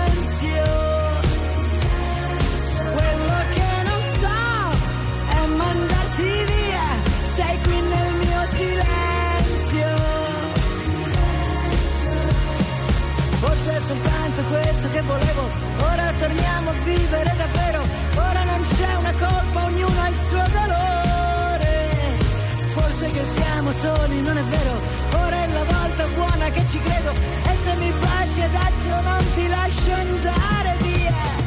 Quello che non so è mandarti via, sei qui nel mio silenzio. Forse è soltanto questo che volevo, ora torniamo a vivere davvero, ora non c'è una colpa, ognuno ha il suo dolore. Forse che siamo soli, non è vero, ora è la volta buona che ci credo, e se mi baci adesso non ti lascio andare via.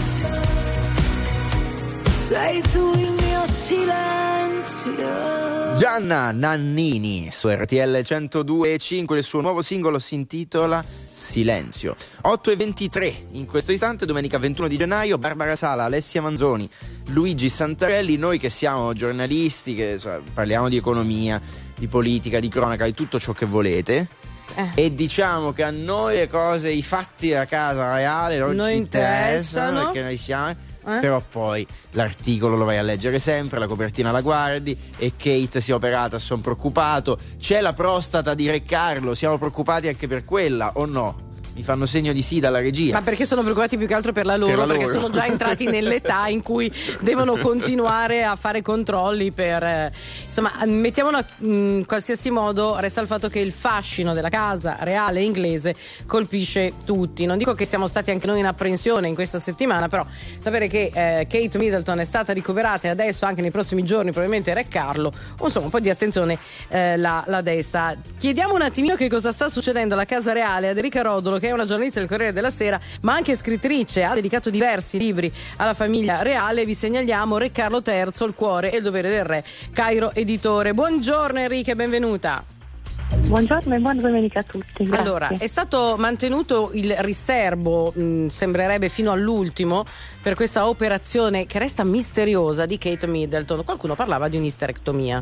Sei tu il mio silenzio. Gianna Nannini su R T L centodue e cinque, il suo nuovo singolo si intitola Silenzio. otto e ventitré in questo istante, domenica ventuno di gennaio. Barbara Sala, Alessia Manzoni, Luigi Santarelli, noi che siamo giornalisti, che insomma, parliamo di economia, di politica, di cronaca, di tutto ciò che volete. Eh. E diciamo che a noi le cose, i fatti della casa reale non noi ci interessano, interessano perché noi siamo eh? Però poi l'articolo lo vai a leggere sempre, la copertina la guardi e Kate si è operata, sono preoccupato, c'è la prostata di Re Carlo, siamo preoccupati anche per quella o no? Mi fanno segno di sì dalla regia. Ma perché sono preoccupati più che altro per la loro, per la perché loro. Sono già entrati nell'età in cui devono continuare a fare controlli per eh, insomma, mettiamola in qualsiasi modo, resta il fatto che il fascino della casa reale inglese colpisce tutti. Non dico che siamo stati anche noi in apprensione in questa settimana, però sapere che eh, Kate Middleton è stata ricoverata e adesso anche nei prossimi giorni probabilmente Re Carlo, insomma un po' di attenzione eh, la, la desta. Chiediamo un attimino che cosa sta succedendo alla casa reale ad Enrica Rodolo, che è una giornalista del Corriere della Sera ma anche scrittrice, ha dedicato diversi libri alla famiglia reale. Vi segnaliamo Re Carlo terzo, il cuore e il dovere del re, Cairo Editore. Buongiorno Enrica e benvenuta. Buongiorno e buona domenica a tutti. Grazie. Allora, è stato mantenuto il riserbo, mh, sembrerebbe fino all'ultimo, per questa operazione che resta misteriosa di Kate Middleton. Qualcuno parlava di un'isterectomia.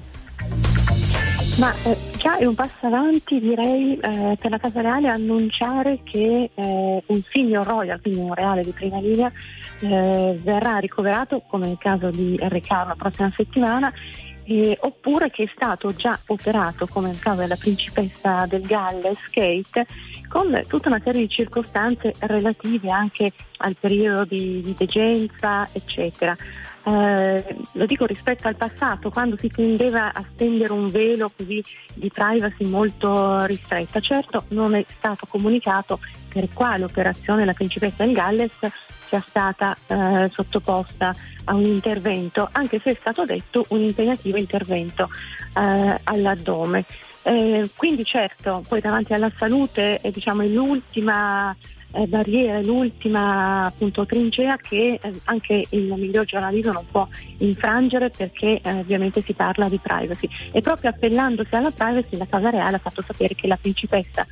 Ma eh, già è un passo avanti, direi, eh, per la Casa Reale annunciare che eh, un figlio royal, quindi un reale di prima linea, eh, verrà ricoverato, come nel caso di Re Carlo, la prossima settimana, eh, oppure che è stato già operato, come nel caso della principessa del Galles, Kate, con tutta una serie di circostanze relative anche al periodo di, di degenza, eccetera. Eh, lo dico rispetto al passato, quando si tendeva a stendere un velo così di privacy molto ristretta. Certo non è stato comunicato per quale operazione la principessa del Galles sia stata eh, sottoposta a un intervento, anche se è stato detto un impegnativo intervento eh, all'addome. Eh, quindi certo, poi davanti alla salute eh, diciamo è l'ultima eh, barriera, l'ultima appunto trincea che eh, anche il miglior giornalismo non può infrangere, perché eh, ovviamente si parla di privacy, e proprio appellandosi alla privacy la Casa Reale ha fatto sapere che la principessa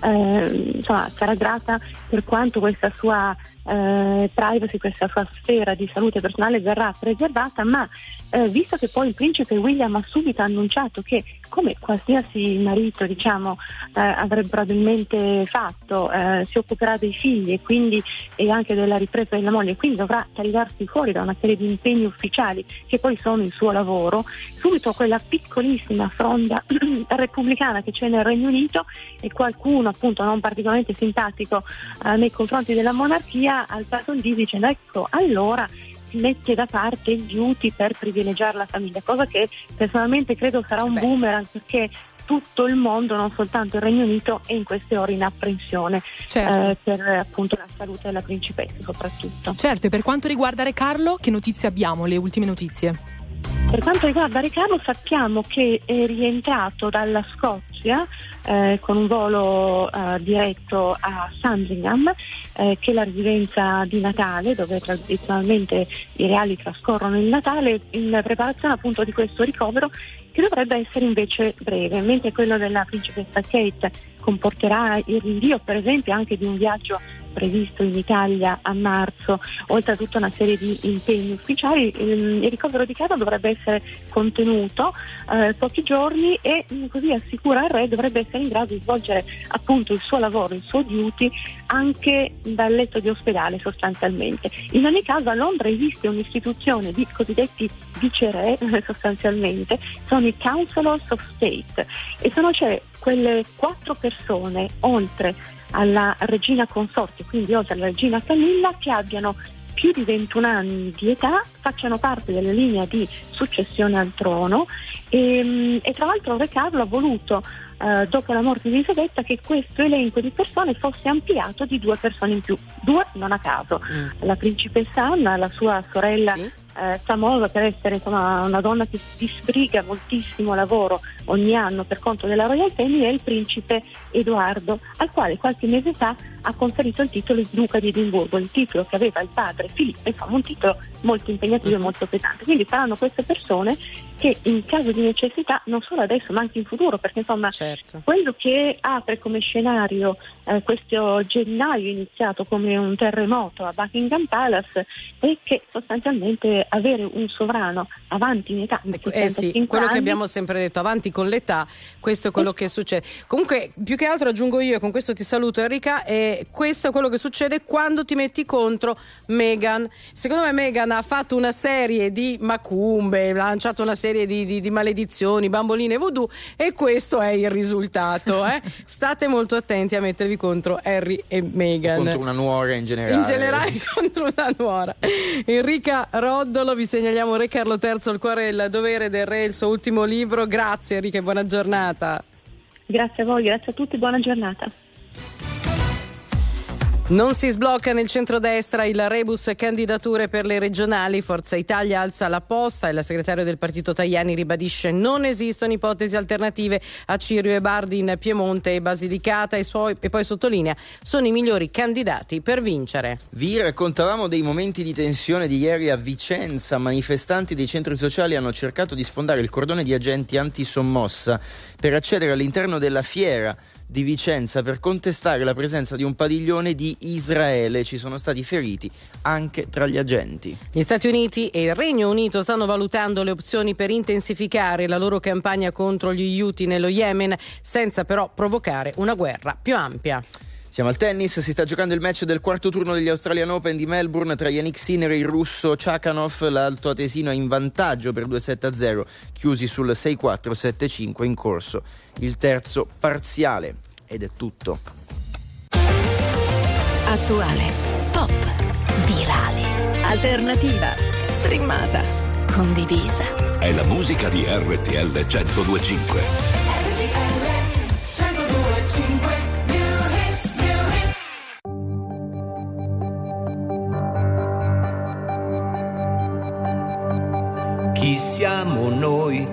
eh, insomma sarà grata per quanto questa sua eh, privacy, questa sua sfera di salute personale verrà preservata, ma eh, visto che poi il principe William ha subito annunciato che, come qualsiasi marito diciamo eh, avrebbe probabilmente fatto, eh, si occuperà dei figli e quindi e anche della ripresa della moglie, quindi dovrà tagliarsi fuori da una serie di impegni ufficiali che poi sono il suo lavoro, subito quella piccolissima fronda repubblicana che c'è nel Regno Unito e qualcuno appunto non particolarmente simpatico eh, nei confronti della monarchia alzato il dito dicendo ecco allora si mette da parte il duty per privilegiare la famiglia, cosa che personalmente credo sarà un Beh. boomerang, perché tutto il mondo, non soltanto il Regno Unito, è in queste ore in apprensione certo. eh, per appunto la salute della principessa soprattutto. Certo, e per quanto riguarda Re Carlo, che notizie abbiamo, le ultime notizie? Per quanto riguarda Re Carlo sappiamo che è rientrato dalla Scozia eh, con un volo eh, diretto a Sandringham, eh, che è la residenza di Natale dove tradizionalmente i reali trascorrono il Natale, in preparazione appunto di questo ricovero che dovrebbe essere invece breve, mentre quello della principessa Kate comporterà il rinvio per esempio anche di un viaggio previsto in Italia a marzo, oltre a tutta una serie di impegni ufficiali. Il, il ricovero di casa dovrebbe essere contenuto eh, pochi giorni e così assicura il re dovrebbe essere in grado di svolgere appunto il suo lavoro, il suo duty anche dal letto di ospedale sostanzialmente. In ogni caso a Londra esiste un'istituzione di cosiddetti viceré sostanzialmente, sono i Councillors of State e sono cioè quelle quattro persone oltre alla regina consorte, quindi oltre alla regina Camilla, che abbiano più di ventuno anni di età, facciano parte della linea di successione al trono e, e tra l'altro Re Carlo ha voluto eh, dopo la morte di Elisabetta che questo elenco di persone fosse ampliato di due persone in più, due non a caso, mm. la principessa Anna, la sua sorella sì. Eh, famosa per essere insomma una donna che si sbriga moltissimo lavoro ogni anno per conto della Royal Family, e il principe Edoardo, al quale qualche mese fa ha conferito il titolo di Duca di Edimburgo, il titolo che aveva il padre Filippo, insomma un titolo molto impegnativo e molto pesante. Quindi saranno queste persone che in caso di necessità, non solo adesso ma anche in futuro, perché insomma certo. quello che apre come scenario eh, questo gennaio iniziato come un terremoto a Buckingham Palace è che sostanzialmente avere un sovrano avanti in età, eh sì, quello anni, che abbiamo sempre detto, avanti con l'età, questo è quello eh. che succede. Comunque, più che altro aggiungo io, e con questo ti saluto Enrica, e questo è quello che succede quando ti metti contro Meghan. Secondo me Meghan ha fatto una serie di macumbe, ha lanciato una serie di, di, di maledizioni, bamboline voodoo, e questo è il risultato. Eh? State molto attenti a mettervi contro Harry e Meghan. O contro una nuora in generale. In generale contro una nuora. Enrica Roddolo, vi segnaliamo Re Carlo terzo, il cuore e il dovere del re, il suo ultimo libro. Grazie Enrica e buona giornata. Grazie a voi, grazie a tutti, buona giornata. Non si sblocca nel centrodestra il rebus candidature per le regionali. Forza Italia alza la posta e la segretaria del partito Tajani ribadisce non esistono ipotesi alternative a Cirio e Bardi in Piemonte e Basilicata, e, suoi, e poi sottolinea sono i migliori candidati per vincere. Vi raccontavamo dei momenti di tensione di ieri a Vicenza. Manifestanti dei centri sociali hanno cercato di sfondare il cordone di agenti antisommossa per accedere all'interno della fiera di Vicenza per contestare la presenza di un padiglione di Israele. Ci sono stati feriti anche tra gli agenti. Gli Stati Uniti e il Regno Unito stanno valutando le opzioni per intensificare la loro campagna contro gli Houthi nello Yemen, senza però provocare una guerra più ampia. Siamo al tennis, si sta giocando il match del quarto turno degli Australian Open di Melbourne tra Yannick Sinner e il russo Chakhanov. L'alto atesino è in vantaggio per due sette a zero, chiusi sul sei quattro sette cinque, in corso il terzo parziale. Ed è tutto. Attuale, pop, virale, alternativa, streamata, condivisa. È la musica di R T L centodue e cinque. R T L centodue e cinque. Chi siamo noi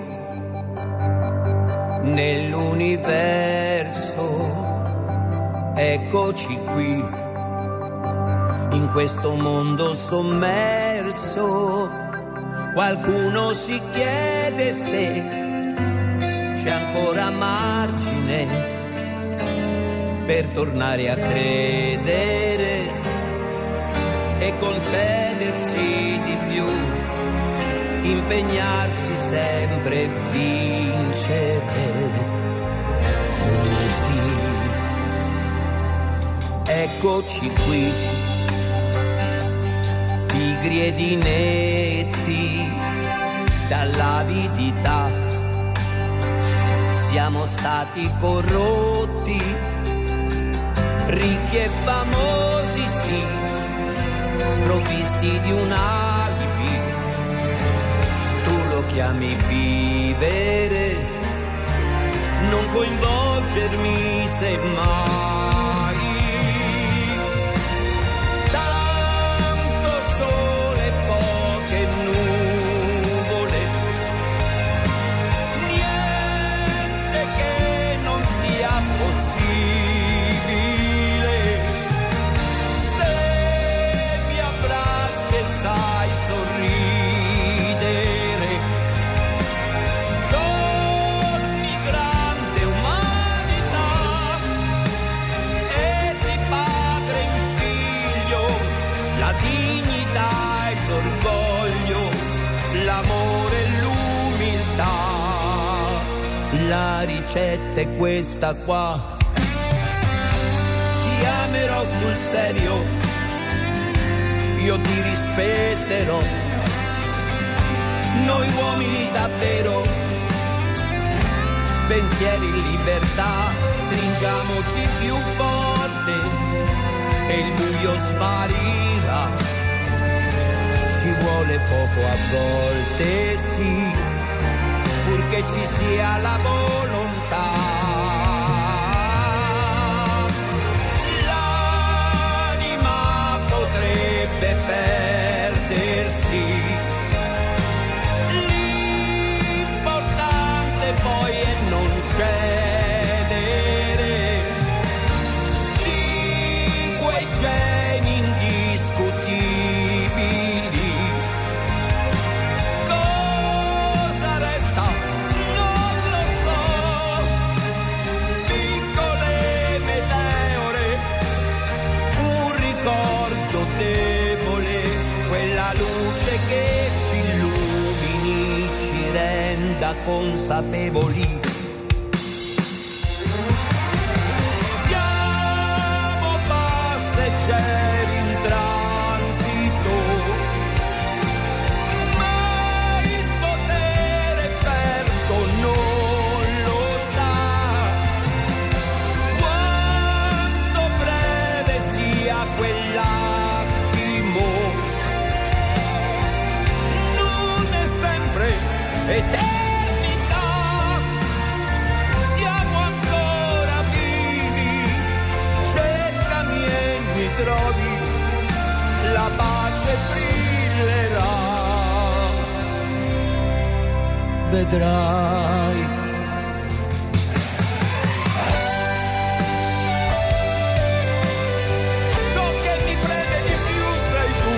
nell'universo? Eccoci qui, in questo mondo sommerso. Qualcuno si chiede se c'è ancora margine per tornare a credere e concedersi di più, impegnarsi sempre, vincere. Così, eccoci qui, pigri ed inetti dall'avidità, siamo stati corrotti, ricchi e famosi sì, sprovvisti di un alibi. Tu lo chiami vivere, non coinvolgermi semmai. Tanto sole, poche nuvole, niente che non sia possibile. Se mi abbracci e sai sorridere, donni grande umanità, e di padre in figlio, la dignità e l'orgoglio, l'amore e l'umiltà. La ricetta è questa qua, ti amerò sul serio, io ti rispetterò, noi uomini davvero, pensieri in libertà, stringiamoci più forte e il buio sparirà. Ci vuole poco a volte, sì, purché ci sia la volontà. L'anima potrebbe perdersi, l'importante poi è non cedere di quei geni indiscutibili. Cosa resta consapevoli. Siamo passeggeri in transito, ma il potere certo non lo sa quanto breve sia quell'attimo. Non è sempre eternità, siamo ancora vivi, cercami e mi trovi, la pace brillerà, vedrai. Ciò che mi preme di più sei tu,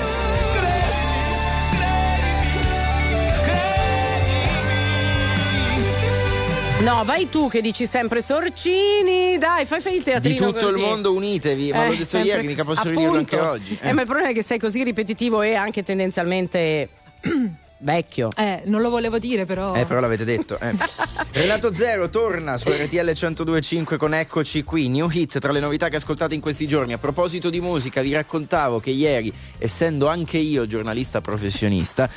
No, vai tu che dici sempre Sorcini, dai, fai, fai il teatrino Di tutto così. il mondo unitevi, ma Eh, l'ho detto sempre ieri, mica così. posso ridirlo Appunto. anche oggi. Eh, ma il problema è che sei così ripetitivo e anche tendenzialmente vecchio. Eh, non lo volevo dire, però. Eh, però l'avete detto. Eh. Renato Zero torna su R T L centodue e cinque con Eccoci qui. New hit tra le novità che ascoltate in questi giorni. A proposito di musica, vi raccontavo che ieri, essendo anche io giornalista professionista,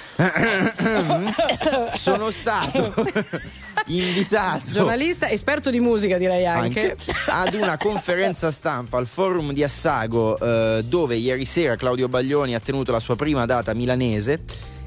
sono stato invitato. Giornalista, esperto di musica, direi anche. Anche ad una conferenza stampa al forum di Assago, eh, dove ieri sera Claudio Baglioni ha tenuto la sua prima data milanese.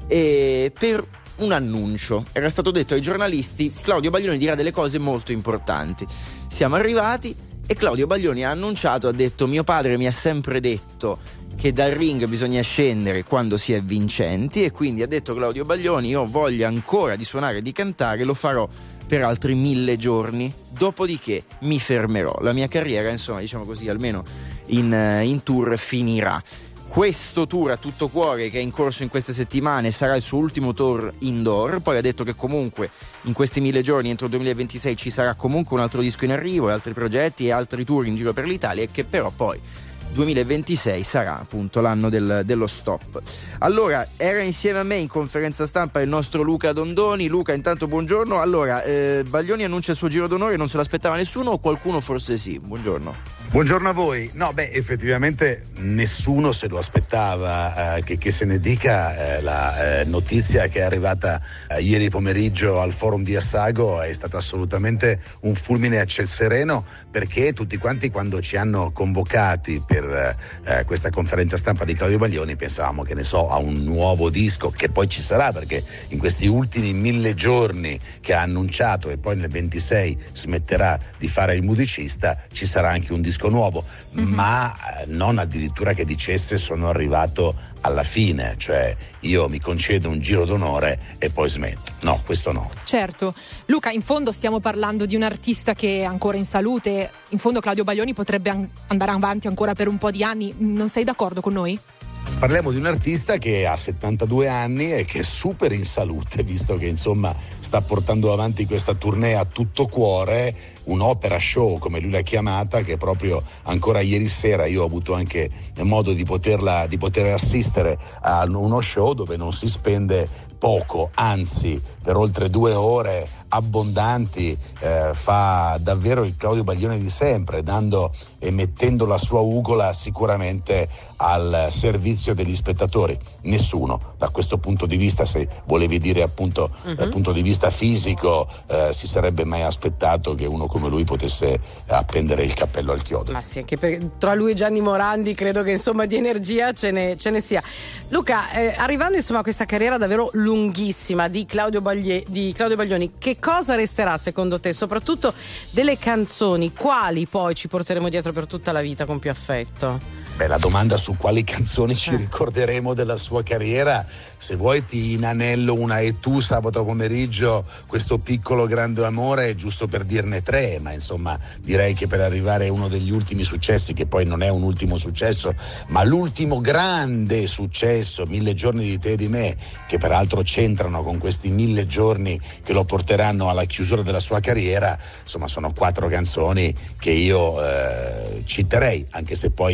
E per un annuncio era stato detto ai giornalisti: Claudio Baglioni dirà delle cose molto importanti. Siamo arrivati e Claudio Baglioni ha annunciato, ha detto: mio padre mi ha sempre detto che dal ring bisogna scendere quando si è vincenti, e quindi ha detto Claudio Baglioni: io ho voglia ancora di suonare e di cantare, lo farò per altri mille giorni, dopodiché mi fermerò, la mia carriera, insomma, diciamo così, almeno in, in tour finirà. Questo tour a tutto cuore, che è in corso in queste settimane, sarà il suo ultimo tour indoor. Poi ha detto che comunque in questi mille giorni, entro il duemilaventisei, ci sarà comunque un altro disco in arrivo e altri progetti e altri tour in giro per l'Italia, e che però poi duemilaventisei sarà appunto l'anno del, dello stop. Allora, era insieme a me in conferenza stampa il nostro Luca Dondoni. Luca, intanto buongiorno. Allora, eh, Baglioni annuncia il suo giro d'onore, non se l'aspettava nessuno o qualcuno forse sì? Buongiorno. Buongiorno a voi. No, beh, effettivamente nessuno se lo aspettava eh, che, che se ne dica. Eh, la eh, notizia che è arrivata eh, ieri pomeriggio al forum di Assago è stata assolutamente un fulmine a ciel sereno, perché tutti quanti, quando ci hanno convocati per eh, questa conferenza stampa di Claudio Baglioni, pensavamo, che ne so, a un nuovo disco, che poi ci sarà, perché in questi ultimi mille giorni che ha annunciato e poi nel ventisei smetterà di fare il musicista, ci sarà anche un disco nuovo, mm-hmm. ma non addirittura che dicesse sono arrivato alla fine, cioè io mi concedo un giro d'onore e poi smetto. No, questo no. Certo. Luca, in fondo stiamo parlando di un artista che è ancora in salute. In fondo Claudio Baglioni potrebbe an- andare avanti ancora per un po' di anni. Non sei d'accordo con noi? Parliamo di un artista che ha settantadue anni e che è super in salute, visto che insomma sta portando avanti questa tournée a tutto cuore, un'opera show come lui l'ha chiamata, che proprio ancora ieri sera io ho avuto anche modo di poterla di poter assistere a uno show dove non si spende poco, anzi per oltre due ore abbondanti, eh, fa davvero il Claudio Baglioni di sempre, dando e mettendo la sua ugola sicuramente al servizio degli spettatori. Nessuno da questo punto di vista, se volevi dire appunto uh-huh. dal punto di vista fisico, eh, si sarebbe mai aspettato che uno come lui potesse appendere il cappello al chiodo. Ma sì, anche perché tra lui e Gianni Morandi credo che insomma di energia ce ne, ce ne sia. Luca, eh, arrivando insomma a questa carriera davvero lunghissima di Claudio, Baglie, di Claudio Baglioni, che cosa resterà secondo te? Soprattutto delle canzoni, quali poi ci porteremo dietro per tutta la vita con più affetto? Beh, la domanda su quali canzoni ci ricorderemo della sua carriera, se vuoi ti inanello una E tu sabato pomeriggio, questo piccolo grande amore, giusto per dirne tre, ma insomma direi che per arrivare a uno degli ultimi successi, che poi non è un ultimo successo, ma l'ultimo grande successo, Mille giorni di te e di me, che peraltro c'entrano con questi mille giorni che lo porteranno alla chiusura della sua carriera, insomma sono quattro canzoni che io eh, citerei, anche se poi, vedi,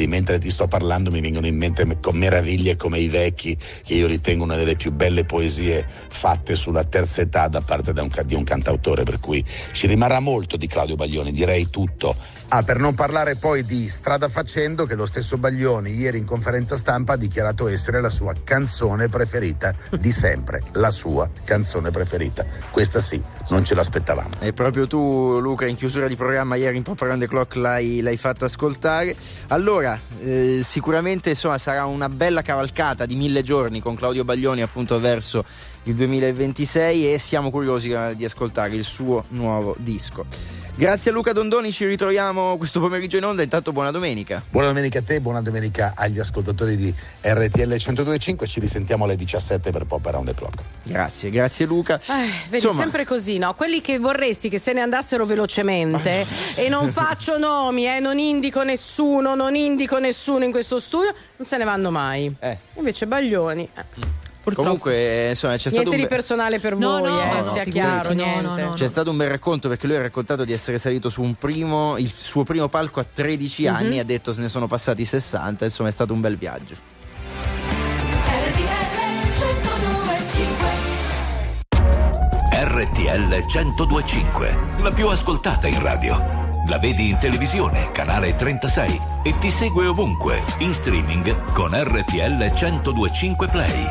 mentre ti sto parlando mi vengono in mente con meraviglie come I vecchi, che io ritengo una delle più belle poesie fatte sulla terza età da parte da un, di un cantautore, per cui ci rimarrà molto di Claudio Baglioni, direi tutto. Ah, per non parlare poi di Strada Facendo, che lo stesso Baglioni ieri in conferenza stampa ha dichiarato essere la sua canzone preferita di sempre, la sua canzone preferita. Questa sì, non ce l'aspettavamo. E proprio tu, Luca, in chiusura di programma ieri in Pop Around the Clock l'hai, l'hai fatta ascoltare. Allora, eh, sicuramente insomma sarà una bella cavalcata di mille giorni con Claudio Baglioni appunto verso il duemilaventisei e siamo curiosi di ascoltare il suo nuovo disco. Grazie a Luca Dondoni, ci ritroviamo questo pomeriggio in onda. Intanto buona domenica. Buona domenica a te, buona domenica agli ascoltatori di R T L centodue e cinque. Ci risentiamo alle diciassette per Pop Around the Clock. Grazie, grazie Luca. Eh, vedi, Insomma, sempre così, no? Quelli che vorresti che se ne andassero velocemente e non faccio nomi, eh, non indico nessuno, non indico nessuno in questo studio, non se ne vanno mai. Eh. Invece Baglioni... Eh. Comunque, insomma, c'è niente stato un di be- personale per no, voi, no, eh, no, sia no, chiaro, no, niente. no, no, no. C'è stato un bel racconto, perché lui ha raccontato di essere salito su un primo, il suo primo palco a tredici Mm-hmm. anni, ha detto se ne sono passati sessanta, insomma è stato un bel viaggio. R T L centodue e cinque, la più ascoltata in radio. La vedi in televisione, canale trentasei, e ti segue ovunque, in streaming con R T L centodue e cinque Play.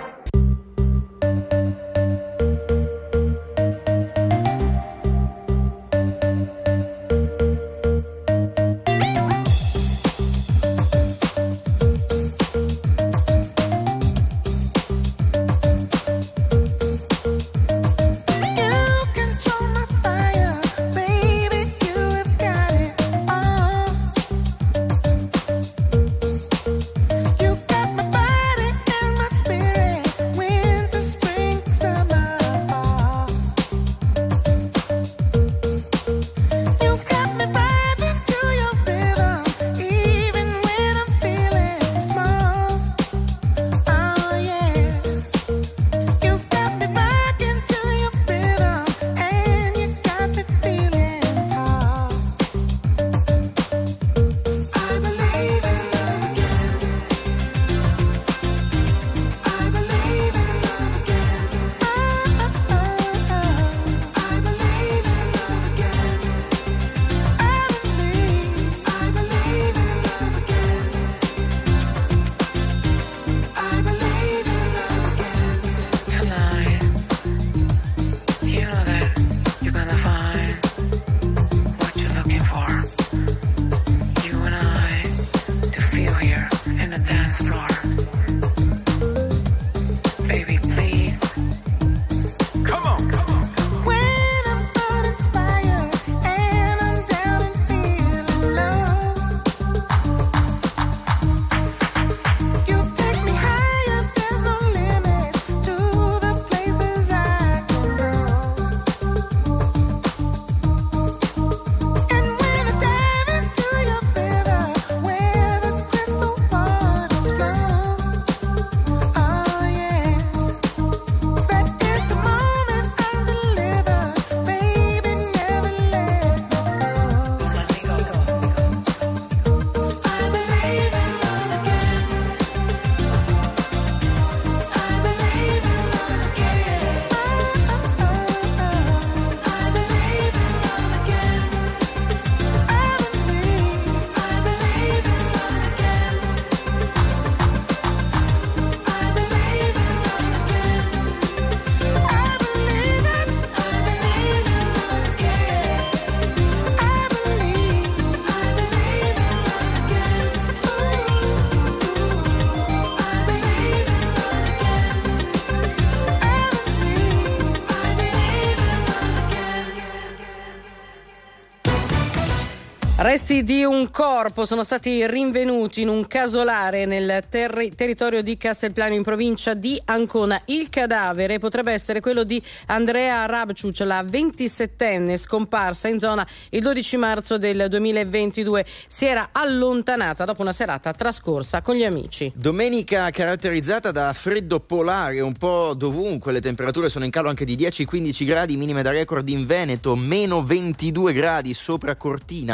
Resti di un corpo sono stati rinvenuti in un casolare nel terri- territorio di Castelplano in provincia di Ancona. Il cadavere potrebbe essere quello di Andrea Rabciuc, la ventisettenne scomparsa in zona il dodici marzo del duemilaventidue. Si era allontanata dopo una serata trascorsa con gli amici. Domenica caratterizzata da freddo polare un po' dovunque, le temperature sono in calo anche di dieci quindici gradi, minime da record in Veneto, meno ventidue gradi sopra Cortina.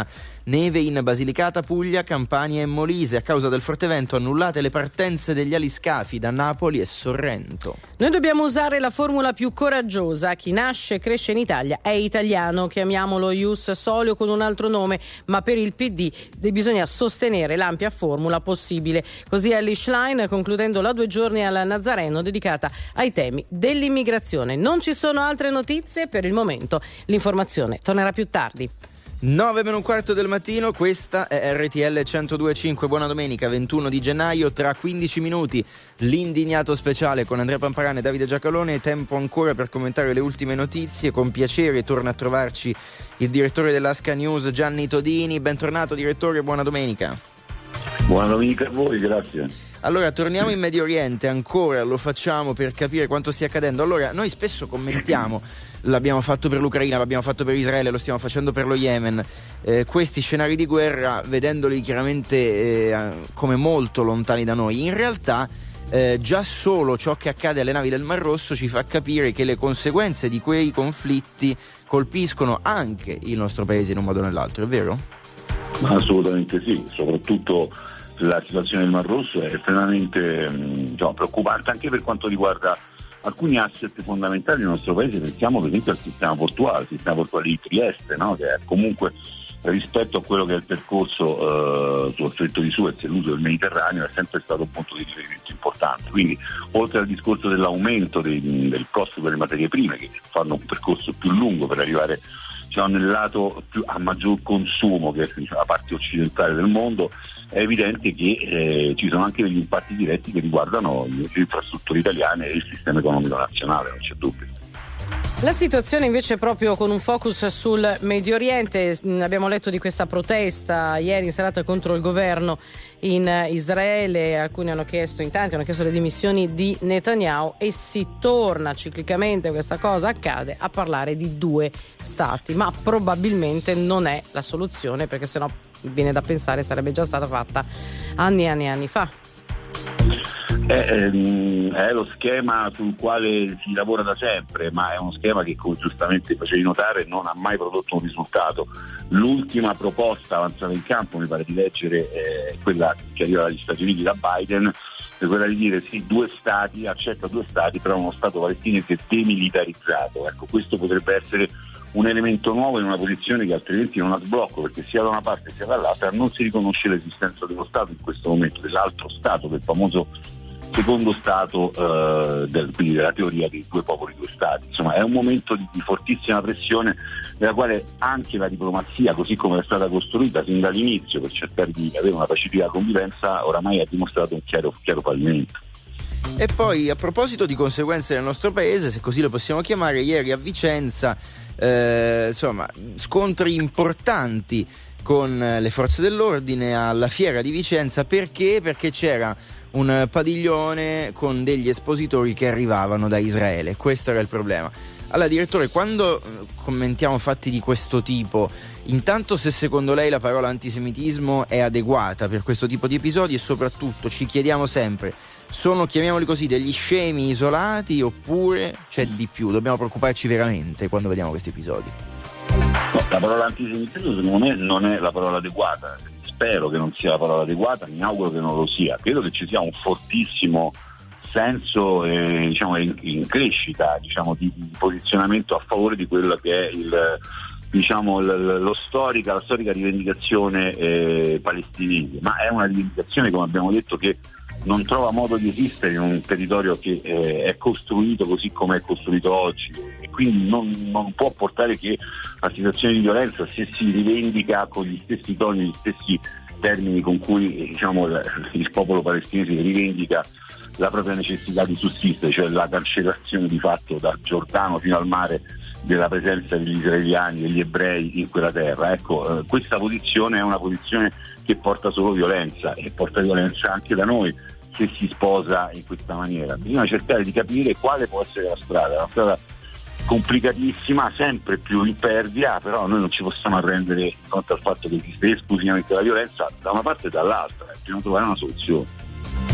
neve in Basilicata, Puglia, Campania e Molise. A causa del forte vento annullate le partenze degli aliscafi da Napoli e Sorrento. Noi dobbiamo usare la formula più coraggiosa. Chi nasce e cresce in Italia è italiano. Chiamiamolo Ius Soli con un altro nome, ma per il P D bisogna sostenere l'ampia formula possibile. Così Elly Schlein, concludendo la due giorni al Nazareno dedicata ai temi dell'immigrazione. Non ci sono altre notizie per il momento. L'informazione tornerà più tardi. nove meno un quarto del mattino, questa è R T L centodue e cinque. Buona domenica, ventuno di gennaio. Tra quindici minuti l'indignato speciale con Andrea Pamparani e Davide Giacalone. Tempo ancora per commentare le ultime notizie. Con piacere torna a trovarci il direttore dell'Asca News, Gianni Todini. Bentornato direttore, buona domenica. Buona domenica a voi, grazie. Allora, torniamo in Medio Oriente, ancora lo facciamo per capire quanto stia accadendo. Allora, noi spesso commentiamo, l'abbiamo fatto per l'Ucraina, l'abbiamo fatto per Israele, lo stiamo facendo per lo Yemen, eh, questi scenari di guerra, vedendoli chiaramente eh, come molto lontani da noi. In realtà eh, già solo ciò che accade alle navi del Mar Rosso ci fa capire che le conseguenze di quei conflitti colpiscono anche il nostro paese in un modo o nell'altro, è vero? Assolutamente sì, soprattutto la situazione del Mar Rosso è estremamente diciamo, preoccupante anche per quanto riguarda alcuni asset fondamentali del nostro paese. Pensiamo per esempio al sistema portuale, il sistema portuale di Trieste, no? Che è comunque rispetto a quello che è il percorso eh, sul stretto di Suez e l'uso del Mediterraneo è sempre stato un punto di riferimento importante. Quindi oltre al discorso dell'aumento dei, del costo delle materie prime che fanno un percorso più lungo per arrivare diciamo, nel lato più a maggior consumo, che è diciamo, la parte occidentale del mondo, è evidente che eh, ci sono anche degli impatti diretti che riguardano le infrastrutture italiane e il sistema economico nazionale, non c'è dubbio. La situazione invece proprio con un focus sul Medio Oriente. Abbiamo letto di questa protesta ieri in serata contro il governo in Israele. Alcuni hanno chiesto, in tanti hanno chiesto le dimissioni di Netanyahu e si torna ciclicamente, questa cosa accade, a parlare di due stati, ma probabilmente non è la soluzione, perché sennò viene da pensare sarebbe già stata fatta anni e anni e anni fa. È, è lo schema sul quale si lavora da sempre, ma è uno schema che, come giustamente facevi notare, non ha mai prodotto un risultato. L'ultima proposta avanzata in campo, mi pare di leggere, è quella che arriva dagli Stati Uniti da Biden, è quella di dire sì, due stati, accetta due stati, però uno stato palestinese demilitarizzato. Ecco, questo potrebbe essere un elemento nuovo in una posizione che altrimenti non ha sblocco, perché sia da una parte sia dall'altra non si riconosce l'esistenza dello Stato in questo momento, dell'altro Stato, del famoso secondo Stato eh, del, quindi della teoria dei due popoli, due Stati. Insomma, è un momento di, di fortissima pressione, nella quale anche la diplomazia, così come è stata costruita sin dall'inizio per cercare di avere una pacifica convivenza, oramai ha dimostrato un chiaro, chiaro fallimento. E poi, a proposito di conseguenze nel nostro paese, se così lo possiamo chiamare, ieri a Vicenza eh, insomma scontri importanti con le forze dell'ordine alla fiera di Vicenza. Perché? Perché c'era un padiglione con degli espositori che arrivavano da Israele. Questo era il problema. Allora, direttore, quando commentiamo fatti di questo tipo, intanto se secondo lei la parola antisemitismo è adeguata per questo tipo di episodi, e soprattutto ci chiediamo sempre, sono, chiamiamoli così, degli scemi isolati oppure c'è di più? Dobbiamo preoccuparci veramente quando vediamo questi episodi? No, la parola antisemitismo secondo me non è la parola adeguata. Spero che non sia la parola adeguata, mi auguro che non lo sia. Credo che ci sia un fortissimo senso eh, diciamo in, in crescita diciamo di, di posizionamento a favore di quello che è il diciamo l, lo storica la storica rivendicazione eh, palestinese, ma è una rivendicazione, come abbiamo detto, che non trova modo di esistere in un territorio che eh, è costruito così come è costruito oggi, e quindi non, non può portare che a situazioni di violenza, se si rivendica con gli stessi toni, gli stessi termini con cui diciamo il popolo palestinese rivendica la propria necessità di sussistere, cioè la cancellazione di fatto dal Giordano fino al mare della presenza degli israeliani, degli ebrei in quella terra. Ecco, eh, questa posizione è una posizione che porta solo violenza, e porta violenza anche da noi se si sposa in questa maniera. Bisogna cercare di capire quale può essere la strada, una strada complicatissima, sempre più impervia, però noi non ci possiamo arrendere di fronte al fatto che esiste esclusivamente la violenza da una parte e dall'altra, e bisogna trovare una soluzione.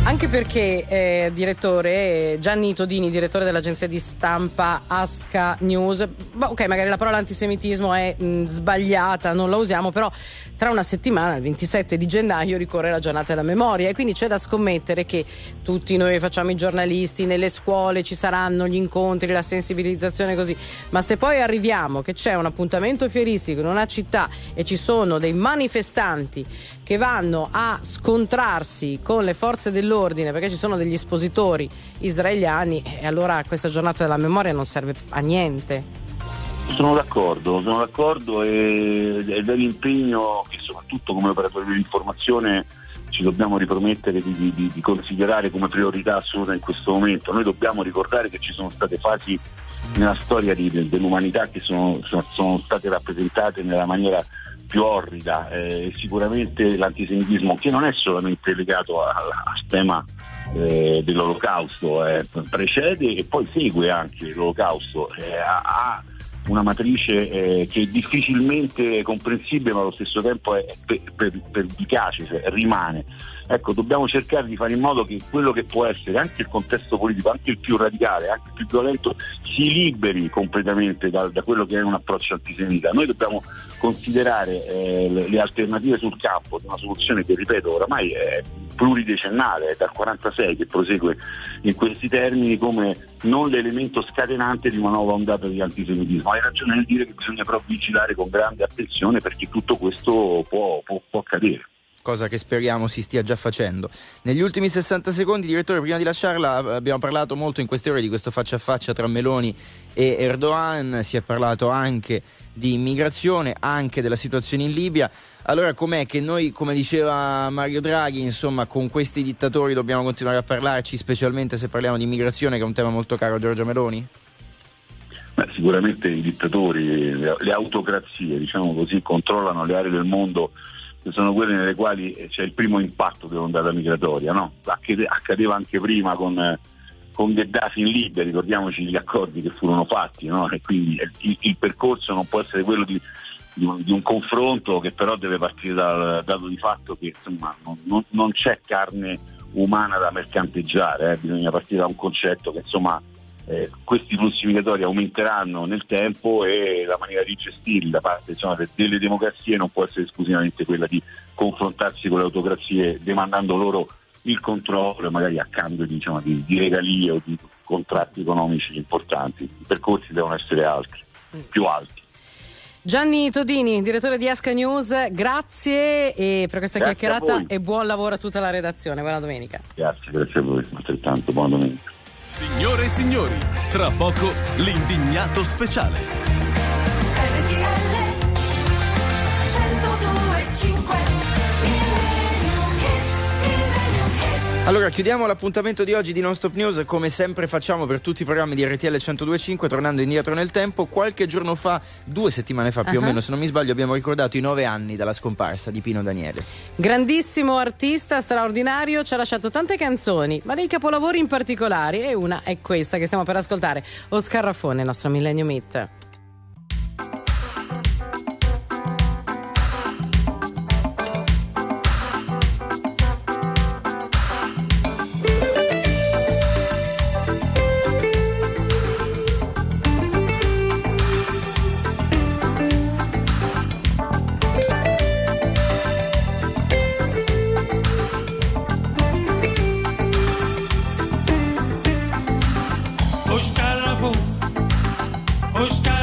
Anche perché, eh, direttore, Gianni Todini, direttore dell'agenzia di stampa Asca News, ok, magari la parola antisemitismo è mh, sbagliata, non la usiamo, però tra una settimana, il ventisette di gennaio, ricorre la giornata della memoria e quindi c'è da scommettere che tutti noi facciamo i giornalisti, nelle scuole ci saranno gli incontri, la sensibilizzazione così, ma se poi arriviamo che c'è un appuntamento fieristico in una città e ci sono dei manifestanti che vanno a scontrarsi con le forze dell'ordine perché ci sono degli espositori israeliani, e allora questa giornata della memoria non serve a niente. Sono d'accordo, sono d'accordo ed è l'impegno che soprattutto come operatori dell'informazione ci dobbiamo ripromettere di, di, di considerare come priorità assoluta in questo momento. Noi dobbiamo ricordare che ci sono state fasi nella storia di, dell'umanità che sono, sono, sono state rappresentate nella maniera più orrida, eh, sicuramente l'antisemitismo, che non è solamente legato al, al tema eh, dell'olocausto, eh, precede e poi segue anche l'olocausto, eh, ha una matrice eh, che è difficilmente comprensibile ma allo stesso tempo è per, per, pervicace, cioè rimane. Ecco, dobbiamo cercare di fare in modo che quello che può essere anche il contesto politico, anche il più radicale, anche il più violento, si liberi completamente da, da quello che è un approccio antisemita. Noi dobbiamo considerare eh, le, le alternative sul campo di una soluzione che, ripeto, oramai è pluridecennale, è dal quarantasei che prosegue in questi termini, come non l'elemento scatenante di una nuova ondata di antisemitismo. Hai ragione nel dire che bisogna però vigilare con grande attenzione perché tutto questo può, può, può accadere. Cosa che speriamo si stia già facendo. Negli ultimi sessanta secondi, direttore, prima di lasciarla, abbiamo parlato molto in queste ore di questo faccia a faccia tra Meloni e Erdogan, si è parlato anche di immigrazione, anche della situazione in Libia. Allora com'è che noi, come diceva Mario Draghi, insomma, con questi dittatori dobbiamo continuare a parlarci, specialmente se parliamo di immigrazione, che è un tema molto caro a Giorgia Meloni? Beh, sicuramente i dittatori, le, le autocrazie, diciamo così, controllano le aree del mondo che sono quelle nelle quali c'è il primo impatto dell'ondata migratoria, no? Accadeva anche prima con, con Gheddafi in Libia, ricordiamoci gli accordi che furono fatti, no? E quindi il, il percorso non può essere quello di, di, un, di un confronto che però deve partire dal dato di fatto che insomma non, non, non c'è carne umana da mercanteggiare, eh? Bisogna partire da un concetto che insomma Eh, questi flussi migratori aumenteranno nel tempo e la maniera di gestirli da parte insomma, delle democrazie non può essere esclusivamente quella di confrontarsi con le autocrazie demandando loro il controllo e magari a cambio diciamo, di, di regalie o di contratti economici importanti. I percorsi devono essere altri, più alti. Gianni Todini, direttore di Asca News, grazie e per questa Grazie chiacchierata e buon lavoro a tutta la redazione. Buona domenica. Grazie, grazie a voi, altrettanto, buona domenica. Signore e signori, tra poco l'indignato speciale. Allora, chiudiamo l'appuntamento di oggi di Non Stop News, come sempre facciamo per tutti i programmi di R T L centodue e cinque, tornando indietro nel tempo. Qualche giorno fa, due settimane fa più uh-huh. o meno, se non mi sbaglio, abbiamo ricordato i nove anni dalla scomparsa di Pino Daniele. Grandissimo artista, straordinario, ci ha lasciato tante canzoni, ma dei capolavori in particolare, e una è questa che stiamo per ascoltare, Oscar Raffone, il nostro Millennium Hit. Oscar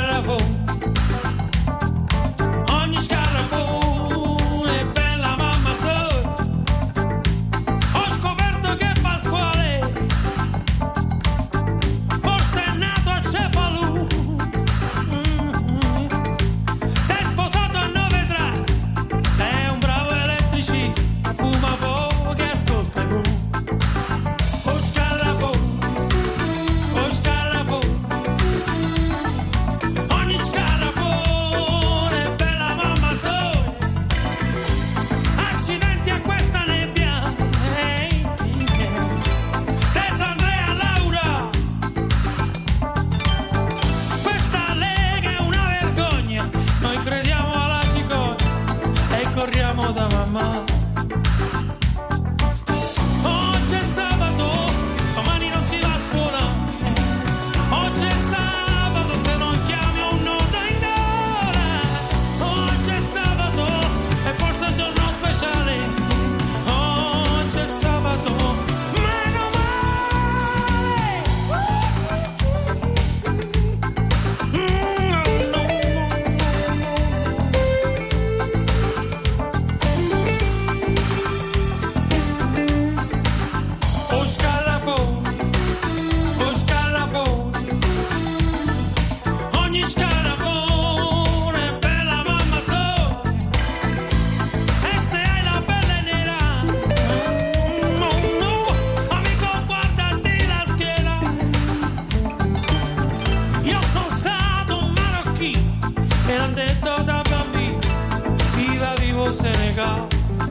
detto da bambino, viva vivo Senegal.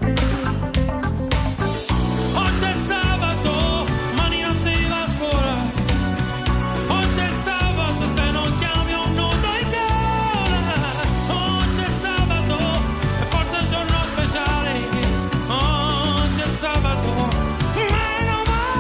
Oggi è sabato, mani non si va a scuola. Oggi è sabato, se non chiami un nudo in gola. Oggi è sabato, e forse è un giorno speciale. Oggi è sabato, meno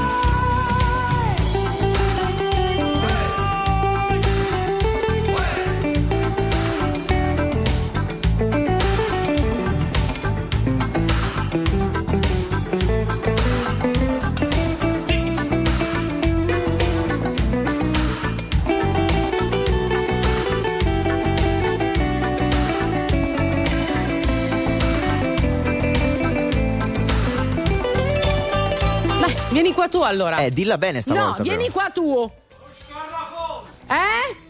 Vieni qua tu allora. Eh, dilla bene stavolta. No, vieni però. qua tu. Eh?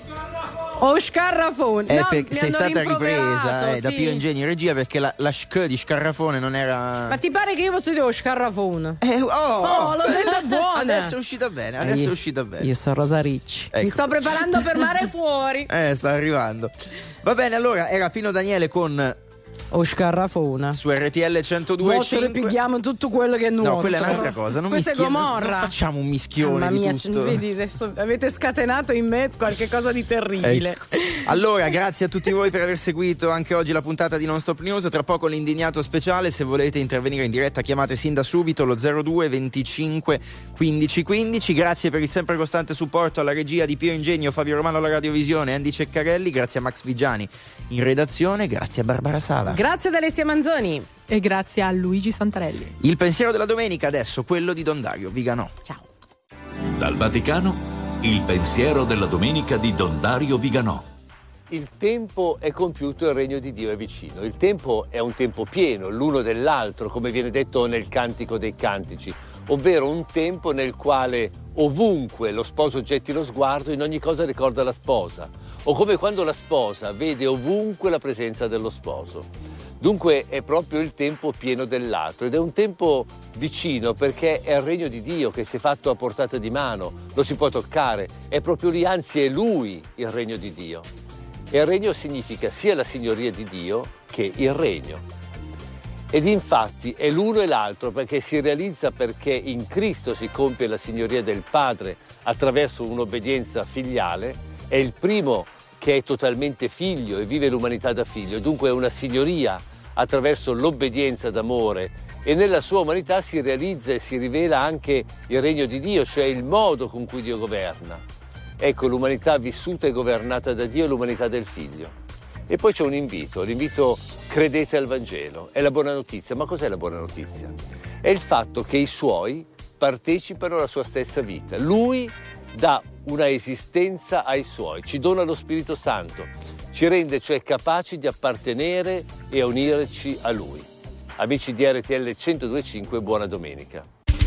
O scarrafone. Eh, No, per- mi sei hanno stata rimproverato, ripresa eh, da sì. Pio Ingegno regia perché la, la sh di scarrafone non era. Ma ti pare che io posso dire o scarrafone? Eh, oh, oh, l'ho detta buona. Adesso è uscita bene, adesso Eh, è uscita bene. Io sono Rosa Ricci. Ecco. Mi sto preparando per mare fuori. Eh, sta arrivando. Va bene, allora era Pino Daniele con O scarrafona. su R T L centodue e Mo ce ne cinque. pigliamo tutto quello che è nostro. No, quella è un'altra cosa. Non Questa è mischia- Gomorra. non facciamo un mischione Mamma mia, di tutto. vedi, adesso avete scatenato in me qualche cosa di terribile. Ecco. Allora, grazie a tutti voi per aver seguito anche oggi la puntata di Non Stop News. Tra poco l'indignato speciale. Se volete intervenire in diretta, chiamate sin da subito lo zero due venticinque quindici quindici. Grazie per il sempre costante supporto alla regia di Pio Ingegno, Fabio Romano alla radiovisione, Andy Ceccarelli. Grazie a Max Vigiani in redazione. Grazie a Barbara Sala. Grazie ad Alessia Manzoni. E grazie a Luigi Santarelli. Il pensiero della domenica adesso, quello di Don Dario Viganò. Ciao. Dal Vaticano, il pensiero della domenica di Don Dario Viganò. Il tempo è compiuto, il regno di Dio è vicino. Il tempo è un tempo pieno, l'uno dell'altro, come viene detto nel Cantico dei Cantici, ovvero un tempo nel quale ovunque lo sposo getti lo sguardo, in ogni cosa ricorda la sposa, o come quando la sposa vede ovunque la presenza dello sposo. Dunque è proprio il tempo pieno dell'altro ed è un tempo vicino perché è il regno di Dio che si è fatto a portata di mano, lo si può toccare, è proprio lì, anzi è Lui il regno di Dio. E il regno significa sia la signoria di Dio che il regno. Ed infatti è l'uno e l'altro perché si realizza perché in Cristo si compie la signoria del Padre attraverso un'obbedienza filiale, è il primo che è totalmente figlio e vive l'umanità da figlio, dunque è una signoria attraverso l'obbedienza d'amore e nella sua umanità si realizza e si rivela anche il regno di Dio, cioè il modo con cui Dio governa. Ecco, l'umanità vissuta e governata da Dio è l'umanità del Figlio. E poi c'è un invito, l'invito credete al Vangelo, è la buona notizia. Ma cos'è la buona notizia? È il fatto che i suoi partecipano alla sua stessa vita. Lui dà una esistenza ai suoi, ci dona lo Spirito Santo, ci rende cioè capaci di appartenere e a unirci a Lui. Amici di R T L centodue e cinque, buona domenica.